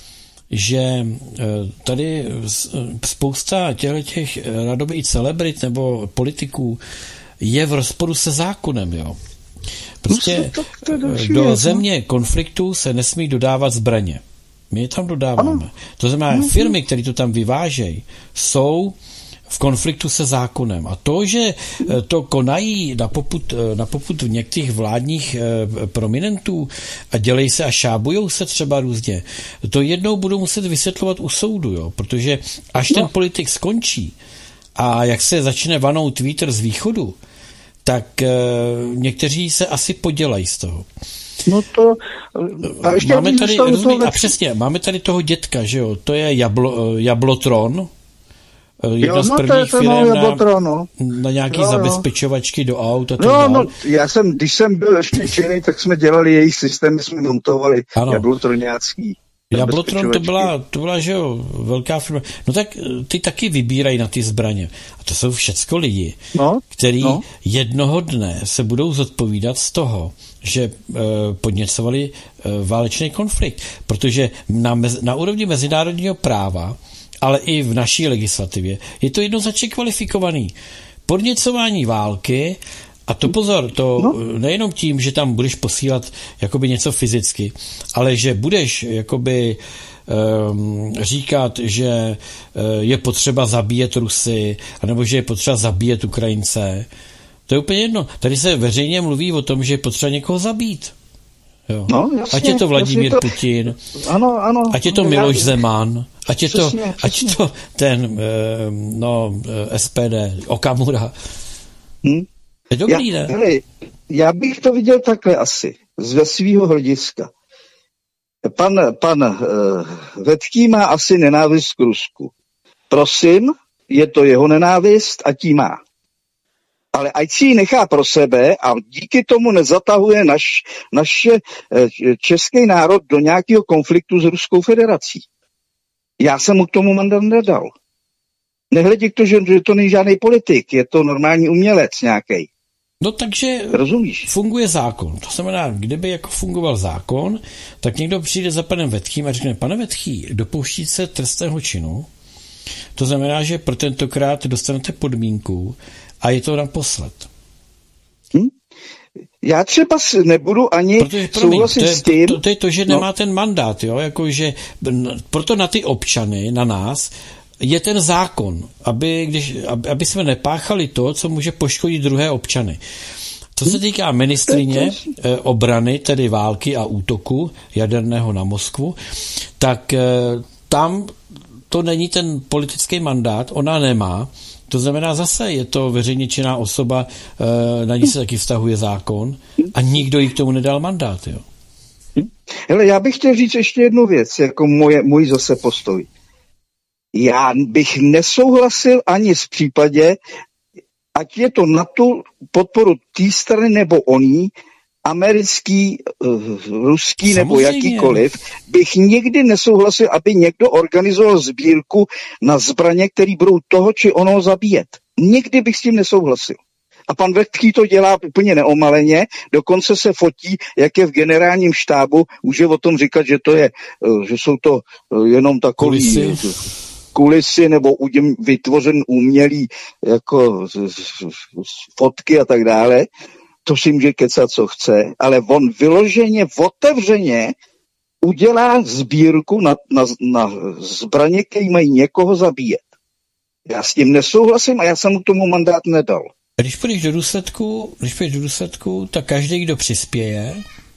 že tady spousta těch radoby celebrit nebo politiků je v rozporu se zákonem, jo. Prostě no, to, to do věc, země konfliktu se nesmí dodávat zbraně. My je tam dodáváme. Ano. To znamená, ano. Firmy, které to tam vyvážejí, jsou v konfliktu se zákonem. A to, že to konají na popud, na popud některých vládních eh, prominentů a dělají se a šábujou se třeba různě, to jednou budou muset vysvětlovat u soudu, jo? Protože až no. ten politik skončí a jak se začne vanout vítr z východu, tak eh, někteří se asi podělají z toho. No to... A, ještě máme tady, rozumí, a přesně, máme tady toho dětka, že jo? To je Jablo, Jablotron, jedna jo, z prvních no, firm na, no. na nějaký jo, zabezpečovačky do aut a tak no, no, já jsem, když jsem byl ještě činný, tak jsme dělali jejich systémy, jsme montovali jablotroňácký. Jablotron to byla, to byla, že jo, velká firma. No tak ty taky vybírají na ty zbraně. A to jsou všecko lidi, no, který no. jednoho dne se budou zodpovídat z toho, že e, podněcovali e, válečný konflikt. Protože na, mez, na úrovni mezinárodního práva, ale i v naší legislativě, je to jednoznačně kvalifikovaný. Podněcování války, a to pozor, to no. nejenom tím, že tam budeš posílat jakoby něco fyzicky, ale že budeš jakoby um, říkat, že uh, je potřeba zabíjet Rusy, anebo že je potřeba zabíjet Ukrajince. To je úplně jedno. Tady se veřejně mluví o tom, že je potřeba někoho zabít. Jo. No, jasně, ať je to Vladimír to... Putin, ano, ano, ať je to Miloš já... Zeman, ať je, přesně, to, ať je to ten no, S P D, Okamura. Hm? Je dobrý, já, ne? Hele, já bych to viděl takhle asi, ze svýho hlediska. Pan, pan uh, Vetchý má asi nenávist k Rusku. Prosím, je to jeho nenávist a tím má. Ale ať si ji nechá pro sebe a díky tomu nezatahuje naš, naše český národ do nějakého konfliktu s Ruskou federací. Já jsem mu k tomu mandát nedal. Nehledě k to, že to není žádný politik, je to normální umělec nějaký. No takže rozumíš? Funguje zákon. To znamená, kdyby jako fungoval zákon, tak někdo přijde za panem Vetchým a řekne, pane Vetchý, dopouští se trestného činu, to znamená, že pro tentokrát dostanete podmínku a je to naposled. Hm? Já třeba nebudu ani Protože, promiň, souhlasit to je, s tím. To, to je to, že no. nemá ten mandát, jo, jakože proto na ty občany, na nás, je ten zákon, aby, když, aby, aby jsme nepáchali to, co může poškodit druhé občany. Co se týká ministryně obrany, tedy války a útoku jaderného na Moskvu, tak tam to není ten politický mandát, ona nemá. To znamená zase, je to veřejně činná osoba, na ní se taky vztahuje zákon a nikdo jí k tomu nedal mandát. Jo. Hele, já bych chtěl říct ještě jednu věc, jako moje, můj zase postoj. Já bych nesouhlasil ani v případě, ať je to na tu podporu té strany nebo oný, americký, ruský Samozřejmě. nebo jakýkoliv, bych nikdy nesouhlasil, aby někdo organizoval sbírku na zbraně, které budou toho či onoho zabíjet. Nikdy bych s tím nesouhlasil. A pan Vetký to dělá úplně neomaleně, dokonce se fotí, jak je v generálním štábu, může o tom říkat, že to je, že jsou to jenom takový kulisy, kulisy nebo vytvořen umělý jako fotky a tak dále. To si může kecat, co chce, ale on vyloženě, otevřeně udělá sbírku na, na, na zbraně, které mají někoho zabíjet. Já s tím nesouhlasím a já jsem mu tomu mandát nedal. Když půjdeš do důsledku, když půjdeš do důsledku, tak každý, kdo přispěje,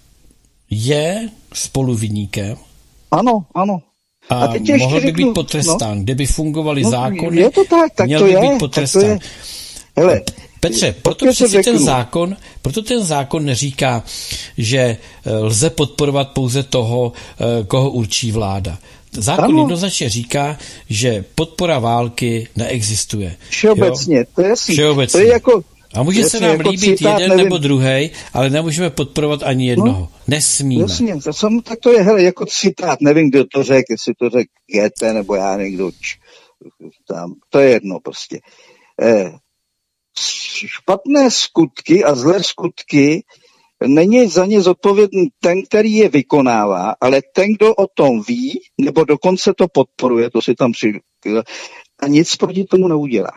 je spoluviníkem. Ano, ano. A, a teď mohl by řeknu, být potrestán. No, kdyby fungovaly no, zákony, je to tak, tak měl to by je, být potrestán. je. Hele, Petře, proto přeci ten zákon, proto ten zákon neříká, že lze podporovat pouze toho, koho určí vláda. Zákon ano. jednoznačně říká, že podpora války neexistuje. Všeobecně, jo? to je jasný. Všeobecně. To je jako, a může se nám jako líbit citát, jeden nevím. nebo druhej, ale nemůžeme podporovat ani jednoho. No, Nesmíme. Jasně, to jsem, tak to je hele, jako citát, nevím, kdo to řekl, jestli to řekl Goethe, nebo já někdo tam, to je jedno prostě. Eh, špatné skutky a zlé skutky není za ně zodpovědný ten, který je vykonává, ale ten, kdo o tom ví, nebo dokonce to podporuje, to si tam při... a nic proti tomu neudělá.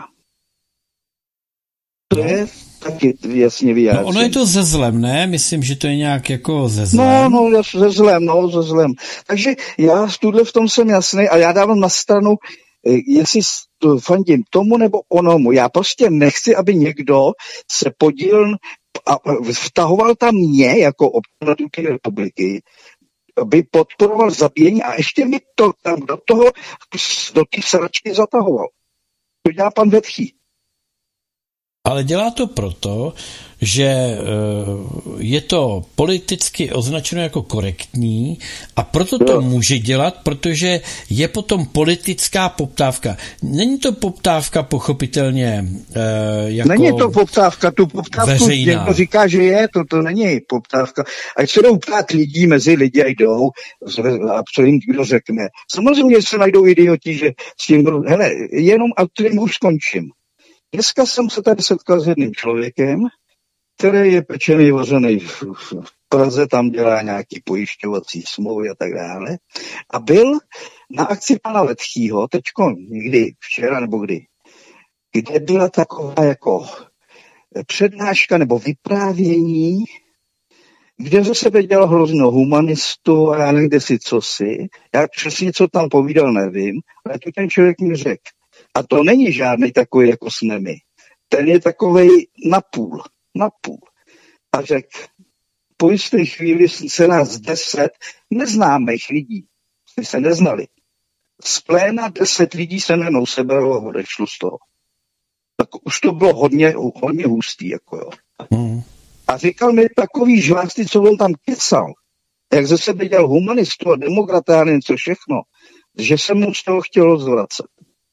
To no. je taky jasně vyjádřené. No ono je to ze zlem, ne? Myslím, že to je nějak jako ze zlem. No, no, ze zlem, no, ze zlem. Takže já tuhle v tom jsem jasný a já dávám na stranu, jestli fandím tomu nebo onomu. Já prostě nechci, aby někdo se podílel a vtahoval tam mě jako občana České republiky, aby podporoval zabíjení a ještě mi to tam do toho, do té sračky zatahoval. To dělá pan Vetký. Ale dělá to proto, že je to politicky označeno jako korektní a proto to může dělat, protože je potom politická poptávka. Není to poptávka pochopitelně jako Není to poptávka, tu poptávku někdo říká, že je, to, to není poptávka. Ať se jdou ptát lidí, mezi lidi a jdou a co jim kdo řekne. Samozřejmě se najdou idioti, že s tím budou, hele, jenom a tím už skončím. Dneska jsem se tady setkal s jedným člověkem, který je pečený, vařený v Praze, tam dělá nějaký pojišťovací smlouvy a tak dále. A byl na akci pana Vetkýho, teďko někdy, včera nebo kdy, kde byla taková jako přednáška nebo vyprávění, kde ze sebe dělal hroznou humanistu a já někde si cosi. Já přesně, co tam povídal, nevím, ale to ten člověk mi řekl. A to není žádný takový, jako jsme my. Ten je takovej napůl, napůl. A řekl, po jisté chvíli se nás deset neznámých lidí, jsme se neznali. Z pléna deset lidí se nenou sebralo a odešlo z toho. Tak už to bylo hodně, hodně hustý, jako jo. Mm. A říkal mi takový žvásty, co on tam kecal, jak ze sebe dělal humanistu a demokrata a něco všechno, že se mu z toho chtělo zvracet.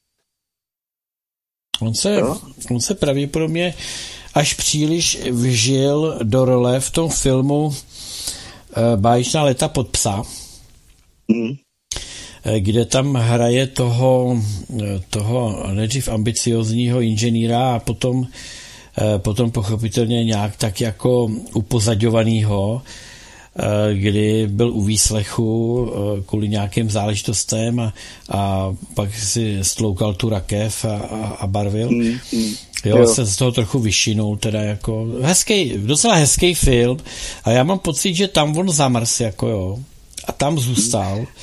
On se, on se pravděpodobně až příliš vžil do role v tom filmu uh, Báječná léta pod psa, mm. kde tam hraje toho, toho nejdřív ambiciozního inženýra a potom, uh, potom pochopitelně nějak tak jako upozaďovanýho, kdy byl u výslechu kvůli nějakým záležitostem a, a pak si stloukal tu rakev a, a, a barvil. Mm, mm. Jo, jo. Se z toho trochu vyšinul, teda jako hezký, docela hezký film a já mám pocit, že tam on zamrs, jako jo, a tam zůstal e,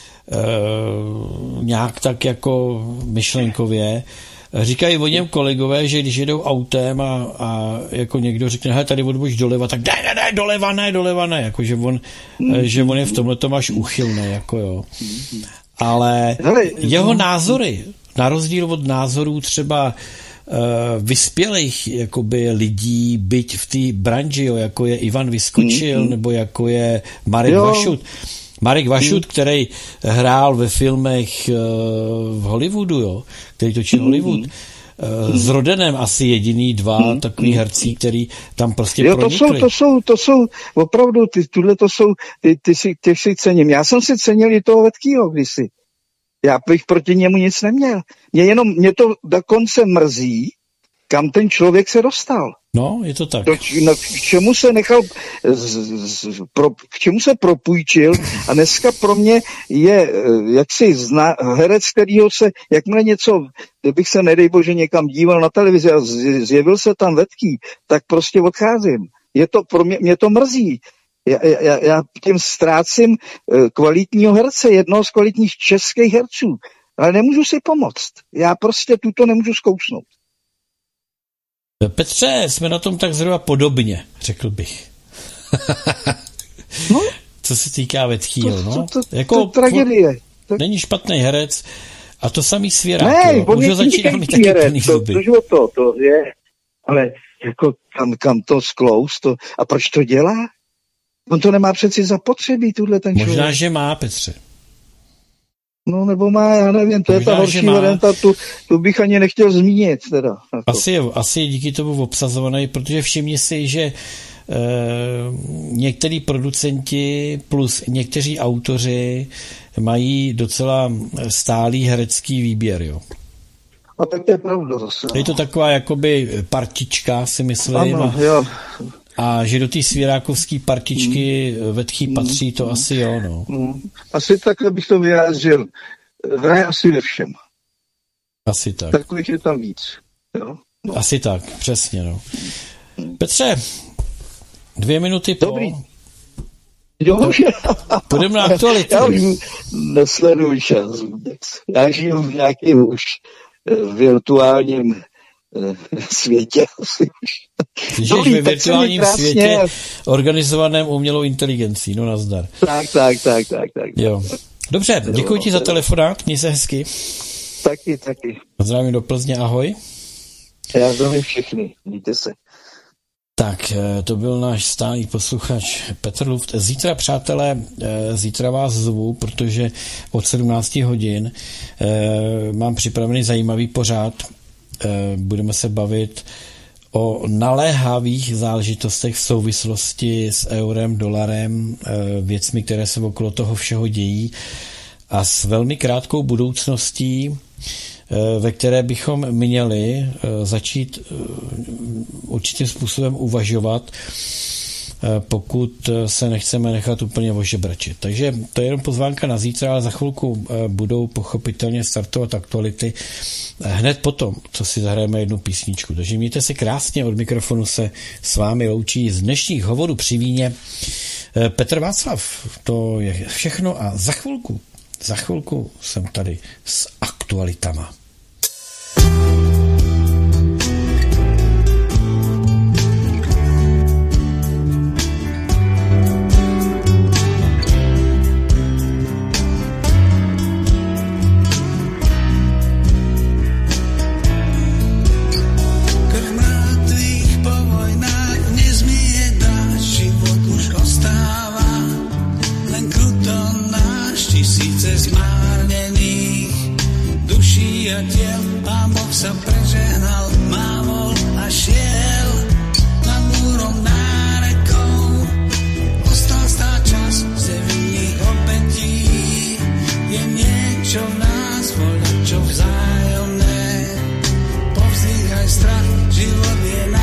nějak tak jako myšlenkově. Říkají o něm kolegové, že když jedou autem a, a jako někdo řekne, hele, tady odboč doleva, tak ne, ne, ne, doleva, ne, doleva, ne, jako že on, že on je v tomhletom až uchylný, jako jo. Ale jeho názory, na rozdíl od názorů třeba vyspělých jakoby lidí, byť v té branži, jo, jako je Ivan Vyskočil, mm-hmm. nebo jako je Marek jo. Vašut. Marek Vašut, mm. který hrál ve filmech uh, v Hollywoodu, jo, který točil mm. Hollywood, uh, s Rodenem asi jediný dva mm. takový herci, který tam prostě jo, pronikli. To jsou, to jsou, to jsou opravdu, ty, tuhle to jsou, ty, ty si, těch si cením. Já jsem si cenil i toho Vetkýho kdysi. Já bych proti němu nic neměl. Mě jenom, mě to dokonce mrzí, kam ten člověk se dostal. No, je to tak. Do, no, k čemu se nechal, z, z, pro, k čemu se propůjčil a dneska pro mě je jaksi zna, herec, kterýho se, jakmile něco, kdybych se, nedej bože, někam díval na televizi a zjevil se tam Vetký, tak prostě odcházím. Je to pro mě, mě to mrzí. Já, já, já tím ztrácím kvalitního herce, jednoho z kvalitních českých herců, ale nemůžu si pomoct. Já prostě tuto nemůžu zkousnout. Petře, jsme na tom tak zhruba podobně, řekl bych. No, co se týká Vetkýho, no. To, to, jako, to tragédie. To... Není špatný herec a to samý Svěrák, ne, jo. Už ho začíná mít taky plný zuby. To, to, to je, ale jako kam, kam to sklous, to, a proč to dělá? On to nemá přeci zapotřebí, tuhle ten člověk. Možná, že má, Petře. No, nebo má, já nevím, to Možná, je ta horší varianta, tu, tu bych ani nechtěl zmínit. Teda, jako. Asi, je, asi je díky tomu obsazovaný, protože všimni si, že e, některý producenti plus někteří autoři mají docela stálý herecký výběr, jo. A tak to je pravda zase. Je to taková jakoby partička, si myslím. Ano, a, jo. A že do té svěrákovské partičky mm. Vetký patří, to mm. asi jo, no. Mm. Asi takhle bych to vyjádřil. Hraje asi ve všem. Asi tak. Takových je tam víc. Jo? No. Asi tak, přesně, no. Petře, dvě minuty po. Dobrý. Jo, půjdeme na aktualitu. Já už nesleduji čas. Já žiju v nějakém už virtuálním světě. Žiješ ve virtuálním světě organizovaném umělou inteligencí, no nazdar. Tak, tak, tak, tak, tak. Jo. Dobře, děkuji ti za telefonát, měj se hezky. Taky, taky. Zdravím do Plzně, ahoj. Já zdravím všechny, mějte se. Tak, to byl náš stálý posluchač Petr Luft. Zítra, přátelé, zítra vás zvu, protože od sedmnácti hodin mám připravený zajímavý pořád. Budeme se bavit o naléhavých záležitostech v souvislosti s eurem, dolarem, věcmi, které se okolo toho všeho dějí a s velmi krátkou budoucností, ve které bychom měli začít určitým způsobem uvažovat, pokud se nechceme nechat úplně ožebračit. Takže to je jenom pozvánka na zítra, ale za chvilku budou pochopitelně startovat aktuality hned potom, co si zahrajeme jednu písničku. Takže mějte se krásně, od mikrofonu se s vámi loučí z dnešních hovorů při víně Petr Václav. To je všechno a za chvilku, za chvilku jsem tady s aktualitama. Pán Boh sa prežehnal, mávol a šiel nad múrom nárekou. Ostal stáť čas zevných obetí. Je niečo v nás, voľa čo vzájomné. Povzdýchaj strach, život je na